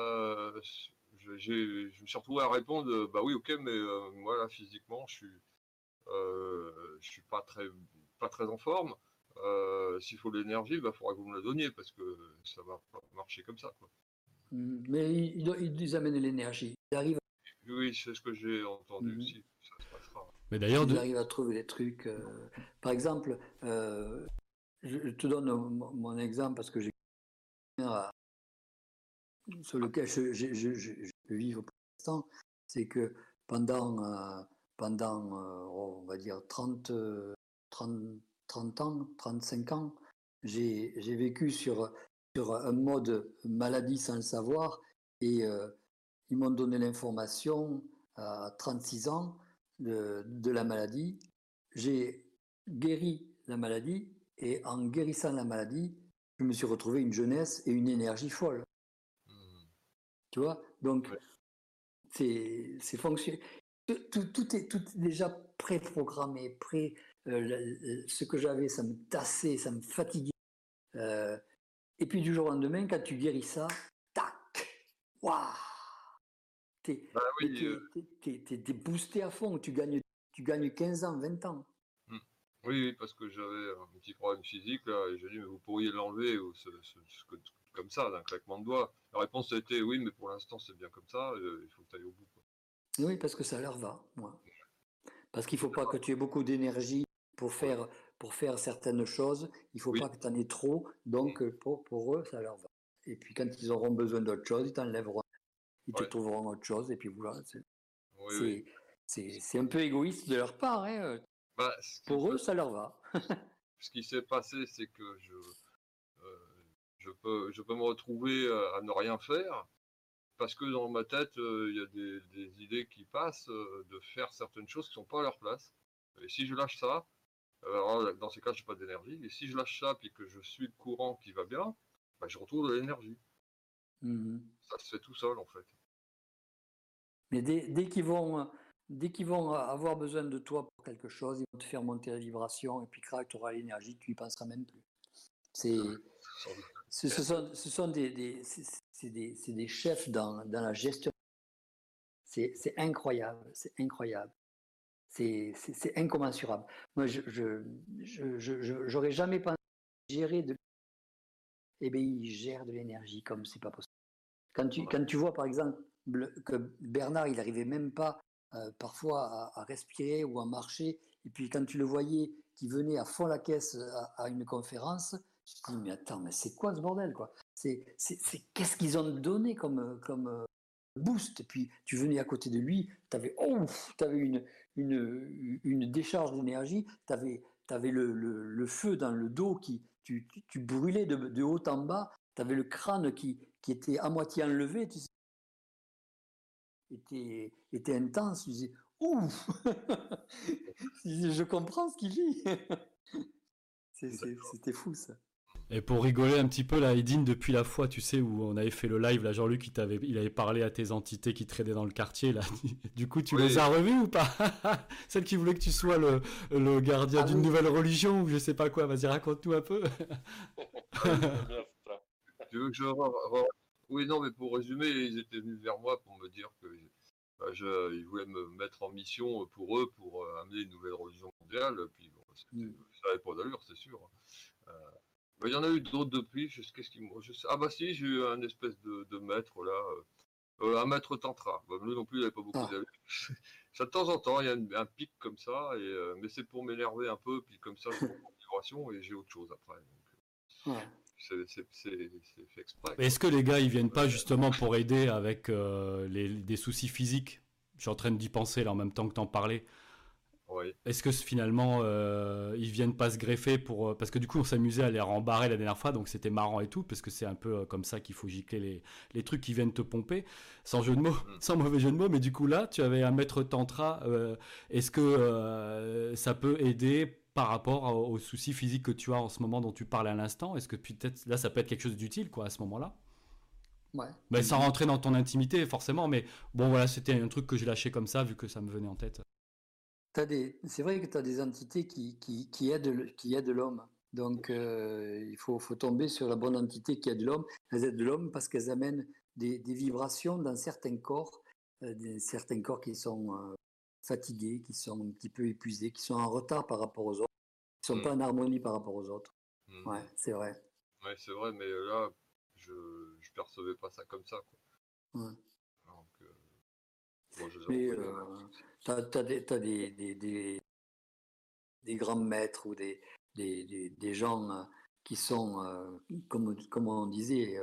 je me suis retrouvé à répondre oui, ok, mais moi là, physiquement, je suis pas très en forme. S'il faut de l'énergie, il faudra que vous me la donniez parce que ça va pas marcher comme ça, quoi. Mais ils amènent l'énergie. Ils arrivent. Oui, c'est ce que j'ai entendu aussi. Ça se passera. Mais d'ailleurs, ils arrivent à trouver des trucs. Par exemple, je te donne mon exemple parce que j'ai sur lequel je vis pour l'instant, c'est que pendant on va dire 30 ans, 35 ans, j'ai vécu sur un mode maladie sans le savoir, et ils m'ont donné l'information à 36 ans de la maladie. J'ai guéri la maladie, et en guérissant la maladie, je me suis retrouvé une jeunesse et une énergie folle. Tu vois, donc c'est fonctionnel. Tout est déjà préprogrammé, ce que j'avais, ça me tassait, ça me fatiguait. Et puis du jour au lendemain, quand tu guéris ça, tac, waouh, t'es boosté à fond, tu gagnes 15 ans, 20 ans. Oui, parce que j'avais un petit problème physique là, et j'ai dit mais vous pourriez l'enlever comme ça, d'un claquement de doigts. La réponse a été oui, mais pour l'instant c'est bien comme ça, il faut que tu ailles au bout, quoi. Oui, parce que ça leur va, moi. Parce qu'il ne faut pas que tu aies beaucoup d'énergie pour faire certaines choses. Il ne faut pas que tu en aies trop. Donc, pour eux, ça leur va. Et puis, quand ils auront besoin d'autre chose, ils t'enlèveront. Ils te trouveront autre chose. Et puis, voilà. C'est un peu égoïste de leur part. Hein. Pour eux, ça leur va. Ce qui s'est passé, c'est que je peux me retrouver à ne rien faire parce que dans ma tête, il y a des idées qui passent de faire certaines choses qui ne sont pas à leur place. Et si je lâche ça, alors, dans ces cas, je n'ai pas d'énergie. Et si je lâche ça puis que je suis le courant qui va bien, bah, je retrouve de l'énergie. Ça se fait tout seul, en fait. Mais dès qu'ils vont avoir besoin de toi pour quelque chose, ils vont te faire monter la vibration et puis crac, tu auras l'énergie, tu n'y penseras même plus. Ce sont des chefs dans la gestion. C'est incroyable, c'est incroyable. C'est incommensurable. Moi, j'aurais jamais pensé gérer de... Eh bien, ils gèrent de l'énergie comme c'est pas possible. Quand tu vois, par exemple, que Bernard, il n'arrivait même pas parfois à respirer ou à marcher, et puis quand tu le voyais qui venait à fond la caisse à une conférence, je te dis, mais attends, mais c'est quoi ce bordel, quoi? Qu'est-ce qu'ils ont donné comme boost? Et puis tu venais à côté de lui, tu avais une décharge d'énergie, tu avais le feu dans le dos tu brûlais de haut en bas, tu avais le crâne qui était à moitié enlevé, tu sais, était intense, tu disais, ouf. Je comprends ce qu'il dit. C'était fou, ça. Et pour rigoler un petit peu, là, Edine, depuis la fois, tu sais, où on avait fait le live, là, Jean-Luc, il avait parlé à tes entités qui traînaient dans le quartier, là. Du coup, tu les as revues ou pas? Celle qui voulait que tu sois le gardien d'une nouvelle religion ou je sais pas quoi. Vas-y, raconte-nous un peu. Tu veux que je... Oui, non, mais pour résumer, ils étaient venus vers moi pour me dire qu'ils voulaient me mettre en mission pour eux, pour amener une nouvelle religion mondiale. Puis bon, ça n'avait pas d'allure, c'est sûr. Il y en a eu d'autres depuis. Ah bah si, j'ai eu un espèce de maître là, un maître tantra. Bah, lui non plus, il n'avait pas beaucoup d'allure. Ça, de temps en temps, il y a un pic comme ça, mais c'est pour m'énerver un peu, puis comme ça, je prends une vibration et j'ai autre chose après. Donc, c'est fait exprès. Est-ce que les gars, ils viennent pas justement pour aider avec des soucis physiques? Je suis en train d'y penser là en même temps que t'en parlais. Oui. Est-ce que finalement ils viennent pas se greffer parce que du coup on s'amusait à les rembarrer la dernière fois, donc c'était marrant et tout, parce que c'est un peu comme ça qu'il faut gicler les trucs qui viennent te pomper, sans jeu de mots, sans mauvais jeu de mots. Mais du coup là tu avais un maître tantra, est-ce que ça peut aider par rapport aux soucis physiques que tu as en ce moment dont tu parles à l'instant? Est-ce que peut-être là ça peut être quelque chose d'utile quoi à ce moment-là? Ouais. Mais sans rentrer dans ton intimité forcément, mais bon voilà, c'était un truc que j'ai lâché comme ça vu que ça me venait en tête. C'est vrai que tu as des entités qui aident l'homme. Donc, il faut tomber sur la bonne entité qui aide l'homme. Elles aident l'homme parce qu'elles amènent des vibrations dans certains corps qui sont fatigués, qui sont un petit peu épuisés, qui sont en retard par rapport aux autres, qui ne sont pas en harmonie par rapport aux autres. Ouais, c'est vrai. Ouais, c'est vrai, mais là, je percevais pas ça comme ça, quoi. Ouais. Donc, mais t'as des grands maîtres ou des gens qui sont, comme on disait,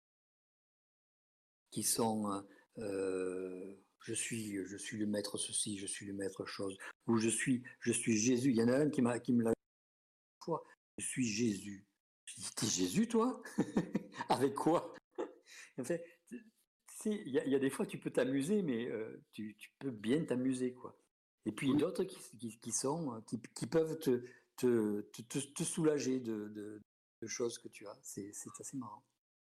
qui sont je suis le maître ceci, je suis le maître chose, ou je suis Jésus. Il y en a un qui me l'a dit une fois, je suis Jésus. Je dis, t'es Jésus toi? Avec quoi? En fait, il y a des fois tu peux t'amuser, mais tu peux bien t'amuser, quoi. Et puis d'autres qui peuvent te soulager de choses que tu as. C'est assez marrant.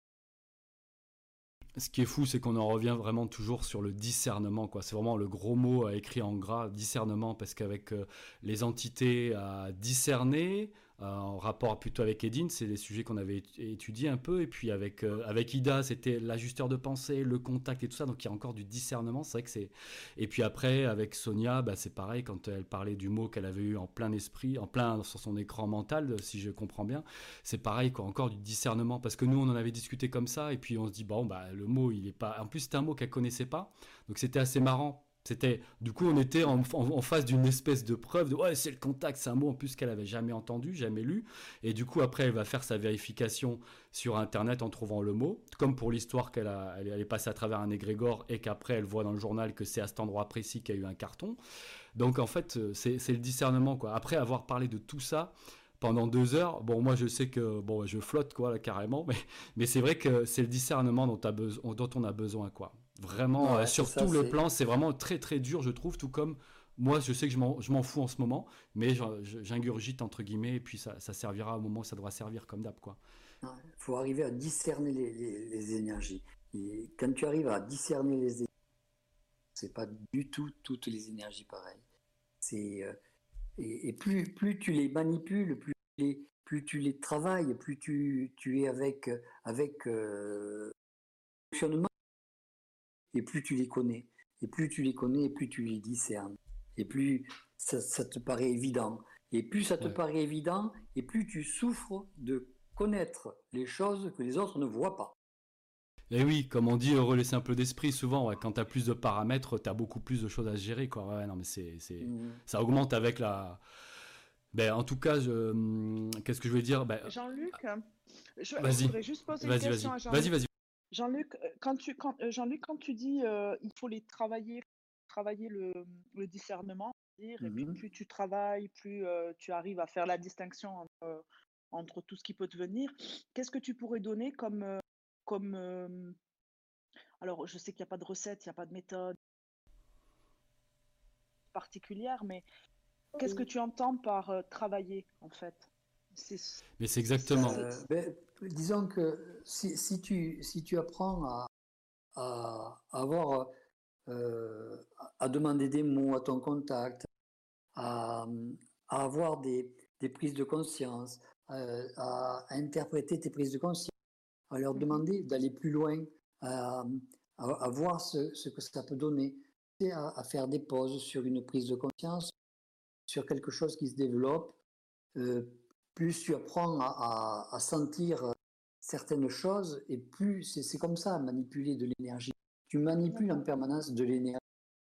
Ce qui est fou, c'est qu'on en revient vraiment toujours sur le discernement, quoi. C'est vraiment le gros mot écrit en gras, discernement, parce qu'avec les entités à discerner, en rapport plutôt avec Edine, c'est des sujets qu'on avait étudiés un peu, et puis avec Ida, c'était l'ajusteur de pensée, le contact et tout ça, donc il y a encore du discernement, c'est vrai que c'est... Et puis après, avec Sonia, c'est pareil, quand elle parlait du mot qu'elle avait eu en plein esprit, sur son écran mental, si je comprends bien, c'est pareil, quoi, encore du discernement, parce que nous, on en avait discuté comme ça, et puis on se dit, bon, le mot, il est pas... En plus, c'était un mot qu'elle connaissait pas, donc c'était assez marrant. Du coup, on était en face d'une espèce de preuve de ouais, c'est le contact, c'est un mot en plus qu'elle avait jamais entendu, jamais lu. Et du coup, après, elle va faire sa vérification sur Internet en trouvant le mot. Comme pour l'histoire elle est passée à travers un égrégore et qu'après, elle voit dans le journal que c'est à cet endroit précis qu'il y a eu un carton. Donc, en fait, c'est le discernement, quoi. Après avoir parlé de tout ça pendant 2 heures, bon, moi, je sais que je flotte, quoi, là, carrément. Mais c'est vrai que c'est le discernement dont on a besoin, quoi. Vraiment, sur tous les plans, c'est vraiment très très dur, je trouve, tout comme moi, je sais que je m'en fous en ce moment, mais j'ingurgite entre guillemets, et puis ça servira au moment où ça devra servir, comme d'hab, quoi. Il faut arriver à discerner les énergies. Et quand tu arrives à discerner les énergies, c'est pas du tout toutes les énergies pareilles. Et plus tu les manipules, plus tu les travailles, plus tu es avec fonctionnement, et plus tu les connais. Et plus tu les connais, et plus tu les discernes. Et plus ça te paraît évident. Et plus ça te paraît évident, et plus tu souffres de connaître les choses que les autres ne voient pas. Et oui, comme on dit, heureux les simples d'esprit, souvent, quand tu as plus de paramètres, tu as beaucoup plus de choses à gérer, quoi. Ouais, non, mais ça augmente avec la... Ben, en tout cas, qu'est-ce que je voulais dire? Jean-Luc, je voudrais juste poser une question à Jean-Luc. Vas-y. Jean-Luc, quand tu dis il faut les travailler le discernement, et puis plus tu travailles, plus tu arrives à faire la distinction entre tout ce qui peut te venir. Qu'est-ce que tu pourrais donner comme alors je sais qu'il n'y a pas de recette, il n'y a pas de méthode particulière, mais qu'est-ce que tu entends par travailler en fait? Mais c'est exactement. Disons que si tu apprends à avoir à demander des mots à ton contact, à avoir des prises de conscience, à interpréter tes prises de conscience, à leur demander d'aller plus loin, à voir ce que ça peut donner, à faire des pauses sur une prise de conscience, sur quelque chose qui se développe. Plus tu apprends à sentir certaines choses, et plus c'est comme ça, manipuler de l'énergie. Tu manipules en permanence de l'énergie.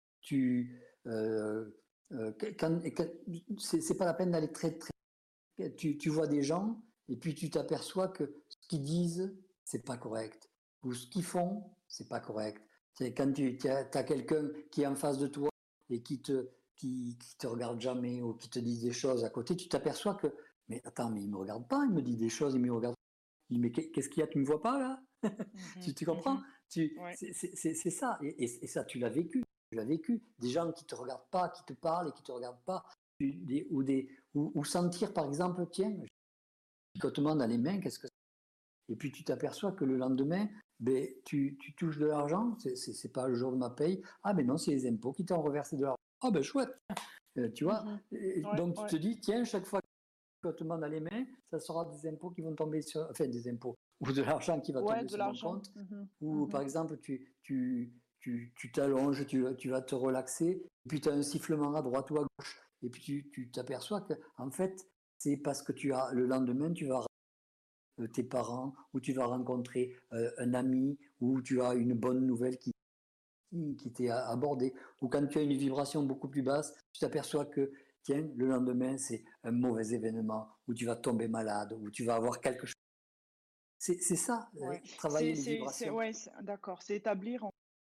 C'est pas la peine d'aller très tu vois des gens, et puis tu t'aperçois que ce qu'ils disent, c'est pas correct, ou ce qu'ils font, c'est pas correct. C'est quand tu as quelqu'un qui est en face de toi et qui te regarde jamais, ou qui te dit des choses à côté, tu t'aperçois que mais attends, mais il me regarde pas, il me dit des choses, il me regarde. Il dit mais qu'est-ce qu'il y a, tu me vois pas là? Tu comprends? C'est ça, et ça tu l'as vécu. Tu l'as vécu. Des gens qui te regardent pas, qui te parlent et qui te regardent pas, ou sentir par exemple, tiens, picotement dans les mains, qu'est-ce que c'est? Et puis tu t'aperçois que le lendemain, tu touches de l'argent, c'est pas le jour de ma paye. Ah ben non, c'est les impôts qui t'ont reversé de l'argent. Ah ben chouette, tu vois. Donc tu te dis, tiens, chaque fois picotement dans les mains, ça sera des impôts qui vont tomber sur, enfin des impôts, ou de l'argent qui va tomber sur mon compte, ou par exemple tu t'allonges, tu vas te relaxer, et puis tu as un sifflement à droite ou à gauche, et puis tu t'aperçois que en fait c'est parce que le lendemain tu vas tes parents, ou tu vas rencontrer un ami, ou tu as une bonne nouvelle qui t'est abordée, ou quand tu as une vibration beaucoup plus basse, tu t'aperçois que tiens, le lendemain, c'est un mauvais événement, où tu vas tomber malade, où tu vas avoir quelque chose. C'est ça, travailler les vibrations. D'accord, c'est établir en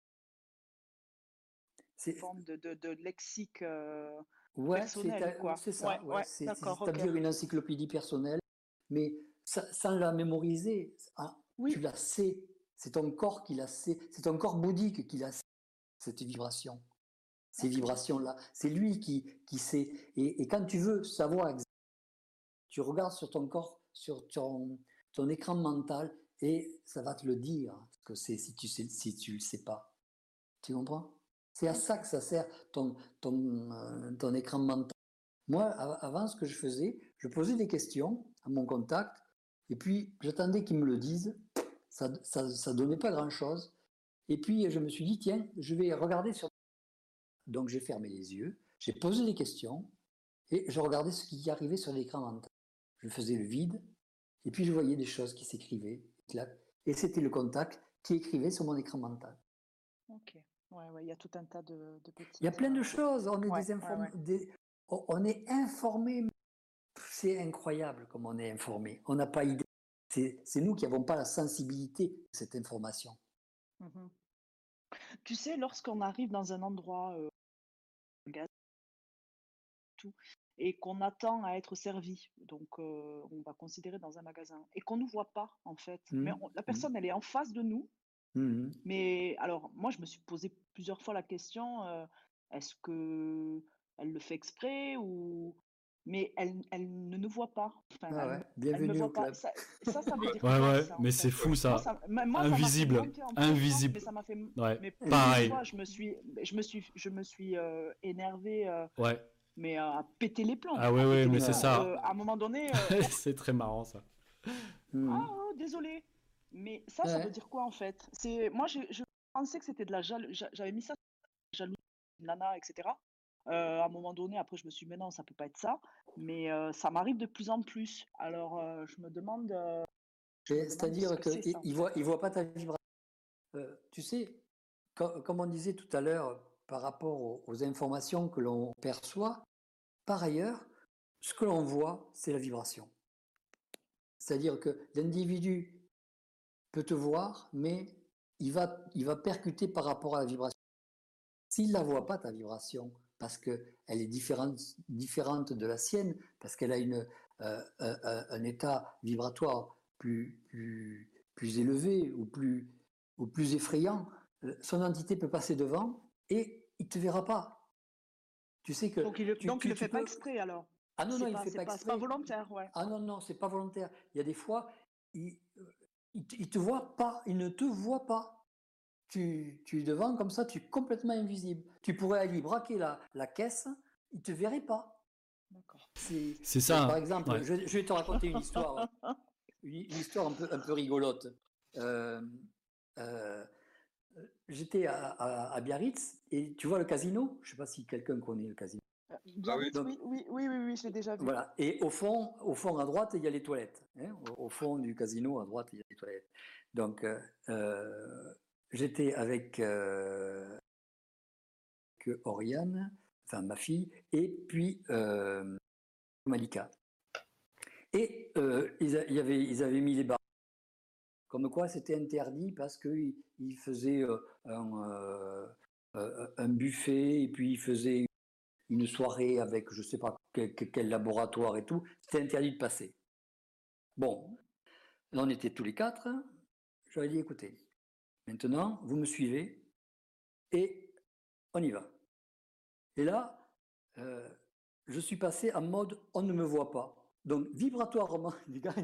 forme de lexique personnel, quoi. C'est ça, c'est établir une encyclopédie personnelle, mais sans la mémoriser. Tu la sais, c'est ton corps qui la sait, c'est ton corps bouddhique qui la sait, cette vibration. Ces vibrations-là, c'est lui qui sait. Et quand tu veux savoir exactement, tu regardes sur ton corps, sur ton écran mental, et ça va te le dire ce que c'est si tu le sais pas. Tu comprends? C'est à ça que ça sert ton écran mental. Moi, avant, ce que je faisais, je posais des questions à mon contact, et puis j'attendais qu'il me le dise. Ça donnait pas grand-chose. Et puis je me suis dit, tiens, je vais regarder sur... Donc j'ai fermé les yeux, j'ai posé des questions, et je regardais ce qui arrivait sur l'écran mental. Je faisais le vide, et puis je voyais des choses qui s'écrivaient, et c'était le contact qui écrivait sur mon écran mental. Ok, il y a tout un tas de petits... Il y a plein de choses, on est informés, c'est incroyable comme on est informé, on n'a pas idée. C'est nous qui n'avons pas la sensibilité de cette information. Tu sais, lorsqu'on arrive dans un endroit, et qu'on attend à être servi, donc on va considérer dans un magasin, et qu'on ne nous voit pas en fait, mais la personne elle est en face de nous, Mais alors, moi, je me suis posé plusieurs fois la question, est-ce que elle le fait exprès ou mais elle ne nous voit pas. Enfin, Ah ouais, elle me bienvenue au voit pas. club. Ça veut dire Ouais, quoi ouais, ça en mais fait? c'est fou Moi, ça. ça m'a fait Invisible. monter en puissance, mais Invisible. ça m'a fait Ouais, mais plusieurs pareil. fois, je me suis énervée, Ouais. mais à péter les plombs, Ah à ouais, ouais, péter mais les c'est plombs. ça. À un moment donné, C'est très marrant ça. ah, oh, désolé. Mais ça veut dire quoi en fait? Moi, je pensais que c'était de la jalousie. J'avais mis ça jalousie, nana, etc. À un moment donné, après, je me suis dit, mais non, ça peut pas être ça. Mais ça m'arrive de plus en plus. Alors, je me demande ce C'est-à-dire que c'est ça. qu'il ne voit pas ta vibration. Tu sais, comme on disait tout à l'heure, par rapport aux informations que l'on perçoit, par ailleurs, ce que l'on voit, c'est la vibration. C'est-à-dire que l'individu peut te voir, mais il va percuter par rapport à la vibration. S'il ne la voit pas, ta vibration, parce qu'elle est différente de la sienne, parce qu'elle a un état vibratoire plus élevé ou plus effrayant, son entité peut passer devant et il ne te verra pas. Tu sais que donc il ne le fait pas exprès alors. Ah non, il ne fait pas exprès. C'est pas volontaire, ouais. Ah non, c'est pas volontaire. Il y a des fois, il te voit pas, il ne te voit pas. Tu es devant comme ça, tu es complètement invisible. Tu pourrais aller braquer la caisse, il ne te verrait pas. D'accord. C'est ça. Par exemple, ouais. je vais te raconter une histoire, une histoire un peu rigolote. J'étais à Biarritz et tu vois le casino. Je ne sais pas si quelqu'un connaît le casino. Biarritz, oui, je l'ai déjà vu. Voilà. Et au fond à droite, il y a les toilettes. Hein. Au fond du casino, à droite, il y a les toilettes. Donc, j'étais avec Oriane, enfin ma fille, et puis Malika. Et ils avaient mis les barres. Comme quoi, c'était interdit parce qu'ils faisaient un buffet et puis ils faisaient une soirée avec je ne sais pas quel laboratoire et tout. C'était interdit de passer. Bon, là on était tous les quatre. J'aurais dit, écoutez, maintenant, vous me suivez et on y va. Et là, je suis passé en mode on ne me voit pas. Donc, vibratoirement, les gars,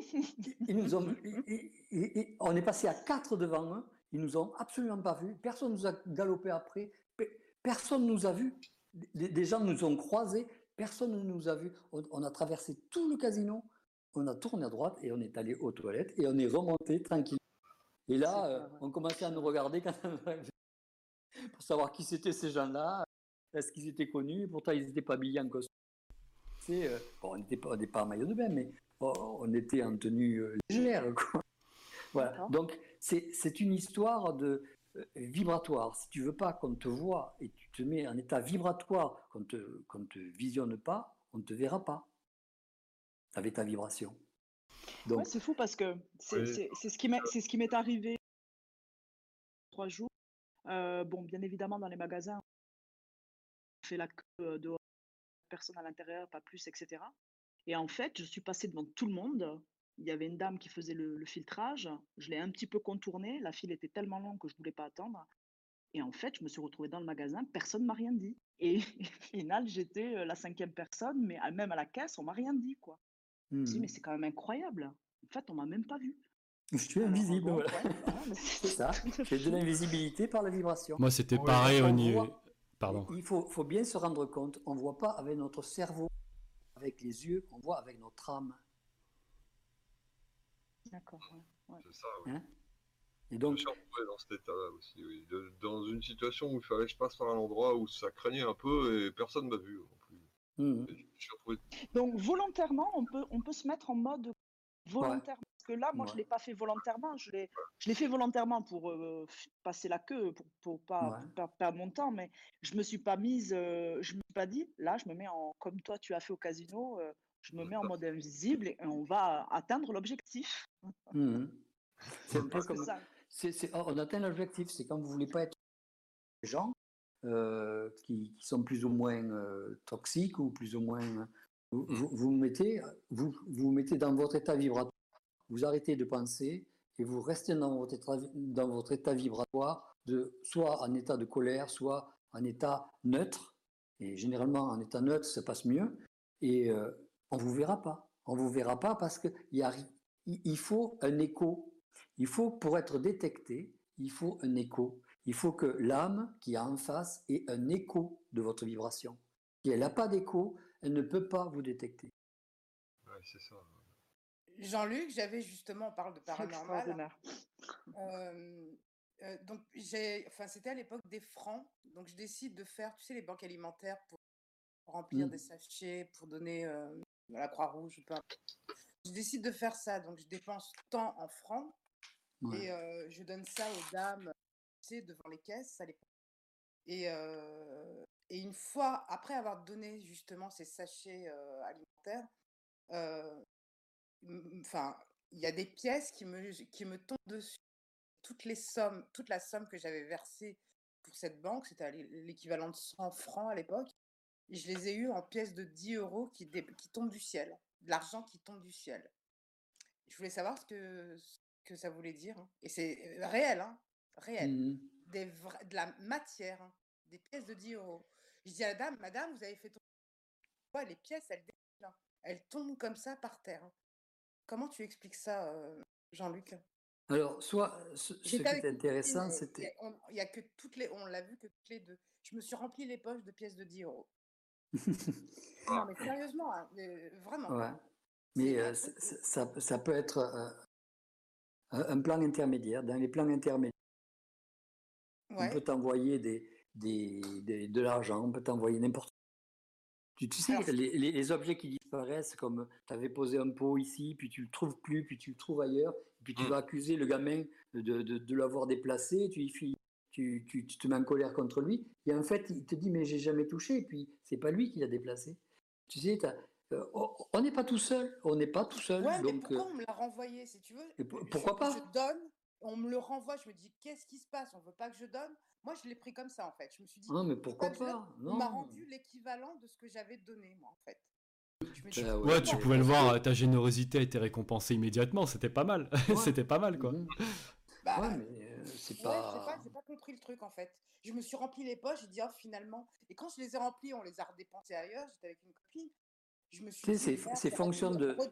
on est passé à 4 devant eux, ils nous ont absolument pas vus, personne nous a galopé après, personne nous a vus, des gens nous ont croisés, personne ne nous a vus. On a traversé tout le casino, on a tourné à droite et on est allé aux toilettes et on est remonté tranquille. Et là, on commençait à nous regarder quand pour savoir qui c'était ces gens-là, est-ce qu'ils étaient connus, pourtant ils n'étaient pas habillés en costume. On n'était pas en maillot de bain, mais on était en tenue légère, quoi. Voilà. Donc c'est une histoire de vibratoire. Si tu veux pas qu'on te voie et tu te mets en état vibratoire, qu'on te visionne pas, on ne te verra pas avec ta vibration. Donc, ouais, c'est fou parce que c'est ce qui m'est arrivé 3 jours. Bon, bien évidemment, dans les magasins, on fait la queue dehors, personne à l'intérieur, pas plus, etc. Et en fait, je suis passée devant tout le monde. Il y avait une dame qui faisait le filtrage. Je l'ai un petit peu contournée. La file était tellement longue que je ne voulais pas attendre. Et en fait, je me suis retrouvée dans le magasin. Personne ne m'a rien dit. Et au final, j'étais la 5e personne, mais même à la caisse, on ne m'a rien dit, quoi. Je me suis dit, mais c'est quand même incroyable. En fait, on ne m'a même pas vu. Je suis invisible, bon, voilà. Ouais, c'est ça, c'est de l'invisibilité par la vibration. Moi, c'était pareil au niveau... Pardon. Il faut bien se rendre compte, on ne voit pas avec notre cerveau, avec les yeux, on voit avec notre âme. D'accord, ouais. C'est ça, oui. Hein? Et donc, je me suis retrouvé dans cet état-là aussi, oui. Dans une situation où il fallait que je passe par un endroit où ça craignait un peu et personne ne m'a vu non plus. Donc, volontairement, on peut se mettre en mode volontaire. Ouais. Parce que là, moi, je ne l'ai pas fait volontairement. Je l'ai fait volontairement pour passer la queue, pour pas perdre mon temps. Mais je ne me suis pas mise, je ne me suis pas dit, là, je me mets comme toi, tu as fait au casino, je me mets en mode invisible et on va atteindre l'objectif. C'est un peu comme ça. On atteint l'objectif. C'est quand vous ne voulez pas être des gens qui sont plus ou moins toxiques ou plus ou moins... Vous vous mettez dans votre état vibratoire. Vous arrêtez de penser et et vous restez dans votre état vibratoire, soit en état de colère, soit en état neutre. Et généralement, en état neutre, ça passe mieux. Et on ne vous verra pas. On ne vous verra pas parce qu'il faut un écho. Il faut, pour être détecté, il faut un écho. Il faut que l'âme qui est en face ait un écho de votre vibration. Si elle n'a pas d'écho, elle ne peut pas vous détecter. Ouais, c'est ça. Jean-Luc, j'avais justement, on parle de paranormal. Donc c'était à l'époque des francs. Donc je décide de faire, tu sais, les banques alimentaires pour remplir des sachets, pour donner à la Croix-Rouge. Je décide de faire ça. Donc je dépense tant en francs et je donne ça aux dames, tu sais, devant les caisses à l'époque. Et une fois, après avoir donné justement ces sachets alimentaires, il y a des pièces qui me tombent dessus. Toute la somme que j'avais versée pour cette banque, c'était l'équivalent de 100 francs à l'époque. Et je les ai eues en pièces de 10 € qui tombent du ciel. De l'argent qui tombe du ciel. Je voulais savoir ce que ça voulait dire. Hein. Et c'est réel, hein, réel. De la matière, hein, des pièces de 10 €. Je dis à la dame, madame, vous avez fait tomber les pièces, elles tombent comme ça par terre. Hein. Comment tu expliques ça, Jean-Luc? Alors, ce qui est intéressant, c'était... Il y a que on l'a vu que toutes les deux. Je me suis rempli les poches de pièces de 10 €. Non, mais sérieusement, hein, vraiment. Ouais. Mais ça peut être un plan intermédiaire. Dans les plans intermédiaires, on peut t'envoyer de l'argent, on peut t'envoyer n'importe quoi. Tu sais, les objets qui disparaissent, comme tu avais posé un pot ici, puis tu le trouves plus, puis tu le trouves ailleurs, puis tu vas accuser le gamin de l'avoir déplacé, tu te mets en colère contre lui, et en fait, il te dit, mais j'ai jamais touché, et puis c'est pas lui qui l'a déplacé. Tu sais, on n'est pas tout seul, on n'est pas tout seul. Ouais, donc, mais pourquoi on me l'a renvoyé, si tu veux? Pourquoi pas? Je donne, on me le renvoie, je me dis, qu'est-ce qui se passe? On veut pas que je donne? Moi, je l'ai pris comme ça, en fait. Je me suis dit, non, mais pourquoi pas? On m'a rendu l'équivalent de ce que j'avais donné, moi, en fait. Tu pouvais le voir, ta générosité a été récompensée immédiatement, c'était pas mal. C'était pas mal, quoi. Ouais, mais c'est pas... j'ai pas compris le truc, en fait. Je me suis rempli les poches, j'ai dit, finalement... Et quand je les ai remplis, on les a redépensés ailleurs, j'étais avec une copine. Je me suis dit, c'est fonction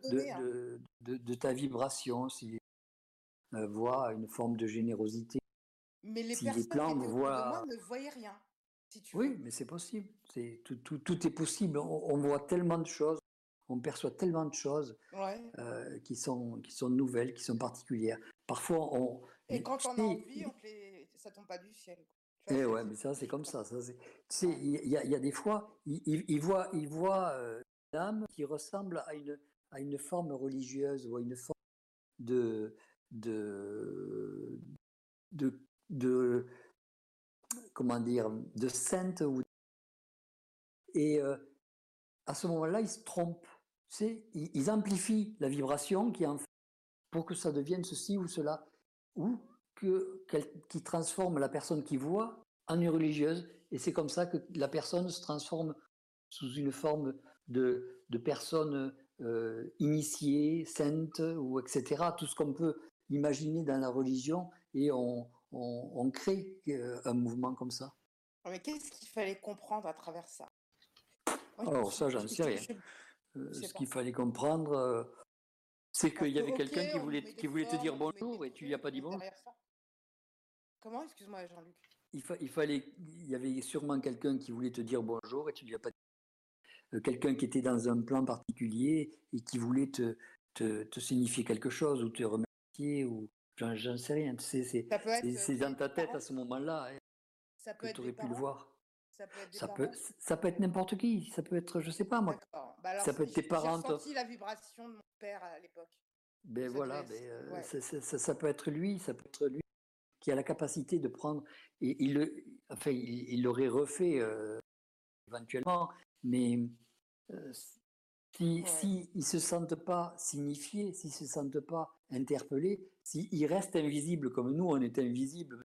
de ta vibration, si voit une forme de générosité. Mais les personnes qui étaient autour de moi ne voyaient rien, si tu veux. Oui, mais c'est possible. Tout est possible. On voit tellement de choses, on perçoit tellement de choses qui sont nouvelles, qui sont particulières. Parfois, Et quand on a envie, ça tombe pas du ciel. Ouais, mais ça, c'est comme ça. Tu sais, il y a des fois, il voit une âme qui ressemble à une forme religieuse ou à une forme de comment dire, de sainte. Et à ce moment-là, ils se trompent. Tu sais, ils amplifient la vibration qui en fait pour que ça devienne ceci ou cela, ou qui transforme la personne qui voit en une religieuse. Et c'est comme ça que la personne se transforme sous une forme de personne initiée, sainte, ou etc. Tout ce qu'on peut imaginer dans la religion, et on crée un mouvement comme ça. Mais qu'est-ce qu'il fallait comprendre à travers ça? Alors ça, j'en sais rien. Ce qu'il fallait comprendre, c'est qu'il y avait quelqu'un qui voulait te dire bonjour et tu lui as pas dit bonjour. Comment? Excuse-moi, Jean-Luc. Il y avait sûrement quelqu'un qui voulait te dire bonjour et tu lui as pas dit. Quelqu'un qui était dans un plan particulier et qui voulait te signifier quelque chose ou te remercier ou j'en sais rien. Tu sais, c'est dans ta tête à ce moment-là que tu aurais pu le voir. Ça peut être n'importe qui. Ça peut être, je sais pas moi. Alors, ça peut être tes parents. J'ai ressenti la vibration de mon père à l'époque. Ben voilà, ça peut être lui, qui a la capacité de prendre. Et il l'aurait refait éventuellement, mais s'ils ne se sentent pas signifiés, s'ils ne se sentent pas interpellés, s'ils restent invisibles comme nous, on est invisibles,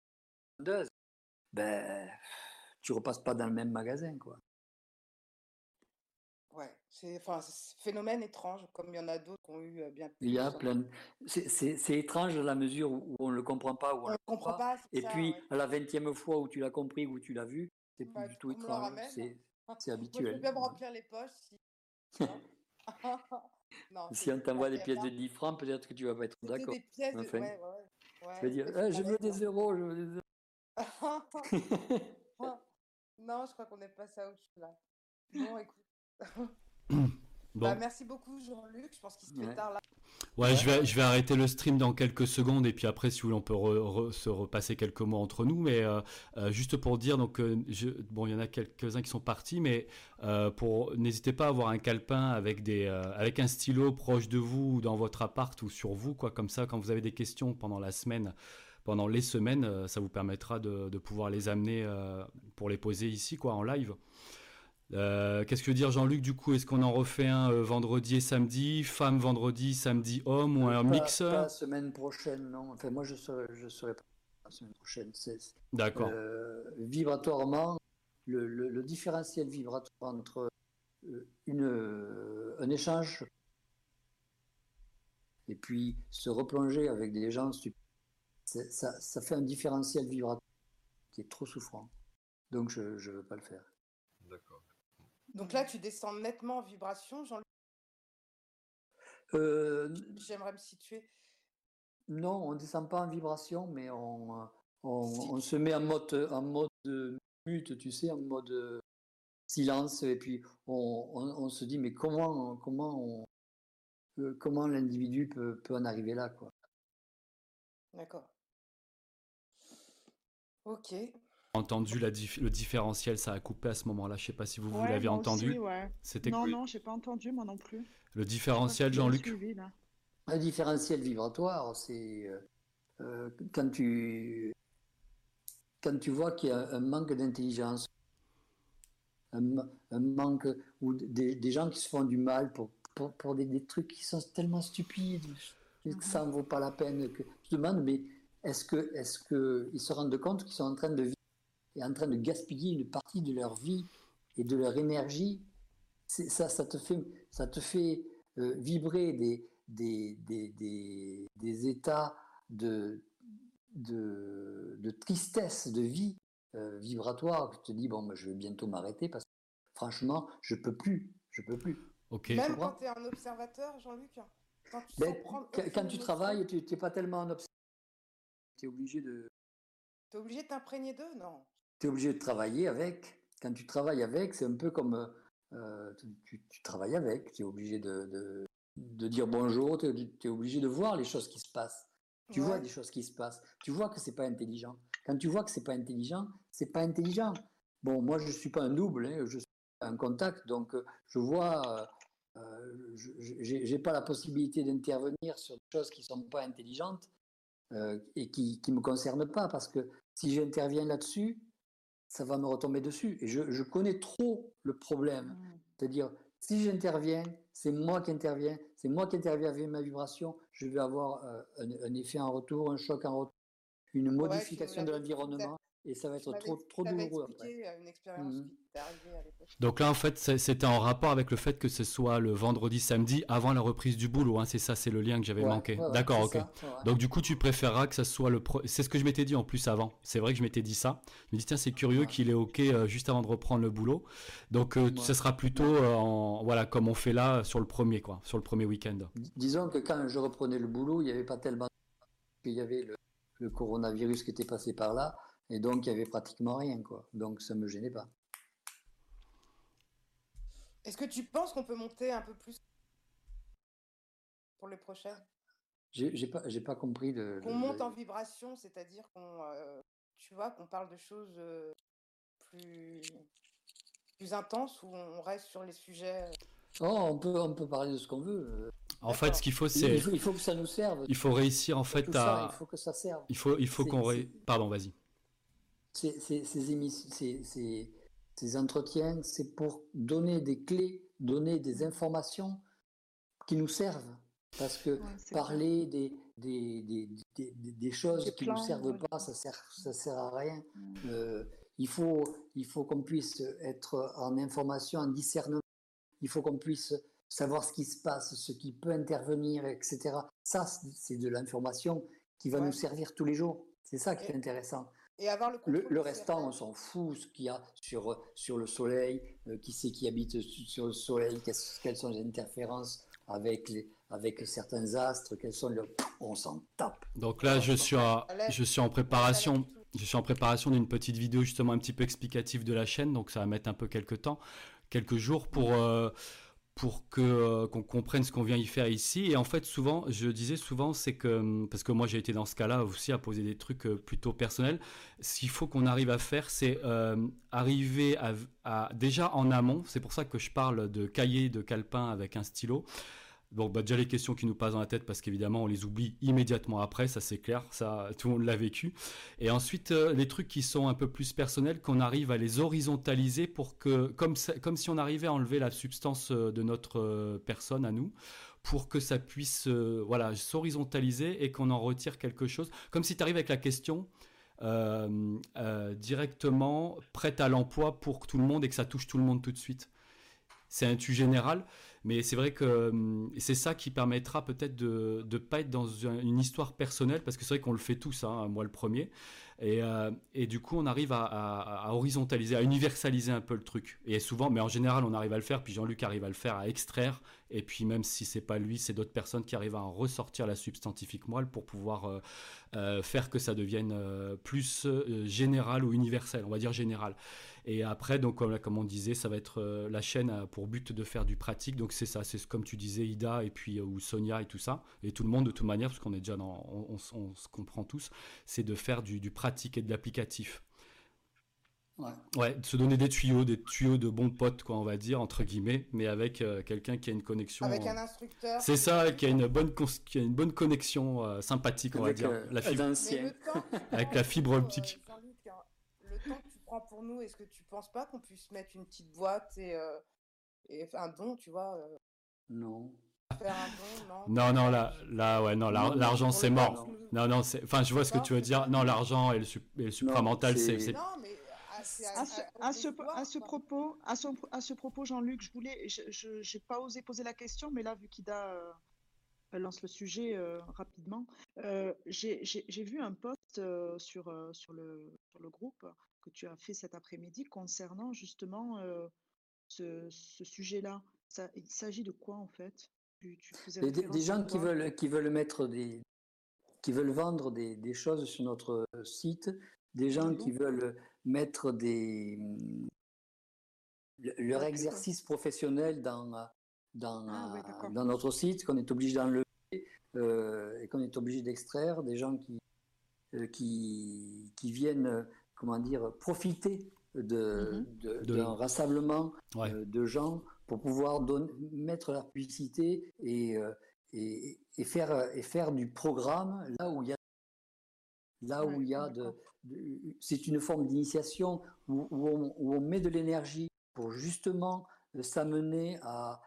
ben tu repasses pas dans le même magasin, quoi. Ouais. C'est phénomène étrange, comme il y en a d'autres qui ont eu bien plus. Il y a plein. C'est étrange dans la mesure où on ne le comprend pas, où on ne le comprend pas. Et puis, à la 20e fois où tu l'as compris, où tu l'as vu, c'est plus du tout étrange. C'est habituel. Je peux même remplir les poches. Non, si on t'envoie des pièces de 10 francs, peut-être que tu ne vas pas être d'accord. Des pièces de... Tu vas dire, je veux des euros, je veux des euros. Non, je crois qu'on est passé à autre chose là. Bon, écoute. Bon. Merci beaucoup, Jean-Luc. Je pense qu'il se fait tard là. Ouais, je vais arrêter le stream dans quelques secondes et puis après, si vous voulez, on peut se repasser quelques mots entre nous. Mais juste pour dire, donc, bon, il y en a quelques-uns qui sont partis, mais n'hésitez pas à avoir un calepin avec avec un stylo proche de vous ou dans votre appart ou sur vous, quoi, comme ça, quand vous avez des questions pendant les semaines, ça vous permettra de pouvoir les amener pour les poser ici, quoi, en live. Qu'est-ce que veut dire Jean-Luc du coup? Est-ce qu'on en refait un vendredi et samedi, femme vendredi, samedi homme ou un mix? Pas la semaine prochaine, non. Enfin, moi je serai pas la semaine prochaine. D'accord. Vibratoirement, le différentiel vibratoire entre un échange et puis se replonger avec des gens stupides, ça fait un différentiel vibratoire qui est trop souffrant. Donc je ne veux pas le faire. D'accord. Donc là, tu descends nettement en vibration, Jean-Luc. J'aimerais me situer. Non, on ne descend pas en vibration, mais on se met en mode mute, tu sais, en mode silence, et puis on se dit, mais comment l'individu peut en arriver là, quoi. D'accord. Ok. Entendu le différentiel, ça a coupé à ce moment-là. Je ne sais pas si vous l'avez entendu. Aussi, ouais. Non, j'ai pas entendu, moi non plus. Le différentiel, Jean-Luc. Le différentiel vibratoire, c'est quand tu vois qu'il y a un manque d'intelligence, un manque, ou des gens qui se font du mal pour des trucs qui sont tellement stupides, que ça ne vaut pas la peine. Que tu te demandes, mais est-ce qu'ils se rendent compte qu'ils sont en train de vivre et en train de gaspiller une partie de leur vie et de leur énergie? Ça te fait vibrer des états de tristesse de vie vibratoire. Tu te dis, bon, je vais bientôt m'arrêter parce que franchement, je peux plus. Okay. Même quand tu es un observateur, Jean-Luc, quand tu travailles, tu n'es pas tellement un observateur. Tu es obligé de... Tu es obligé de t'imprégner d'eux, non? Tu es obligé de travailler avec. Quand tu travailles avec, c'est un peu comme... tu travailles avec. Tu es obligé de dire bonjour. Tu es obligé de voir les choses qui se passent. Tu vois des choses qui se passent. Tu vois que c'est pas intelligent. Quand tu vois que c'est pas intelligent, c'est pas intelligent. Bon, moi, je suis pas un double. Je suis un contact. Donc, je vois... j'ai pas la possibilité d'intervenir sur des choses qui sont pas intelligentes et qui me concernent pas, parce que si j'interviens là-dessus, ça va me retomber dessus. Et je connais trop le problème. C'est-à-dire, si j'interviens, c'est moi qui interviens avec ma vibration, je vais avoir un effet en retour, un choc en retour, une modification de l'environnement. Et ça va être trop douloureux après. Une expérience qui t'est arrivée à l'époque. Donc là, en fait, c'était en rapport avec le fait que ce soit le vendredi, samedi, avant la reprise du boulot. Hein, c'est ça, c'est le lien que j'avais manqué. D'accord, ok. Donc du coup, tu préféreras que ça soit c'est ce que je m'étais dit en plus avant. C'est vrai que je m'étais dit ça. Je me dis, tiens, c'est curieux qu'il est ok juste avant de reprendre le boulot. Donc ce sera plutôt voilà, comme on fait là sur le premier, quoi, sur le premier week-end. Disons que quand je reprenais le boulot, il n'y avait pas tellement... Il y avait le coronavirus qui était passé par là. Et donc, il n'y avait pratiquement rien, quoi. Donc, ça ne me gênait pas. Est-ce que tu penses qu'on peut monter un peu plus pour les prochaines? J'ai pas compris qu'on monte en vibration, c'est-à-dire qu'on parle de choses plus intenses, ou on reste sur les sujets... on peut parler de ce qu'on veut. En fait, ce qu'il faut, c'est... Il faut que ça nous serve. Il faut réussir, en fait, à... il faut que ça serve. Il faut qu'on... Pardon, vas-y. Ces entretiens, c'est pour donner des clés, donner des informations qui nous servent. Parce que parler des choses qui ne nous servent pas, ça sert à rien. Il faut qu'on puisse être en information, en discernement, il faut qu'on puisse savoir ce qui se passe, ce qui peut intervenir, etc. Ça, c'est de l'information qui va nous servir tous les jours. C'est ça qui est intéressant. Et avoir le restant, on s'en fout, ce qu'il y a sur le Soleil, qui c'est qui habite sur le Soleil, quelles sont les interférences avec certains astres, on s'en tape. Donc là, je suis en préparation d'une petite vidéo justement un petit peu explicative de la chaîne, donc ça va mettre un peu quelques jours pour qu'on comprenne ce qu'on vient y faire ici. Et en fait, je disais souvent, c'est que, parce que moi j'ai été dans ce cas-là aussi à poser des trucs plutôt personnels, ce qu'il faut qu'on arrive à faire, c'est arriver à déjà en amont, c'est pour ça que je parle de cahier de calepin avec un stylo. Donc déjà les questions qui nous passent dans la tête, parce qu'évidemment on les oublie immédiatement après, ça c'est clair, ça tout le monde l'a vécu. Et ensuite les trucs qui sont un peu plus personnels, qu'on arrive à les horizontaliser pour que, comme si on arrivait à enlever la substance de notre personne à nous, pour que ça puisse s'horizontaliser et qu'on en retire quelque chose. Comme si tu arrives avec la question directement prête à l'emploi pour tout le monde et que ça touche tout le monde tout de suite. C'est un tuile général, mais c'est vrai que c'est ça qui permettra peut-être de ne pas être dans une histoire personnelle, parce que c'est vrai qu'on le fait tous, hein, moi le premier, et du coup on arrive à horizontaliser, à universaliser un peu le truc. Et souvent, mais en général on arrive à le faire, puis Jean-Luc arrive à le faire, à extraire, et puis même si c'est pas lui, c'est d'autres personnes qui arrivent à en ressortir la substantifique moelle pour pouvoir faire que ça devienne plus général ou universel, on va dire général. Et après, donc comme on disait, ça va être la chaîne a pour but de faire du pratique. Donc c'est ça, c'est comme tu disais, Ida et puis ou Sonia et tout ça, et tout le monde de toute manière, parce qu'on est déjà on se comprend tous, c'est de faire du pratique et de l'applicatif. Ouais, de se donner des tuyaux de bons potes, quoi, on va dire entre guillemets, mais avec quelqu'un qui a une connexion. Avec un instructeur. C'est ça, qui a une bonne connexion sympathique, on va dire. La fibre. Avec la fibre optique. Jean-Luc, le temps que tu prends pour nous, est-ce que tu penses pas qu'on puisse mettre une petite boîte et faire un don, tu vois Non. Faire un don, non, ouais, non, l'argent c'est mort. Non, enfin, je vois ce que tu veux dire. Non, l'argent et le supramental, c'est. Non, mais à ce propos, Jean-Luc, j'ai pas osé poser la question, mais là, vu qu'Ida lance le sujet rapidement, j'ai vu un post sur le groupe que tu as fait cet après-midi concernant justement ce sujet-là. Il s'agit de quoi en fait? Des gens qui veulent mettre qui veulent vendre des choses sur notre site, des gens qui veulent mettre leur exercice professionnel dans notre site, qu'on est obligé d'enlever et qu'on est obligé d'extraire, des gens qui viennent, comment dire, profiter d'un rassemblement de gens pour pouvoir mettre leur publicité et faire du programme là où il y a c'est une forme d'initiation où on met de l'énergie pour justement s'amener à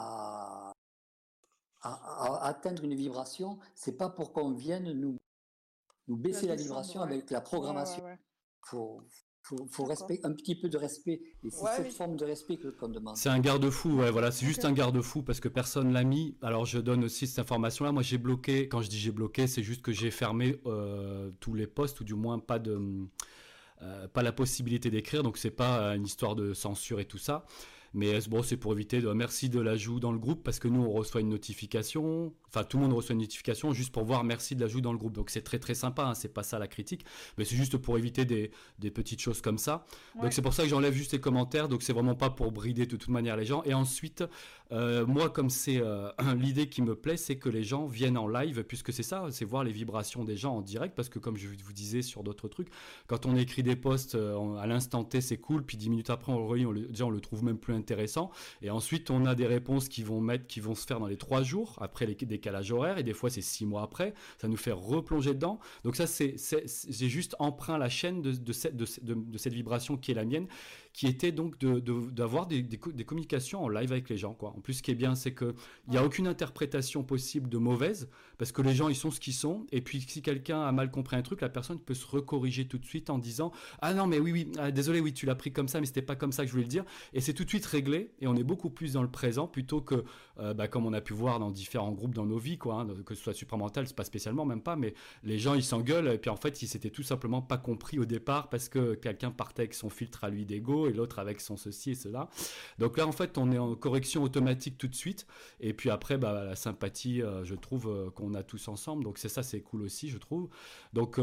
atteindre une vibration. C'est pas pour qu'on vienne nous baisser la vibration avec la programmation. Faut un petit peu de respect, et c'est cette forme de respect qu'on demande. C'est un garde-fou, voilà, c'est juste un garde-fou parce que personne l'a mis. Alors je donne aussi cette information-là. Moi j'ai bloqué, quand je dis j'ai bloqué, c'est juste que j'ai fermé tous les posts, ou du moins pas la possibilité d'écrire, donc c'est pas une histoire de censure et tout ça. Mais bon, c'est pour éviter merci de l'ajout dans le groupe, parce que nous on reçoit une notification, enfin tout le monde reçoit une notification juste pour voir merci de l'ajout dans le groupe. Donc c'est très très sympa, hein, c'est pas ça la critique, mais c'est juste pour éviter des petites choses comme ça. Donc c'est pour ça que j'enlève juste les commentaires, donc c'est vraiment pas pour brider de toute manière les gens. Et ensuite, moi comme c'est l'idée qui me plaît, c'est que les gens viennent en live, puisque c'est ça, c'est voir les vibrations des gens en direct, parce que comme je vous disais sur d'autres trucs, quand on écrit des posts à l'instant T c'est cool, puis 10 minutes après on le relit, on le trouve même plus intéressant, et ensuite on a des réponses qui vont se faire dans les 3 jours après les décalages horaires, et des fois c'est 6 mois après, ça nous fait replonger dedans. Donc ça j'ai juste emprunt la chaîne de cette vibration qui est la mienne, qui était donc d'avoir des communications en live avec les gens, quoi. En plus, ce qui est bien, c'est qu'il n'y a aucune interprétation possible de mauvaise, parce que les gens, ils sont ce qu'ils sont, et puis si quelqu'un a mal compris un truc, la personne peut se recorriger tout de suite en disant « Ah non, mais oui, désolé, oui, tu l'as pris comme ça, mais c'était pas comme ça que je voulais le dire », et c'est tout de suite réglé et on est beaucoup plus dans le présent plutôt que, comme on a pu voir dans différents groupes dans nos vies, quoi, hein, que ce soit supramental, c'est pas spécialement, même pas, mais les gens ils s'engueulent et puis en fait ils s'étaient tout simplement pas compris au départ parce que quelqu'un partait avec son filtre à lui d'ego et l'autre avec son ceci et cela. Donc là en fait on est en correction automatique tout de suite et puis après la sympathie, je trouve qu'on a tous ensemble, donc c'est cool aussi, je trouve. Donc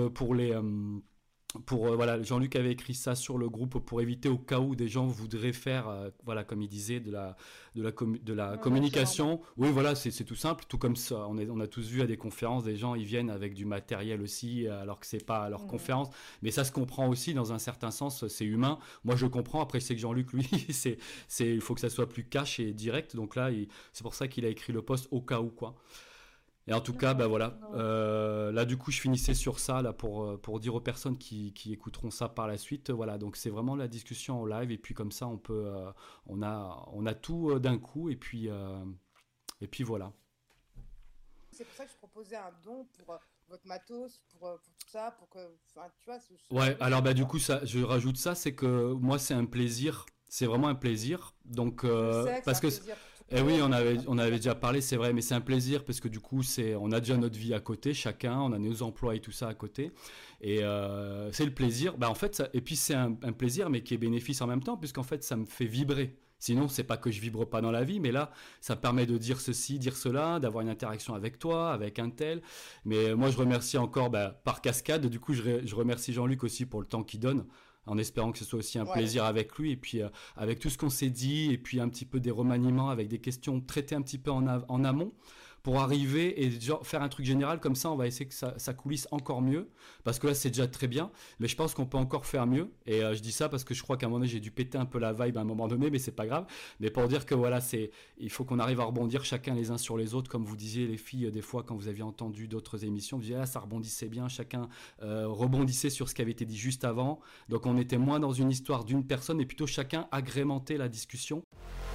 voilà, Jean-Luc avait écrit ça sur le groupe pour éviter au cas où des gens voudraient faire, comme il disait, de la communication. Oui, voilà, c'est tout simple. Tout comme ça, on a tous vu à des conférences des gens, ils viennent avec du matériel aussi, alors que c'est pas leur conférence. Mais ça se comprend aussi dans un certain sens, c'est humain. Moi, je comprends. Après, c'est que Jean-Luc, lui, il faut que ça soit plus cash et direct. Donc là, c'est pour ça qu'il a écrit le post au cas où, quoi. Et en tout cas, voilà. Là, du coup, je finissais sur ça là pour dire aux personnes qui écouteront ça par la suite. Voilà, donc c'est vraiment la discussion en live et puis comme ça, on a tout d'un coup et puis voilà. C'est pour ça que je proposais un don pour votre matos, pour tout ça, pour que, tu vois. Ouais. Alors du coup, ça, je rajoute ça, c'est que moi, c'est un plaisir. C'est vraiment un plaisir. Donc parce que. Eh oui, on avait déjà parlé, c'est vrai, mais c'est un plaisir parce que du coup, on a déjà notre vie à côté, chacun, on a nos emplois et tout ça à côté, et c'est le plaisir. En fait, et puis c'est un plaisir, mais qui est bénéfice en même temps, puisqu'en fait, ça me fait vibrer. Sinon, c'est pas que je vibre pas dans la vie, mais là, ça permet de dire ceci, dire cela, d'avoir une interaction avec toi, avec un tel. Mais moi, je remercie encore, par cascade. Du coup, je remercie Jean-Luc aussi pour le temps qu'il donne, en espérant que ce soit aussi un plaisir avec lui, et puis avec tout ce qu'on s'est dit, et puis un petit peu des remaniements avec des questions traitées un petit peu en amont, pour arriver et faire un truc général comme ça. On va essayer que ça coulisse encore mieux, parce que là c'est déjà très bien, mais je pense qu'on peut encore faire mieux, et je dis ça parce que je crois qu'à un moment donné j'ai dû péter un peu la vibe à un moment donné, mais c'est pas grave. Mais pour dire que voilà, il faut qu'on arrive à rebondir chacun les uns sur les autres, comme vous disiez les filles, des fois quand vous aviez entendu d'autres émissions, vous disiez ça rebondissait bien, chacun rebondissait sur ce qui avait été dit juste avant, donc on était moins dans une histoire d'une personne et plutôt chacun agrémentait la discussion.